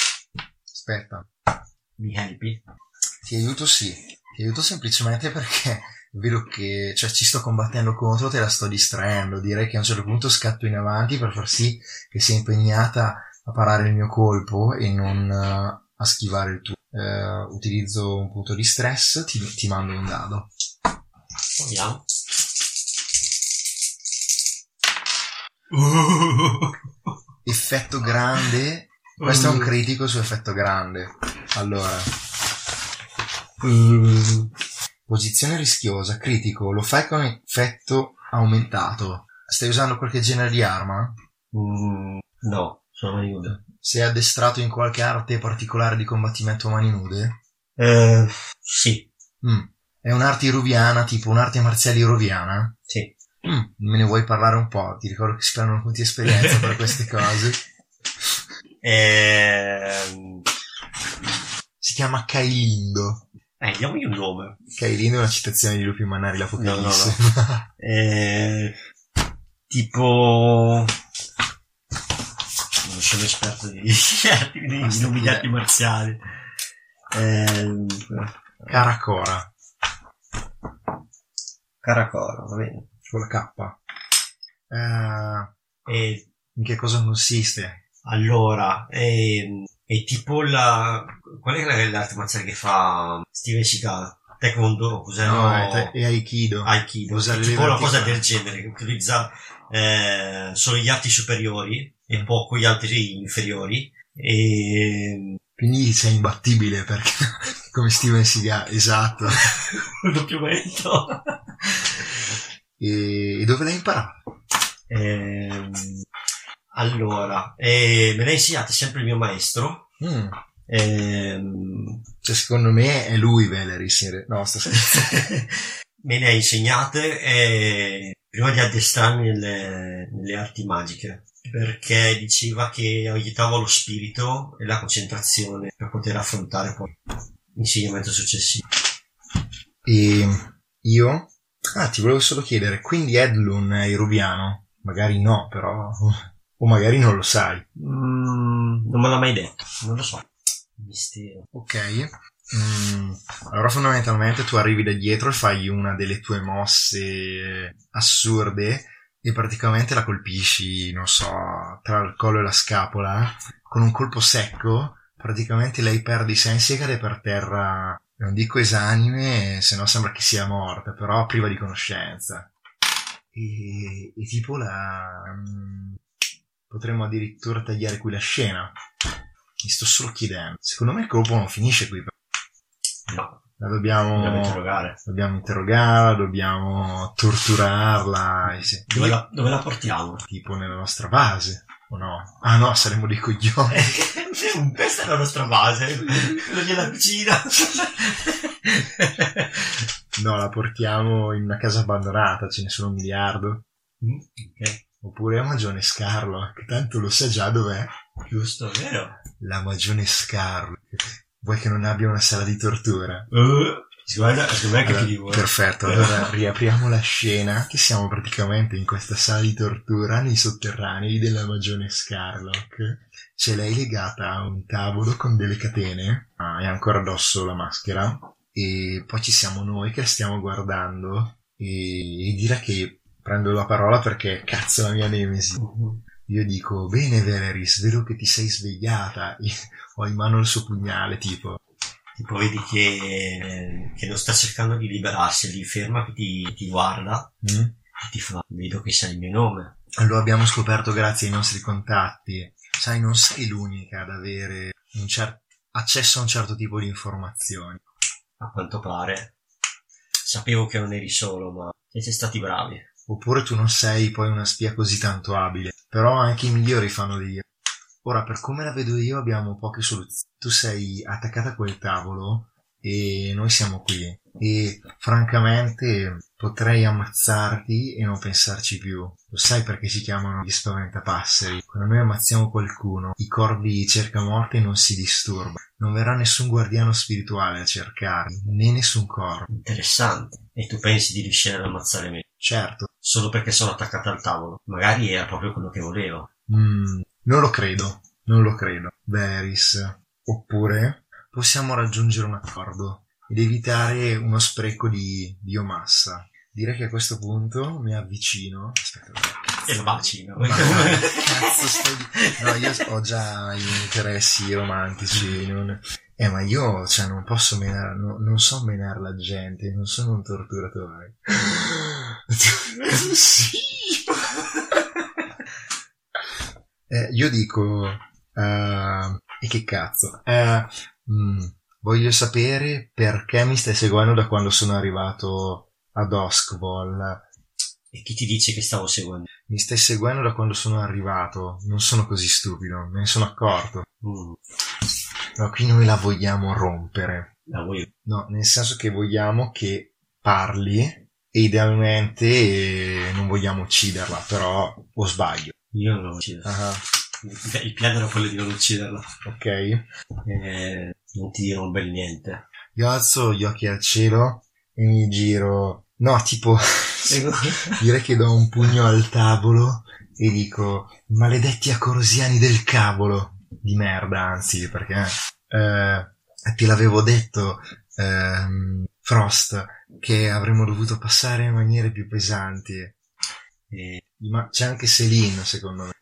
Aspetta. Mi helpi? Ti aiuto, sì. Ti aiuto semplicemente perché vedo che, cioè, ci sto combattendo contro, te la sto distraendo. Direi che a un certo punto scatto in avanti per far sì che sia impegnata a parare il mio colpo e non uh, a schivare il tuo. Uh, utilizzo un punto di stress, ti, ti mando un dado. Proviamo. Uh, effetto grande. Questo uh. è un critico su effetto grande. Allora uh. posizione rischiosa, critico, lo fai con effetto aumentato. Stai usando qualche genere di arma? Mm, no, sono nude. Sei addestrato in qualche arte particolare di combattimento a mani nude? Eh, sì. Mm. È un'arte iruviana, tipo un'arte marziale iruviana? Sì. Mm, me ne vuoi parlare un po'? Ti ricordo che si prendono punti esperienza per queste cose. Ehm... Si chiama Kailindo. Eh, diamogli un nome. Kailindo è una citazione di Lupi Mannari, l'Apocalisse. No, no, no. eh, tipo... Non sono esperto di, di, di nomi di arti marziali. Eh, Karakora. Karakora, va bene. Con la K. Uh, e in che cosa consiste? Allora, eh, è tipo la... qual è l'arte marziale che fa Steven Seagal? Taekwondo, cos'è? No, No, è, te- è Aikido. Aikido, Usare è le tipo una cosa verticali. del genere, che utilizza eh, solo gli arti superiori e poco gli altri inferiori. E... Quindi sei imbattibile perché come Steven Seagal, esatto. un doppiamento. E, e dove l'hai imparato? Ehm, allora, eh, me l'ha insegnato sempre il mio maestro. Mm. Ehm, Cioè, secondo me è lui Valeris. in re- No, sto scherzando. me ne ha insegnate eh, prima di addestrarmi nelle, nelle arti magiche, perché diceva che aiutava lo spirito e la concentrazione per poter affrontare poi l'insegnamento successivo. E io? Ah, ti volevo solo chiedere, quindi Edlun è irubiano? Magari no, però... O magari non lo sai. Mm, non me l'ha mai detto, non lo so. Mistero. Ok. Mm, allora fondamentalmente tu arrivi da dietro e fai una delle tue mosse assurde e praticamente la colpisci, non so, tra il collo e la scapola con un colpo secco. Praticamente lei perde i sensi e cade per terra, non dico esanime, se no sembra che sia morta, però priva di conoscenza. E, e tipo la... Mm, potremmo addirittura tagliare qui la scena. Mi sto solo chiedendo. Secondo me il colpo non finisce qui. No, La dobbiamo, dobbiamo interrogare. Dobbiamo interrogarla, dobbiamo torturarla. E se, Dove la, dove la portiamo? tipo nella nostra base, o no? Ah no, saremmo dei coglioni. Questa è la nostra base, quello della cucina. No, la portiamo in una casa abbandonata, ce ne sono un miliardo. Mm, ok, Oppure a Magione Scarlo, che tanto lo sa già dov'è. giusto, vero? La Magione Scarlo. Vuoi che non abbia una sala di tortura? Uh, guarda, secondo me è Allora, cattivo. eh. perfetto, allora riapriamo la scena che siamo praticamente in questa sala di tortura nei sotterranei della Magione Scarlock. C'è lei legata a un tavolo con delle catene, ah, e ancora addosso la maschera, e poi ci siamo noi che la stiamo guardando e, e dirà che prendo la parola perché cazzo la mia nemesi. Uh-huh. Io dico, bene Valeris, vedo che ti sei svegliata. Ho in mano il suo pugnale, tipo. Tipo vedi che, che non sta cercando di liberarsi, lì ferma che ti, ti guarda Mm? e ti fa, vedo che sai il mio nome. Lo abbiamo scoperto grazie ai nostri contatti. Sai, non sei l'unica ad avere un cer- accesso a un certo tipo di informazioni. A quanto pare. Sapevo che non eri solo, ma siete stati bravi. Oppure tu non sei poi una spia così tanto abile. Però anche i migliori fanno degli... Ora, per come la vedo io, abbiamo poche soluzioni. Tu sei attaccata a quel tavolo e noi siamo qui. E francamente potrei ammazzarti e non pensarci più. Lo sai perché si chiamano gli spaventapasseri? Quando noi ammazziamo qualcuno, i corvi cercamorte non si disturbano. Non verrà nessun guardiano spirituale a cercarli, né nessun corvo. Interessante. E tu pensi di riuscire ad ammazzare me? Certo. Solo perché sono attaccata al tavolo. Magari era proprio quello che volevo. Mm, non lo credo. Non lo credo. Veris. Oppure possiamo raggiungere un accordo ed evitare uno spreco di biomassa. Direi che a questo punto mi avvicino. Aspetta, E lo bacino. ma cazzo sto di... No, io ho già i miei interessi romantici. Non... Eh, ma io, cioè, non posso menare, no, non so menare la gente, non sono un torturatore. Sì. Eh, io dico, uh, e che cazzo? Uh, mm, voglio sapere perché mi stai seguendo da quando sono arrivato ad Oskvol. E chi ti dice che stavo seguendo? Mi stai seguendo da quando sono arrivato. Non sono così stupido, me ne sono accorto. Mm. No, qui noi la vogliamo rompere. La vuoi? No, nel senso che vogliamo che parli e idealmente eh, non vogliamo ucciderla, però o sbaglio. Io non lo uccido. Ah, Il piano era quello di non ucciderla. ok. E non ti dirò un bel niente. Io alzo gli occhi al cielo e mi giro. No, tipo, direi che do un pugno al tavolo e dico, maledetti acorosiani del cavolo. Di merda, anzi, perché eh, ti l'avevo detto, ehm, Frost, che avremmo dovuto passare in maniere più pesanti. E Ma c'è anche Selin, secondo me.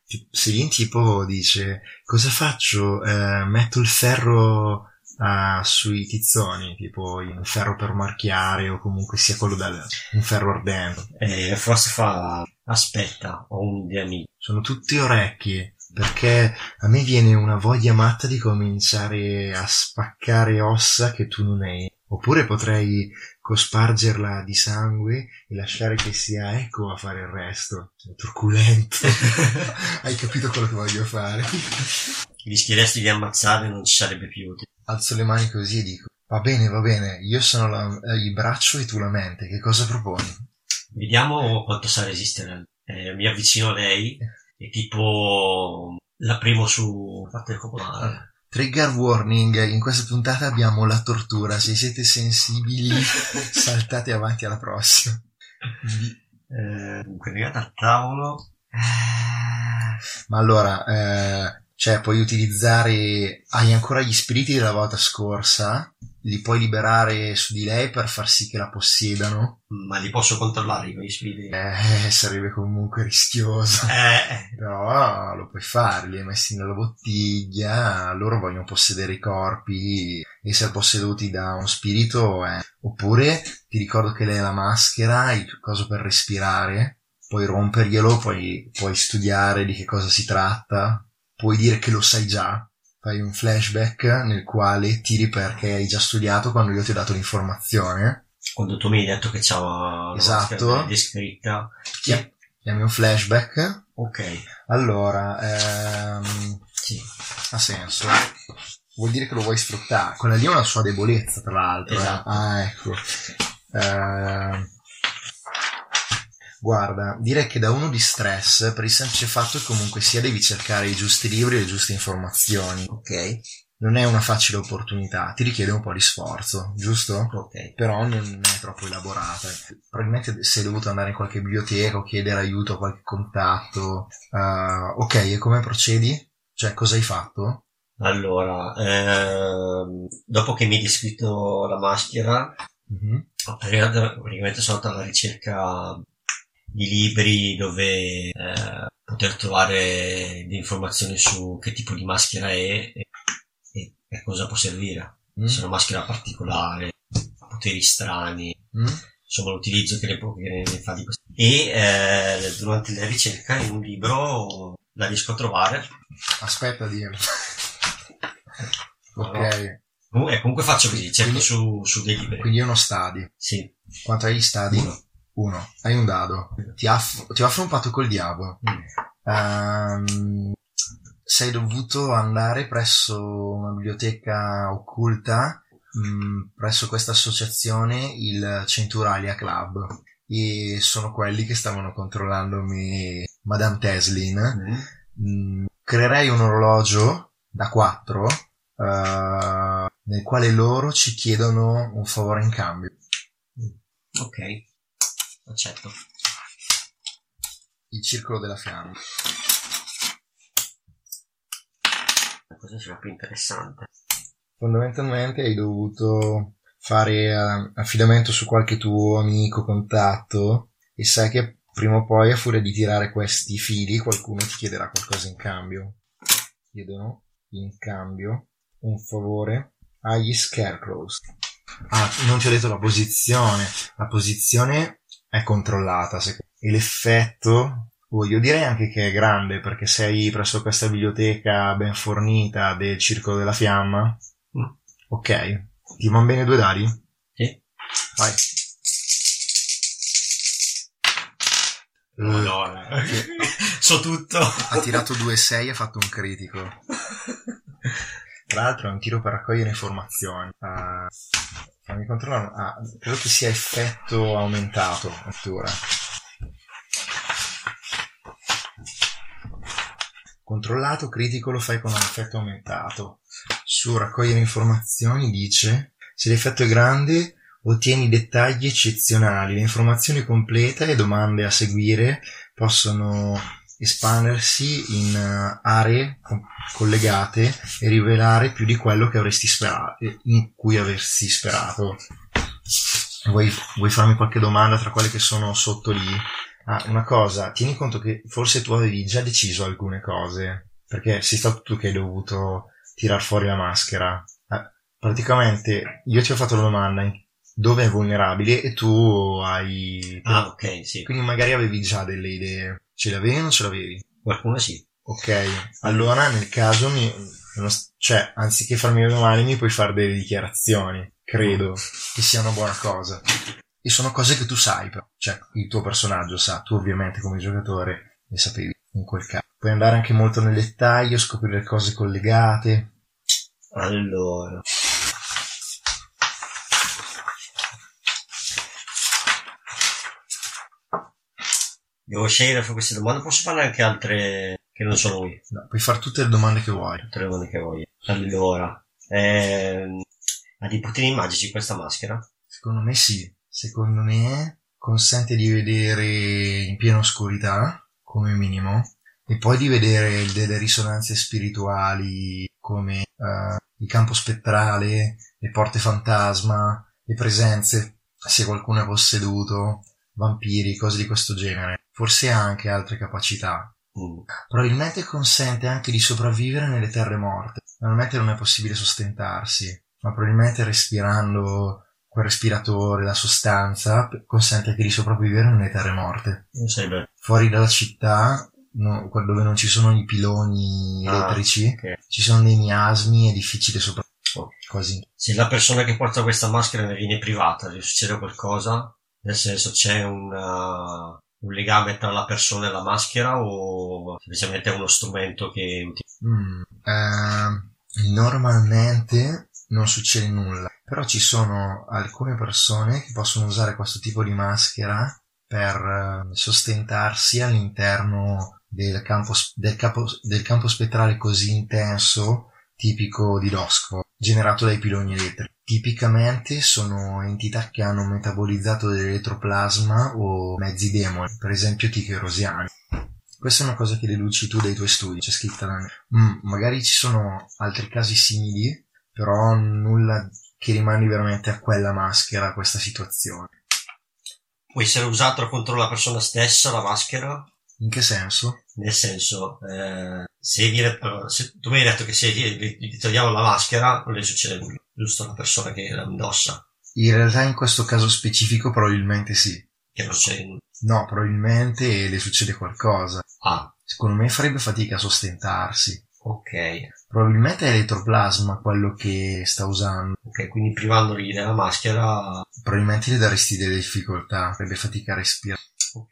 Selin tipo dice: cosa faccio? Eh, metto il ferro uh, sui tizzoni, tipo un ferro per marchiare o comunque sia quello da un ferro ardente. E Frost fa: aspetta, ho un'idea mia. Sono tutti orecchi, perché a me viene una voglia matta di cominciare a spaccare ossa che tu non hai. Oppure potrei cospargerla di sangue e lasciare che sia Echo a fare il resto. Sono truculento. Hai capito quello che voglio fare? Rischieresti di ammazzare e non ci sarebbe più utile. Alzo le mani così e dico: va bene, va bene, io sono la, il braccio e tu la mente, che cosa proponi? Vediamo quanto sa resistere. Eh, mi avvicino a lei e tipo la primo su parte del copolare. Trigger warning, in questa puntata abbiamo la tortura, se siete sensibili saltate avanti alla prossima. Eh, comunque legata al tavolo. Ma allora, eh, cioè puoi utilizzare, hai ancora gli spiriti della volta scorsa, li puoi liberare su di lei per far sì che la possedano. Ma li posso controllare con gli spiriti? Eh, sarebbe comunque rischioso. Eh. Però lo puoi fare, li hai messi nella bottiglia, loro vogliono possedere i corpi, essere posseduti da uno spirito. Eh. Oppure ti ricordo che lei ha la maschera, il coso per respirare, puoi romperglielo, puoi, puoi studiare di che cosa si tratta, puoi dire che lo sai già. Fai un flashback nel quale tiri perché hai già studiato quando io ti ho dato l'informazione. Quando tu mi hai detto che c'era esatto. descritta. Chiam- chiami un flashback. Ok. Allora, ehm, sì. ha senso. Vuol dire che lo vuoi sfruttare. Quella lì è una sua debolezza, tra l'altro. Esatto. Eh? Ah, ecco. Ehm... Guarda, direi che da uno di stress, per il semplice fatto che comunque sia devi cercare i giusti libri e le giuste informazioni, ok? Non è una facile opportunità, ti richiede un po' di sforzo, giusto? Ok. Però non è troppo elaborata. Probabilmente sei dovuto andare in qualche biblioteca o chiedere aiuto a qualche contatto. Uh, ok, e come procedi? Cioè, cosa hai fatto? Allora, ehm, dopo che mi hai descritto la maschera, mm-hmm. praticamente sono andato alla ricerca di libri dove eh, poter trovare le informazioni su che tipo di maschera è e, e, e cosa può servire. Mm. Se è una maschera particolare, poteri strani, mm. insomma l'utilizzo che ne, che ne fa di questo. E eh, durante la ricerca in un libro la riesco a trovare. Aspetta a dirlo. Ok. No. E comunque faccio così, cerco quindi, su, su dei libri. Quindi è uno stadi. Sì. Quanto hai gli stadi? Uno. Uno, hai un dado, ti, aff- ti offre un patto col diavolo. Mm. Um, sei dovuto andare presso una biblioteca occulta, mh, presso questa associazione, il Centuralia Club, e sono quelli che stavano controllandomi Madame Teslin. Mm. Mh, creerei un orologio da quattro uh, nel quale loro ci chiedono un favore in cambio. Ok. Accetto. Il circolo della fiamma. La cosa sarà più interessante. Fondamentalmente hai dovuto fare uh, affidamento su qualche tuo amico, contatto, e sai che prima o poi, a furia di tirare questi fili, qualcuno ti chiederà qualcosa in cambio. Chiedono in cambio un favore agli Scarecrows. Ah, non ti ho detto la posizione. La posizione è controllata e l'effetto, oh, io direi anche che è grande, perché sei presso questa biblioteca ben fornita del Circolo della Fiamma. Mm. Ok, ti vanno bene due dadi? Sì. Vai. Madonna, uh, so tutto. Ha tirato due sei, ha fatto un critico. Tra l'altro è un tiro per raccogliere informazioni. Uh, fammi controllare. Ah, credo che sia effetto aumentato addirittura. Controllato, critico lo fai con un effetto aumentato. Su raccogliere informazioni dice: se l'effetto è grande ottieni dettagli eccezionali, le informazioni complete e domande a seguire possono espandersi in uh, aree co- collegate e rivelare più di quello che avresti sperato, in cui avresti sperato. Vuoi, vuoi farmi qualche domanda tra quelle che sono sotto lì? Ah, una cosa, tieni conto che forse tu avevi già deciso alcune cose, perché sei stato tu che hai dovuto tirar fuori la maschera. Eh, praticamente io ti ho fatto la domanda dove è vulnerabile e tu hai... Ah, ok, sì. Quindi magari avevi già delle idee. Ce l'avevi o non ce l'avevi? Qualcuno sì. Ok, allora nel caso mi... cioè, anziché farmi le domande mi puoi fare delle dichiarazioni. Credo che sia una buona cosa. E sono cose che tu sai, però. Cioè, il tuo personaggio sa. Tu ovviamente come giocatore le sapevi in quel caso. Puoi andare anche molto nel dettaglio, scoprire cose collegate. Allora... Devo scegliere fra queste domande, posso fare anche altre che non sono qui? No, puoi fare tutte le domande che vuoi. Tutte le domande che voglio. Allora, ehm, ha dei poteri magici questa maschera? Secondo me sì. Secondo me consente di vedere in piena oscurità, come minimo, e poi di vedere delle risonanze spirituali come uh, il campo spettrale, le porte fantasma, le presenze, se qualcuno è posseduto, vampiri, cose di questo genere. Forse ha anche altre capacità. Mm. Probabilmente consente anche di sopravvivere nelle terre morte. Normalmente non è possibile sostentarsi, ma probabilmente respirando quel respiratore, la sostanza, consente anche di sopravvivere nelle terre morte. Non sai bene. Fuori dalla città, no, dove non ci sono i piloni ah, elettrici, okay. Ci sono dei miasmi, è difficile sopravvivere. Oh. Così. Se la persona che porta questa maschera ne viene privata, gli succede qualcosa? Nel senso, c'è una, un legame tra la persona e la maschera o semplicemente è uno strumento che... Mm, eh, normalmente non succede nulla, però ci sono alcune persone che possono usare questo tipo di maschera per sostentarsi all'interno del campo, del campo, del campo spettrale così intenso, tipico di Dosco, generato dai piloni elettrici. Tipicamente sono entità che hanno metabolizzato dell'elettroplasma o mezzi demoni, per esempio ticherosiani. Questa è una cosa che deduci tu dai tuoi studi, c'è scritta da me. Mm, magari ci sono altri casi simili, però nulla che rimandi veramente a quella maschera, a questa situazione. Può essere usato contro la persona stessa, la maschera? In che senso? Nel senso, eh, se, viene, se tu mi hai detto che se gli togliamo la maschera non le succede nulla, giusto la persona che la indossa? In realtà in questo caso specifico probabilmente sì. Che non succede nulla? No, probabilmente le succede qualcosa. Ah. Secondo me farebbe fatica a sostentarsi. Ok. Probabilmente è l'elettroplasma quello che sta usando. Ok, quindi privandogli della maschera... Probabilmente le daresti delle difficoltà, farebbe fatica a respirare. Ok.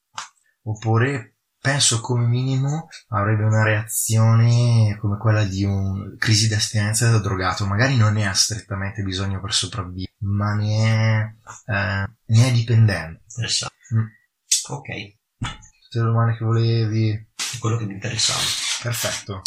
Oppure penso come minimo avrebbe una reazione come quella di un crisi di astinenza da drogato. Magari non ne ha strettamente bisogno per sopravvivere, ma ne è, eh, ne è dipendente. Interessante. Mm. Ok. Tutte le domande che volevi? È quello che mi interessava. Perfetto.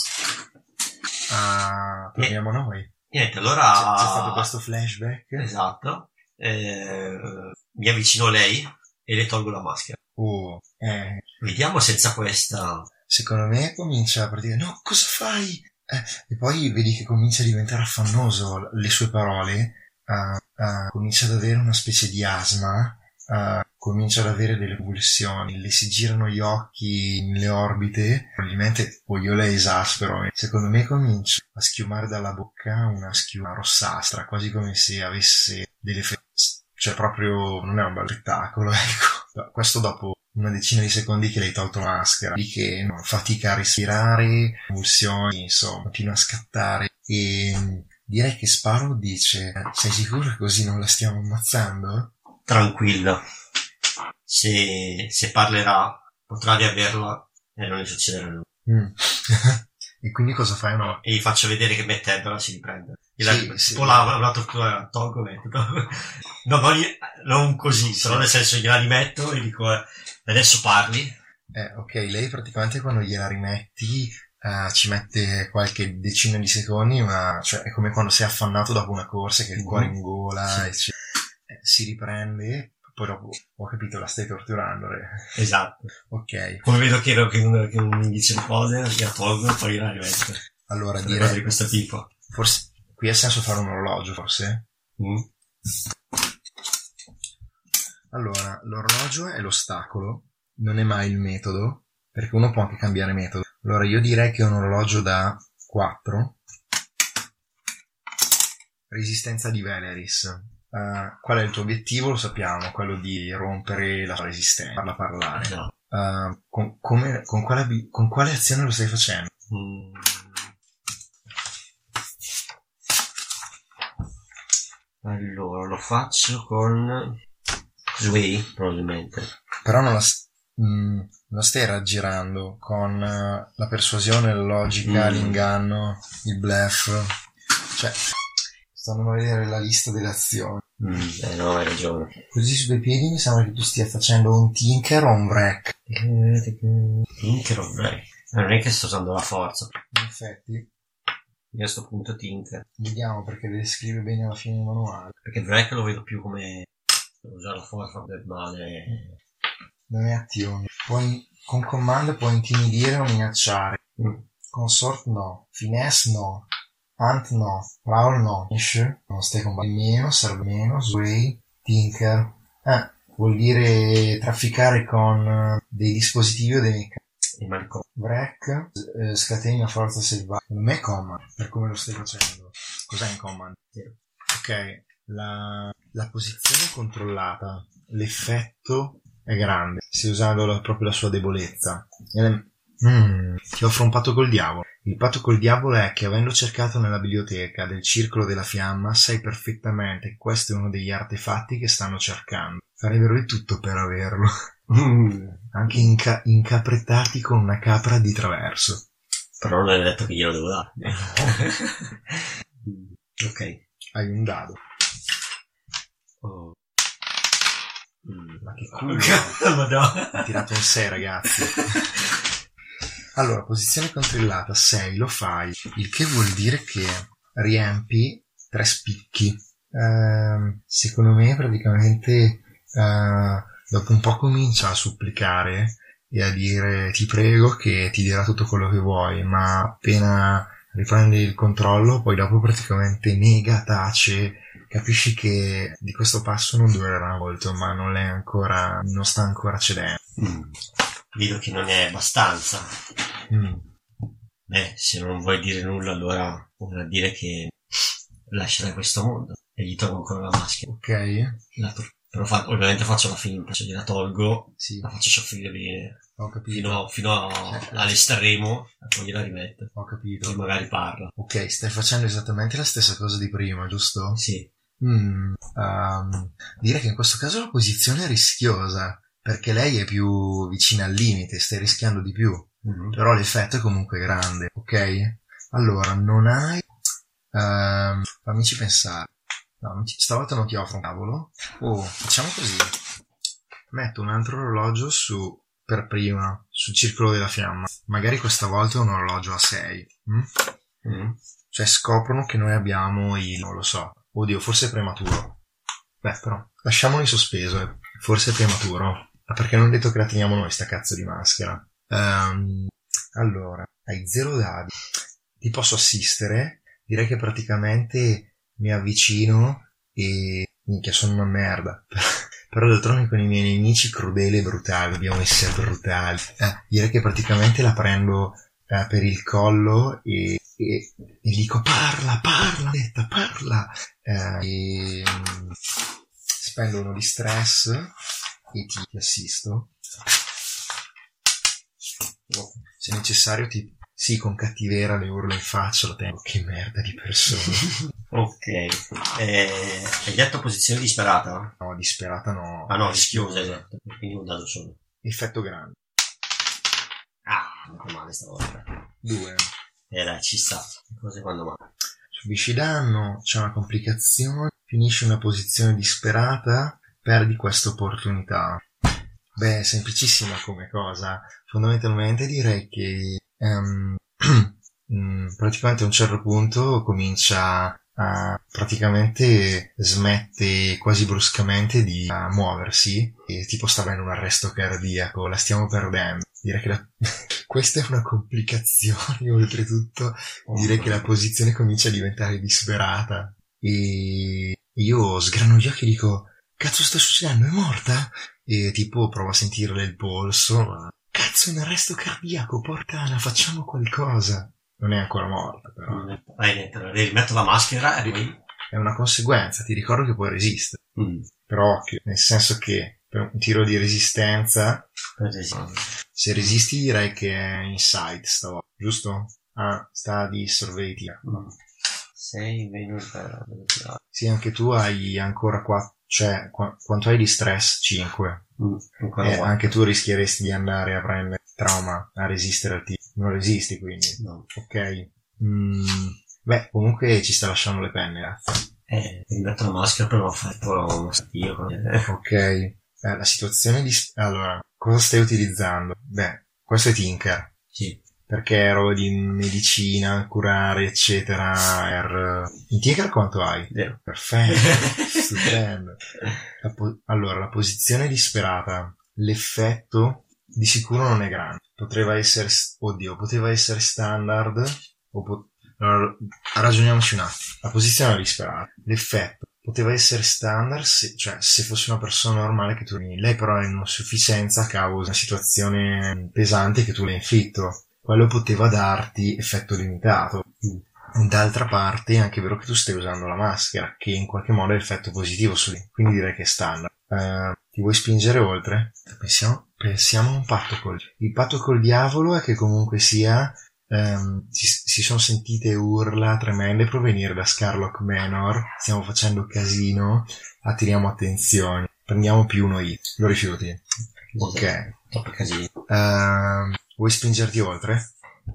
Uh, torniamo a noi. Niente, allora... C'è, c'è stato questo flashback. Esatto. Eh, mi avvicino a lei e le tolgo la maschera. Oh, eh. Vediamo senza questa... Secondo me comincia a dire no, cosa fai? Eh, e poi vedi che comincia a diventare affannoso le sue parole, uh, uh, comincia ad avere una specie di asma, uh, comincia ad avere delle convulsioni, le si girano gli occhi nelle orbite, probabilmente o io la esaspero, secondo me comincia a schiumare dalla bocca una schiuma rossastra, quasi come se avesse delle fe- cioè proprio non è un bel spettacolo, ecco. Questo dopo una decina di secondi che l'hai tolto la maschera, di che no, fatica a respirare, convulsioni, insomma, continua a scattare e direi che Sparrow dice: sei sicuro che così non la stiamo ammazzando? Tranquilla, se, se parlerà potrà riaverla e non le succederà nulla. Mm. E quindi cosa fai? No? E gli faccio vedere che mettendela si riprende. Sì, la, sì. Tipo la, la tortura, tolgo, metto. No, non, gli, non così, sì. Però nel senso gliela rimetto e dico eh, adesso parli. Eh, ok, lei praticamente quando gliela rimetti uh, ci mette qualche decina di secondi, ma cioè è come quando sei affannato dopo una corsa che il cuore in gola, sì. e eh, si riprende. Poi dopo, ho capito, la stai torturando. Re. Esatto. Ok. Come vedo che, che, che, che mi dice le cose, la tolgo e poi la rimetto. Allora, direi direi di questo tipo. Forse qui ha senso fare un orologio, forse? Mm. Allora, l'orologio è l'ostacolo non è mai il metodo, perché uno può anche cambiare metodo. Allora io direi che un orologio da quattro, resistenza di Veleris. Uh, qual è il tuo obiettivo? Lo sappiamo, quello di rompere la resistenza, farla parlare. No. Uh, con, come, con, quale, con quale azione lo stai facendo? Mm. Allora, lo faccio con Sway, probabilmente. Però non la, mh, non stai raggirando con uh, la persuasione, la logica, mm. l'inganno, il bluff. Cioè, stanno a vedere la lista delle azioni. Mm, eh no, hai ragione. Così su due piedi mi sembra che tu stia facendo un tinker o un wreck. Tinker o wreck? Non è che sto usando la forza. In effetti. Io a sto punto tinker. Vediamo perché le descrive bene alla fine il manuale. Perché il wreck lo vedo più come usare la forza del male. Non è azione. Puoi, con comando puoi intimidire o minacciare. Mm. Consort no. Finesse no. Ant no, Prowl no, Ish non stai combattendo meno, serve meno, Sway, Tinker, eh, vuol dire trafficare con dei dispositivi o dei meccanismi. Wreck, eh, scateni una forza selvaggia. Non è command, per come lo stai facendo. Cos'è in command? Sì. Ok, la, la posizione controllata, l'effetto è grande, stai usando la, proprio la sua debolezza. Mm, ti offro un patto col diavolo. Il patto col diavolo è che, avendo cercato nella biblioteca del Circolo della Fiamma, sai perfettamente che questo è uno degli artefatti che stanno cercando. Farebbero di tutto per averlo. Mm. Anche inca- incapretati con una capra di traverso. Però non è detto che glielo devo dare. Ok. Hai un dado. Oh. Mm, ma che culo. Madonna. Hai tirato un sei, ragazzi. Allora, posizione controllata, sei, lo fai, il che vuol dire che riempi tre spicchi. Uh, secondo me praticamente uh, dopo un po' comincia a supplicare e a dire ti prego che ti dirà tutto quello che vuoi, ma appena riprendi il controllo poi dopo praticamente nega, tace, capisci che di questo passo non durerà molto, ma non è ancora, non sta ancora cedendo. Mm. Vedo che non è abbastanza. Mm. Beh, se non vuoi dire nulla, allora vuol dire che lascerai questo mondo e gli tolgo ancora la maschera. Ok. La to- però fa- ovviamente faccio la finta, cioè gliela tolgo, sì. La faccio soffrire bene. Ho capito. Fino, fino a, cioè, all'estremo, e poi gliela rimetto. Ho capito. E magari parla. Ok, stai facendo esattamente la stessa cosa di prima, giusto? Sì. Mm, um, direi che in questo caso la posizione è rischiosa, perché lei è più vicina al limite, stai rischiando di più, mm-hmm. Però l'effetto è comunque grande, ok? Allora, non hai... Um, fammici pensare. No, stavolta non ti offro un tavolo. Oh, facciamo così. Metto un altro orologio su, per prima, sul Circolo della Fiamma. Magari questa volta è un orologio a sei. Mm? Mm. Cioè scoprono che noi abbiamo il... non lo so. Oddio, forse è prematuro. Beh, però, lasciamolo in sospeso, eh. Forse è prematuro. Ma perché non ho detto che la teniamo noi sta cazzo di maschera? Um, allora, hai zero dadi. Ti posso assistere? Direi che praticamente mi avvicino e... minchia, sono una merda. Però d'altronde con i miei nemici crudeli e brutali, dobbiamo essere brutali. Eh, direi che praticamente la prendo eh, per il collo e, e, e dico parla, parla, detta, parla. Eh, e um, spendo uno di stress e ti, ti assisto. Se necessario ti... sì, con cattiveria le urlo in faccia, lo tengo. Che merda di persona. Ok. Eh, hai detto posizione disperata? No, disperata no. Ah no, rischiosa, esatto. Quindi un dado solo. Effetto grande. Ah, non male stavolta. Due. Eh dai, ci sta. Cose quando male. Subisci danno, c'è una complicazione, finisci una posizione disperata, perdi questa opportunità. Beh, è semplicissima come cosa. Fondamentalmente direi che um, praticamente a un certo punto comincia a praticamente smette quasi bruscamente di uh, muoversi e tipo sta avendo un arresto cardiaco, la stiamo perdendo. Direi che la... questa è una complicazione, oltretutto direi che la posizione comincia a diventare disperata e io sgrano gli occhi e dico cazzo sta succedendo, è morta? e tipo prova a sentirle il polso, ma cazzo, è un arresto cardiaco, porcana, facciamo qualcosa. Non è ancora morta, però. Vai, niente, rimetto la maschera e poi... È una conseguenza, ti ricordo che puoi resistere. Mm. Però occhio, nel senso che per un tiro di resistenza, se resisti direi che è inside stavolta, giusto? Ah, sta di sorvegliare. Mm. sei meno per... Sì, anche tu hai ancora quattro, cioè qu- quanto hai di stress? cinque. Mm. Eh, anche tu rischieresti di andare a prendere trauma, a resistere al tiro. Non resisti quindi. No. Ok. Mm, beh, comunque ci sta lasciando le penne, grazie. Eh, mi metto la maschera per non fare un io. Eh. Ok. Eh, la situazione di... Allora, cosa stai utilizzando? Beh, questo è Tinker. Sì. Perché è roba di medicina, curare, eccetera. Er... In Tinker quanto hai? Zero. Perfetto. Stupendo. La po- allora, la posizione disperata. L'effetto di sicuro non è grande. Poteva essere... Oddio, poteva essere standard. O po- allora, ragioniamoci un attimo. La posizione disperata. L'effetto poteva essere standard, se, cioè se fosse una persona normale che tu... Lei però è in insufficienza a causa di una situazione pesante che tu le hai inflitto. Quello poteva darti effetto limitato. D'altra parte è anche vero che tu stai usando la maschera, che in qualche modo è effetto positivo su lì, quindi direi che è standard. Uh, ti vuoi spingere oltre? Pensiamo, pensiamo a un patto col... Il patto col diavolo è che comunque sia... Um, si, si sono sentite urla tremende provenire da Scarlock Manor. Stiamo facendo casino, attiriamo attenzione, prendiamo più uno hit. Lo rifiuti? Ok. Troppo casino. Uh, vuoi spingerti oltre?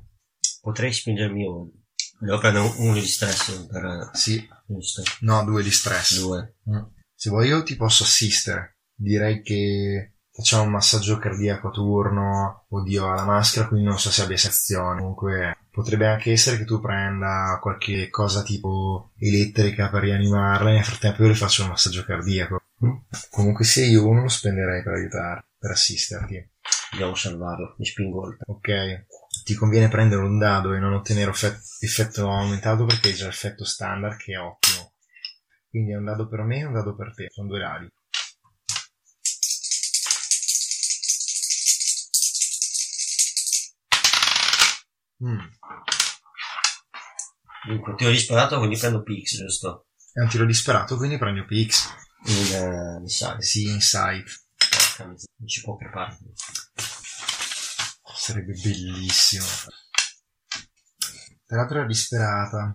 Potrei spingermi oltre. Devo prendere uno di stress per... Sì. Giusto. No, due di stress. Due. Mm. Se vuoi io ti posso assistere. Direi che facciamo un massaggio cardiaco a turno. Oddio, alla maschera, quindi non so se abbia sezione. Comunque potrebbe anche essere che tu prenda qualche cosa tipo elettrica per rianimarla e nel frattempo io le faccio un massaggio cardiaco. Mm. Comunque se io uno lo spenderei per aiutarti, per assisterti. Dobbiamo salvarlo, mi spingo oltre. Ok. Ti conviene prendere un dado e non ottenere effetto, effetto aumentato perché hai già effetto standard che è ottimo. Quindi è un dado per me e un dado per te. Sono due dadi. Mm. Dunque, tiro disperato, quindi prendo P X, giusto? È un tiro disperato, quindi prendi P X. In uh, insight. Sì, insight. Porca miseria, non ci può preparare. Sarebbe bellissimo. Tra l'altro era disperata.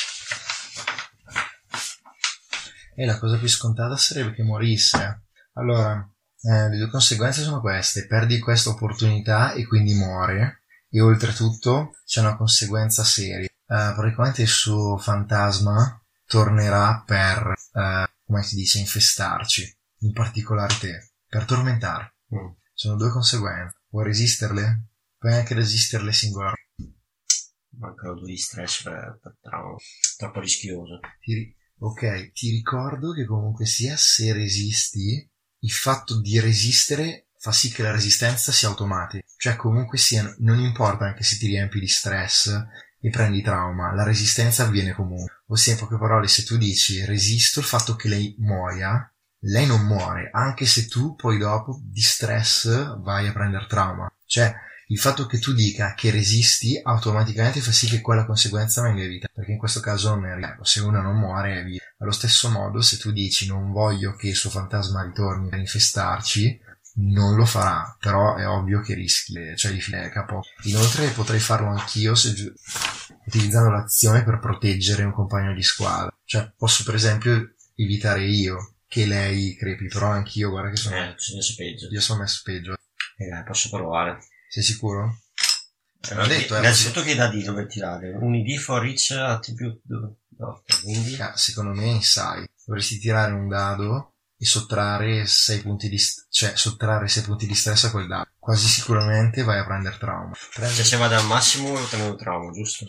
E la cosa più scontata sarebbe che morisse. Allora, eh, le due conseguenze sono queste. Perdi questa opportunità e quindi muore. E oltretutto c'è una conseguenza seria. Uh, praticamente il suo fantasma tornerà per, uh, come si dice, infestarci. In particolare te. Per tormentare. Mm. Sono due conseguenze. Vuoi resisterle? Puoi anche resisterle singolarmente. Mancano due di stress per, per trauma. Troppo rischioso. Ti ri- ok, ti ricordo che comunque sia, se resisti, il fatto di resistere fa sì che la resistenza sia automatica. Cioè comunque sia, non importa anche se ti riempi di stress e prendi trauma, la resistenza avviene comunque. Ossia, in poche parole, se tu dici resisto il fatto che lei muoia, lei non muore, anche se tu poi dopo di stress vai a prendere trauma. Cioè, il fatto che tu dica che resisti automaticamente fa sì che quella conseguenza venga evitata, perché in questo caso non è arrivato. Se una non muore è via. Allo stesso modo, se tu dici non voglio che il suo fantasma ritorni per infestarci, non lo farà, però è ovvio che rischi, cioè gli file capo. Inoltre potrei farlo anch'io se gi- utilizzando l'azione per proteggere un compagno di squadra. Cioè posso per esempio evitare io che lei crepi, però anch'io guarda che sono... Eh, sono messo peggio. Io sono messo peggio. Eh, posso provare. Sei sicuro? Eh, l'ho detto, eh, innanzitutto che dadi dove tirare? Un I D for each attribute dove? Quindi... Ah, secondo me inside. Dovresti tirare un dado e sottrarre sei punti di st- cioè sottrarre sei punti di stress a quel dado. Quasi sicuramente vai a prendere trauma. Prendi... Cioè se vado al massimo ottengo un trauma, giusto?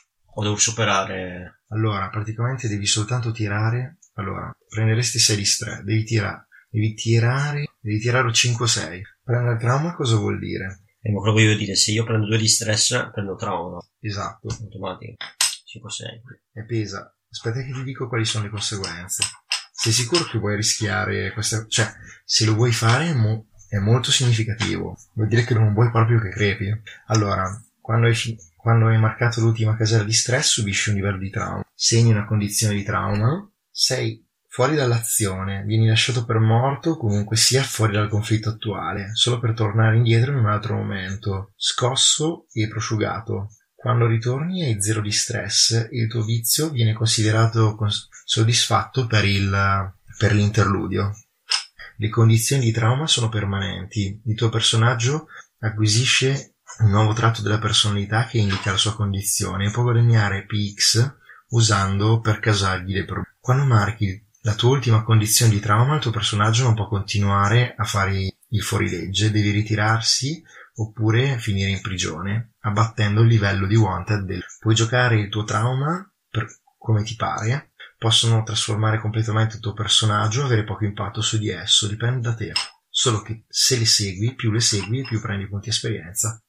O devo superare? Allora, praticamente devi soltanto tirare. Allora, prenderesti sei di stress, devi tirare, devi tirare, devi tirare cinque o sei. Prendere trauma cosa vuol dire? Eh, ma quello che voglio dire, se io prendo due di stress, prendo trauma, no? Esatto. Automatico. cinque o sei. E pesa. Aspetta che ti dico quali sono le conseguenze. sei sicuro che vuoi rischiare questa, cioè se lo vuoi fare è, mo- è molto significativo, vuol dire che non vuoi proprio che crepi. Allora, quando hai, fi- quando hai marcato l'ultima casella di stress subisci un livello di trauma, segni una condizione di trauma, sei fuori dall'azione, vieni lasciato per morto, comunque sia fuori dal conflitto attuale, solo per tornare indietro in un altro momento, scosso e prosciugato. Quando ritorni hai zero di stress e il tuo vizio viene considerato cons- soddisfatto per il per l'interludio. Le condizioni di trauma sono permanenti. Il tuo personaggio acquisisce un nuovo tratto della personalità che indica la sua condizione e può guadagnare P X usando per causargli dei problemi. Quando marchi la tua ultima condizione di trauma, il tuo personaggio non può continuare a fare il fuorilegge, devi ritirarsi oppure finire in prigione, abbattendo il livello di wanted del... Puoi giocare il tuo trauma per come ti pare, possono trasformare completamente il tuo personaggio, avere poco impatto su di esso, dipende da te. Solo che se le segui, più le segui, più prendi punti esperienza.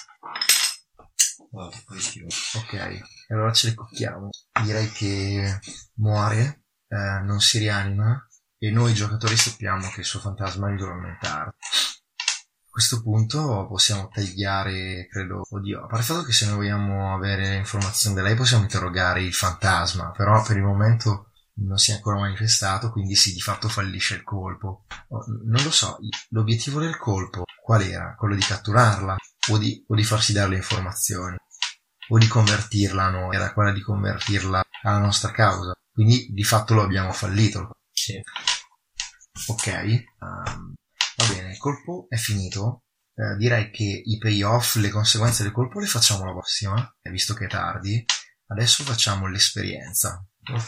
Wow, positivo. Ok, allora ce le cocchiamo. Direi che muore, eh, non si rianima, e noi giocatori sappiamo che il suo fantasma è tormentare. A questo punto possiamo tagliare, credo, oddio, a parte il fatto che se noi vogliamo avere informazioni da lei possiamo interrogare il fantasma, però per il momento non si è ancora manifestato, quindi sì, di fatto fallisce il colpo. Non lo so, l'obiettivo del colpo qual era? Quello di catturarla o di, o di farsi dare le informazioni o di convertirla a noi? Era quella di convertirla alla nostra causa, quindi di fatto lo abbiamo fallito. Sì. Ok, um, va bene, il colpo è finito. Eh, direi che i payoff, le conseguenze del colpo le facciamo la prossima, visto che è tardi. Adesso facciamo l'esperienza.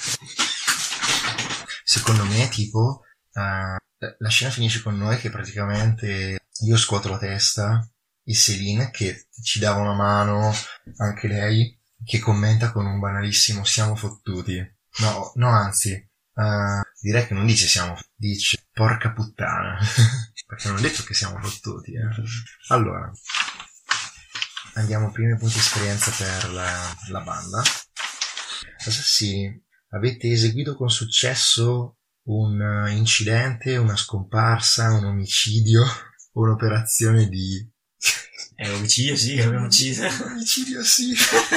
Secondo me, tipo, uh, la scena finisce con noi che praticamente io scuoto la testa e Céline che ci dava una mano, anche lei, che commenta con un banalissimo siamo fottuti. No, no, anzi, uh, direi che non dice siamo, dice porca puttana. Perché non ho detto che siamo fottuti, eh. Allora, andiamo prima ai punti esperienza per la, la banda. Assassini, avete eseguito con successo un incidente, una scomparsa, un omicidio, un'operazione di... È un omicidio, sì, è un omicidio. Un omicidio, sì.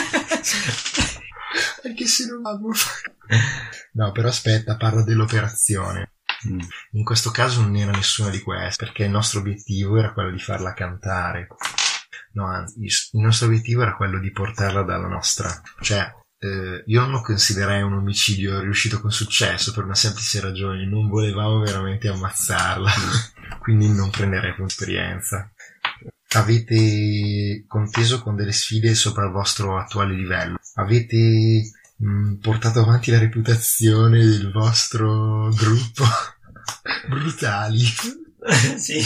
Anche se non avevo fatto... No, però aspetta, parlo dell'operazione. Mm. In questo caso non era nessuna di queste, perché il nostro obiettivo era quello di farla cantare. No, anzi, il nostro obiettivo era quello di portarla dalla nostra... Cioè, eh, io non lo considerei un omicidio riuscito con successo per una semplice ragione, non volevamo veramente ammazzarla, quindi non prenderei con esperienza. Avete conteso con delle sfide sopra il vostro attuale livello. Avete mh, portato avanti la reputazione del vostro gruppo. Brutali. Sì.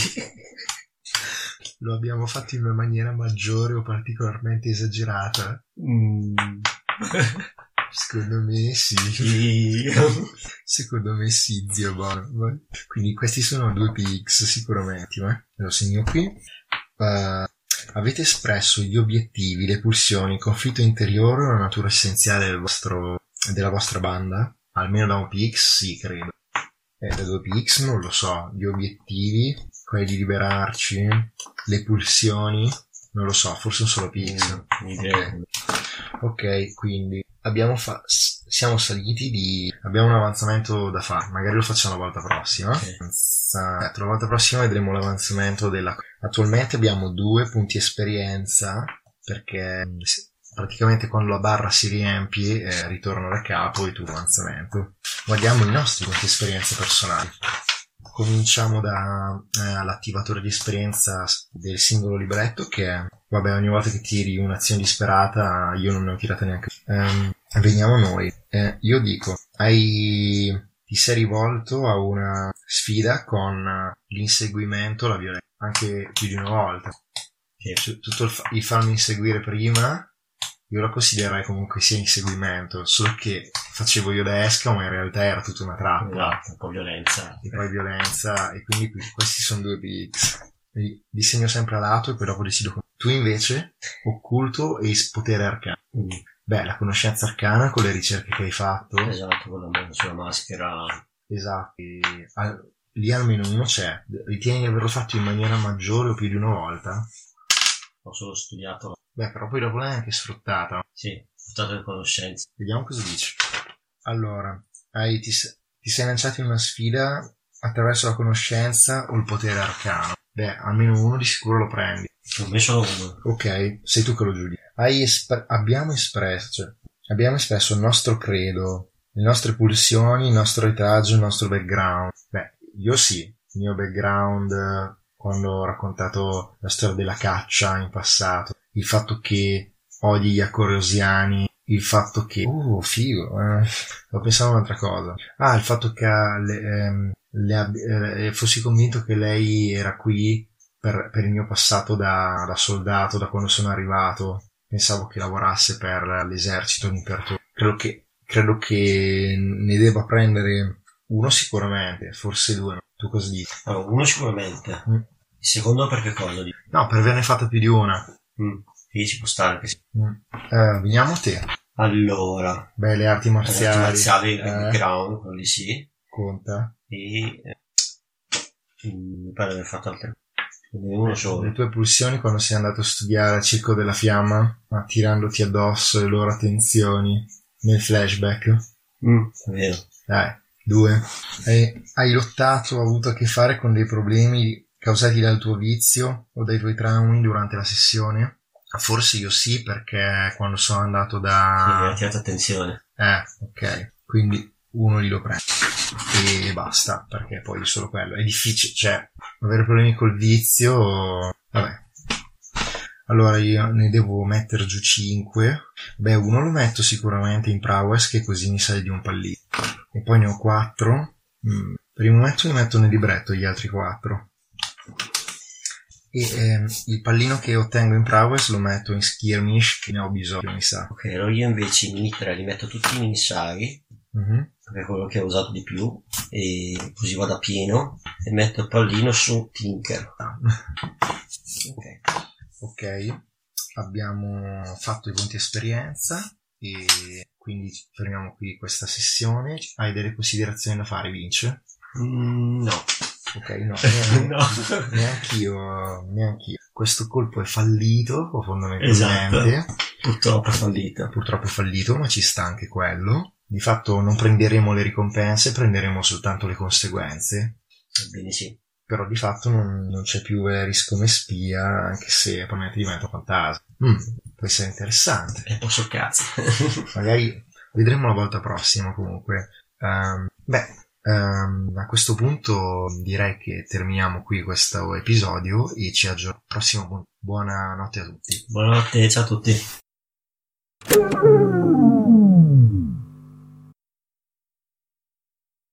Lo abbiamo fatto in una maniera maggiore o particolarmente esagerata? Mm. Secondo me sì. Sì. Secondo me sì, zio Bono. Quindi questi sono due P X sicuramente, eh? Me lo segno qui. Uh, avete espresso gli obiettivi, le pulsioni, il conflitto interiore o la natura essenziale del vostro, della vostra banda? Almeno da un P X sì, credo. E da due P X non lo so. Gli obiettivi, quelli di liberarci, le pulsioni, non lo so, forse un solo P X. Mm, ok, quindi abbiamo fa- siamo saliti di... abbiamo un avanzamento da fare, magari lo facciamo la volta prossima. Okay. La volta prossima vedremo l'avanzamento della... Attualmente abbiamo due punti esperienza, perché praticamente quando la barra si riempie eh, ritorna da capo il tuo avanzamento. Guardiamo i nostri punti esperienza personali. Cominciamo dall'attivatore eh, di esperienza del singolo libretto, che è, vabbè, ogni volta che tiri un'azione disperata, io non ne ho tirata neanche. Um, veniamo a noi. Eh, io dico, hai, ti sei rivolto a una sfida con l'inseguimento, la violenza, anche più di una volta. Sì. Tutto il, fa- il farmi inseguire prima, io la considererei comunque sia inseguimento, solo che facevo io da esca, ma in realtà era tutta una trappola. Esatto, un po' violenza. E poi violenza, e quindi questi sono due P X. Li disegno sempre a lato e poi dopo decido. Tu invece, occulto e potere arcano. Mm. Beh, la conoscenza arcana con le ricerche che hai fatto. Esatto, con la sulla maschera. Esatto. E, al, lì almeno uno c'è. Ritieni di averlo fatto in maniera maggiore o più di una volta? Ho solo studiato. Beh, però poi dopo l'hai anche sfruttata. Sì, sfruttato le conoscenze. Vediamo cosa dici. Allora, hai, ti, ti sei lanciato in una sfida attraverso la conoscenza o il potere arcano. Beh, almeno uno di sicuro lo prendi. Per me solo uno. Ok, sei tu che lo giudichi. Hai esp- abbiamo espresso, cioè, abbiamo espresso il nostro credo, le nostre pulsioni, il nostro retaggio, il nostro background. Beh, io sì, il mio background, quando ho raccontato la storia della caccia in passato, il fatto che odi gli accorosiani, il fatto che... Uh, figo, eh, ho pensato a un'altra cosa. Ah, il fatto che le, ehm, le, eh, fossi convinto che lei era qui per, per il mio passato da, da soldato, da quando sono arrivato. Pensavo che lavorasse per l'esercito di Imperatore. Credo che, credo che ne debba prendere uno sicuramente, forse due. Tu cosa dici? Allora, uno sicuramente. Mm. Il secondo perché cosa? No, per averne fatta più di una. Mm. Sì, ci può stare che sì. Mm. Eh, veniamo a te. Allora, beh, le arti marziali, le arti marziali, il eh, background, quelli sì. Conta. E eh, mi pare di aver fatto altre. Quindi uno solo. Le tue pulsioni quando sei andato a studiare al Circo della Fiamma, attirandoti addosso le loro attenzioni nel flashback. Mm, è vero. Dai, due. Hai, hai lottato, hai avuto a che fare con dei problemi causati dal tuo vizio o dai tuoi traumi durante la sessione? Forse io sì, perché quando sono andato da... Sì, mi ha tirato attenzione. Eh, ok. Quindi uno li lo prendo. E basta, perché poi è solo quello. È difficile, cioè, avere problemi col vizio... Vabbè. Allora io ne devo mettere giù cinque. Beh, uno lo metto sicuramente in prowess, che così mi sale di un pallino. E poi ne ho quattro. Mm. Per il momento ne metto nel libretto gli altri quattro. E ehm, il pallino che ottengo in prowess lo metto in skirmish, che ne ho bisogno, mi sa. Ok, allora io invece i mini tre li metto tutti i mini sari, Mm-hmm. perché è quello che ho usato di più, e così vado a pieno, e metto il pallino su Tinker. Ah. Ok. Ok, abbiamo fatto i punti esperienza e quindi fermiamo qui questa sessione. Hai delle considerazioni da fare, Vince? Mm, no. Ok, no, neanche, No. neanch'io, neanch'io. Questo colpo è fallito, fondamentalmente. Esatto. Purtroppo è fallito. Purtroppo è fallito, ma ci sta anche quello. Di fatto non prenderemo le ricompense, prenderemo soltanto le conseguenze. Ebbene sì. Però di fatto non, non c'è più Eris come spia, anche se probabilmente diventa fantasma. Mm, può essere interessante. E posso cazzo. Magari vedremo la volta prossima comunque. Um, beh, um, a questo punto direi che terminiamo qui questo episodio e ci aggiorniamo al prossimo punto. Buonanotte a tutti. Buonanotte, ciao a tutti.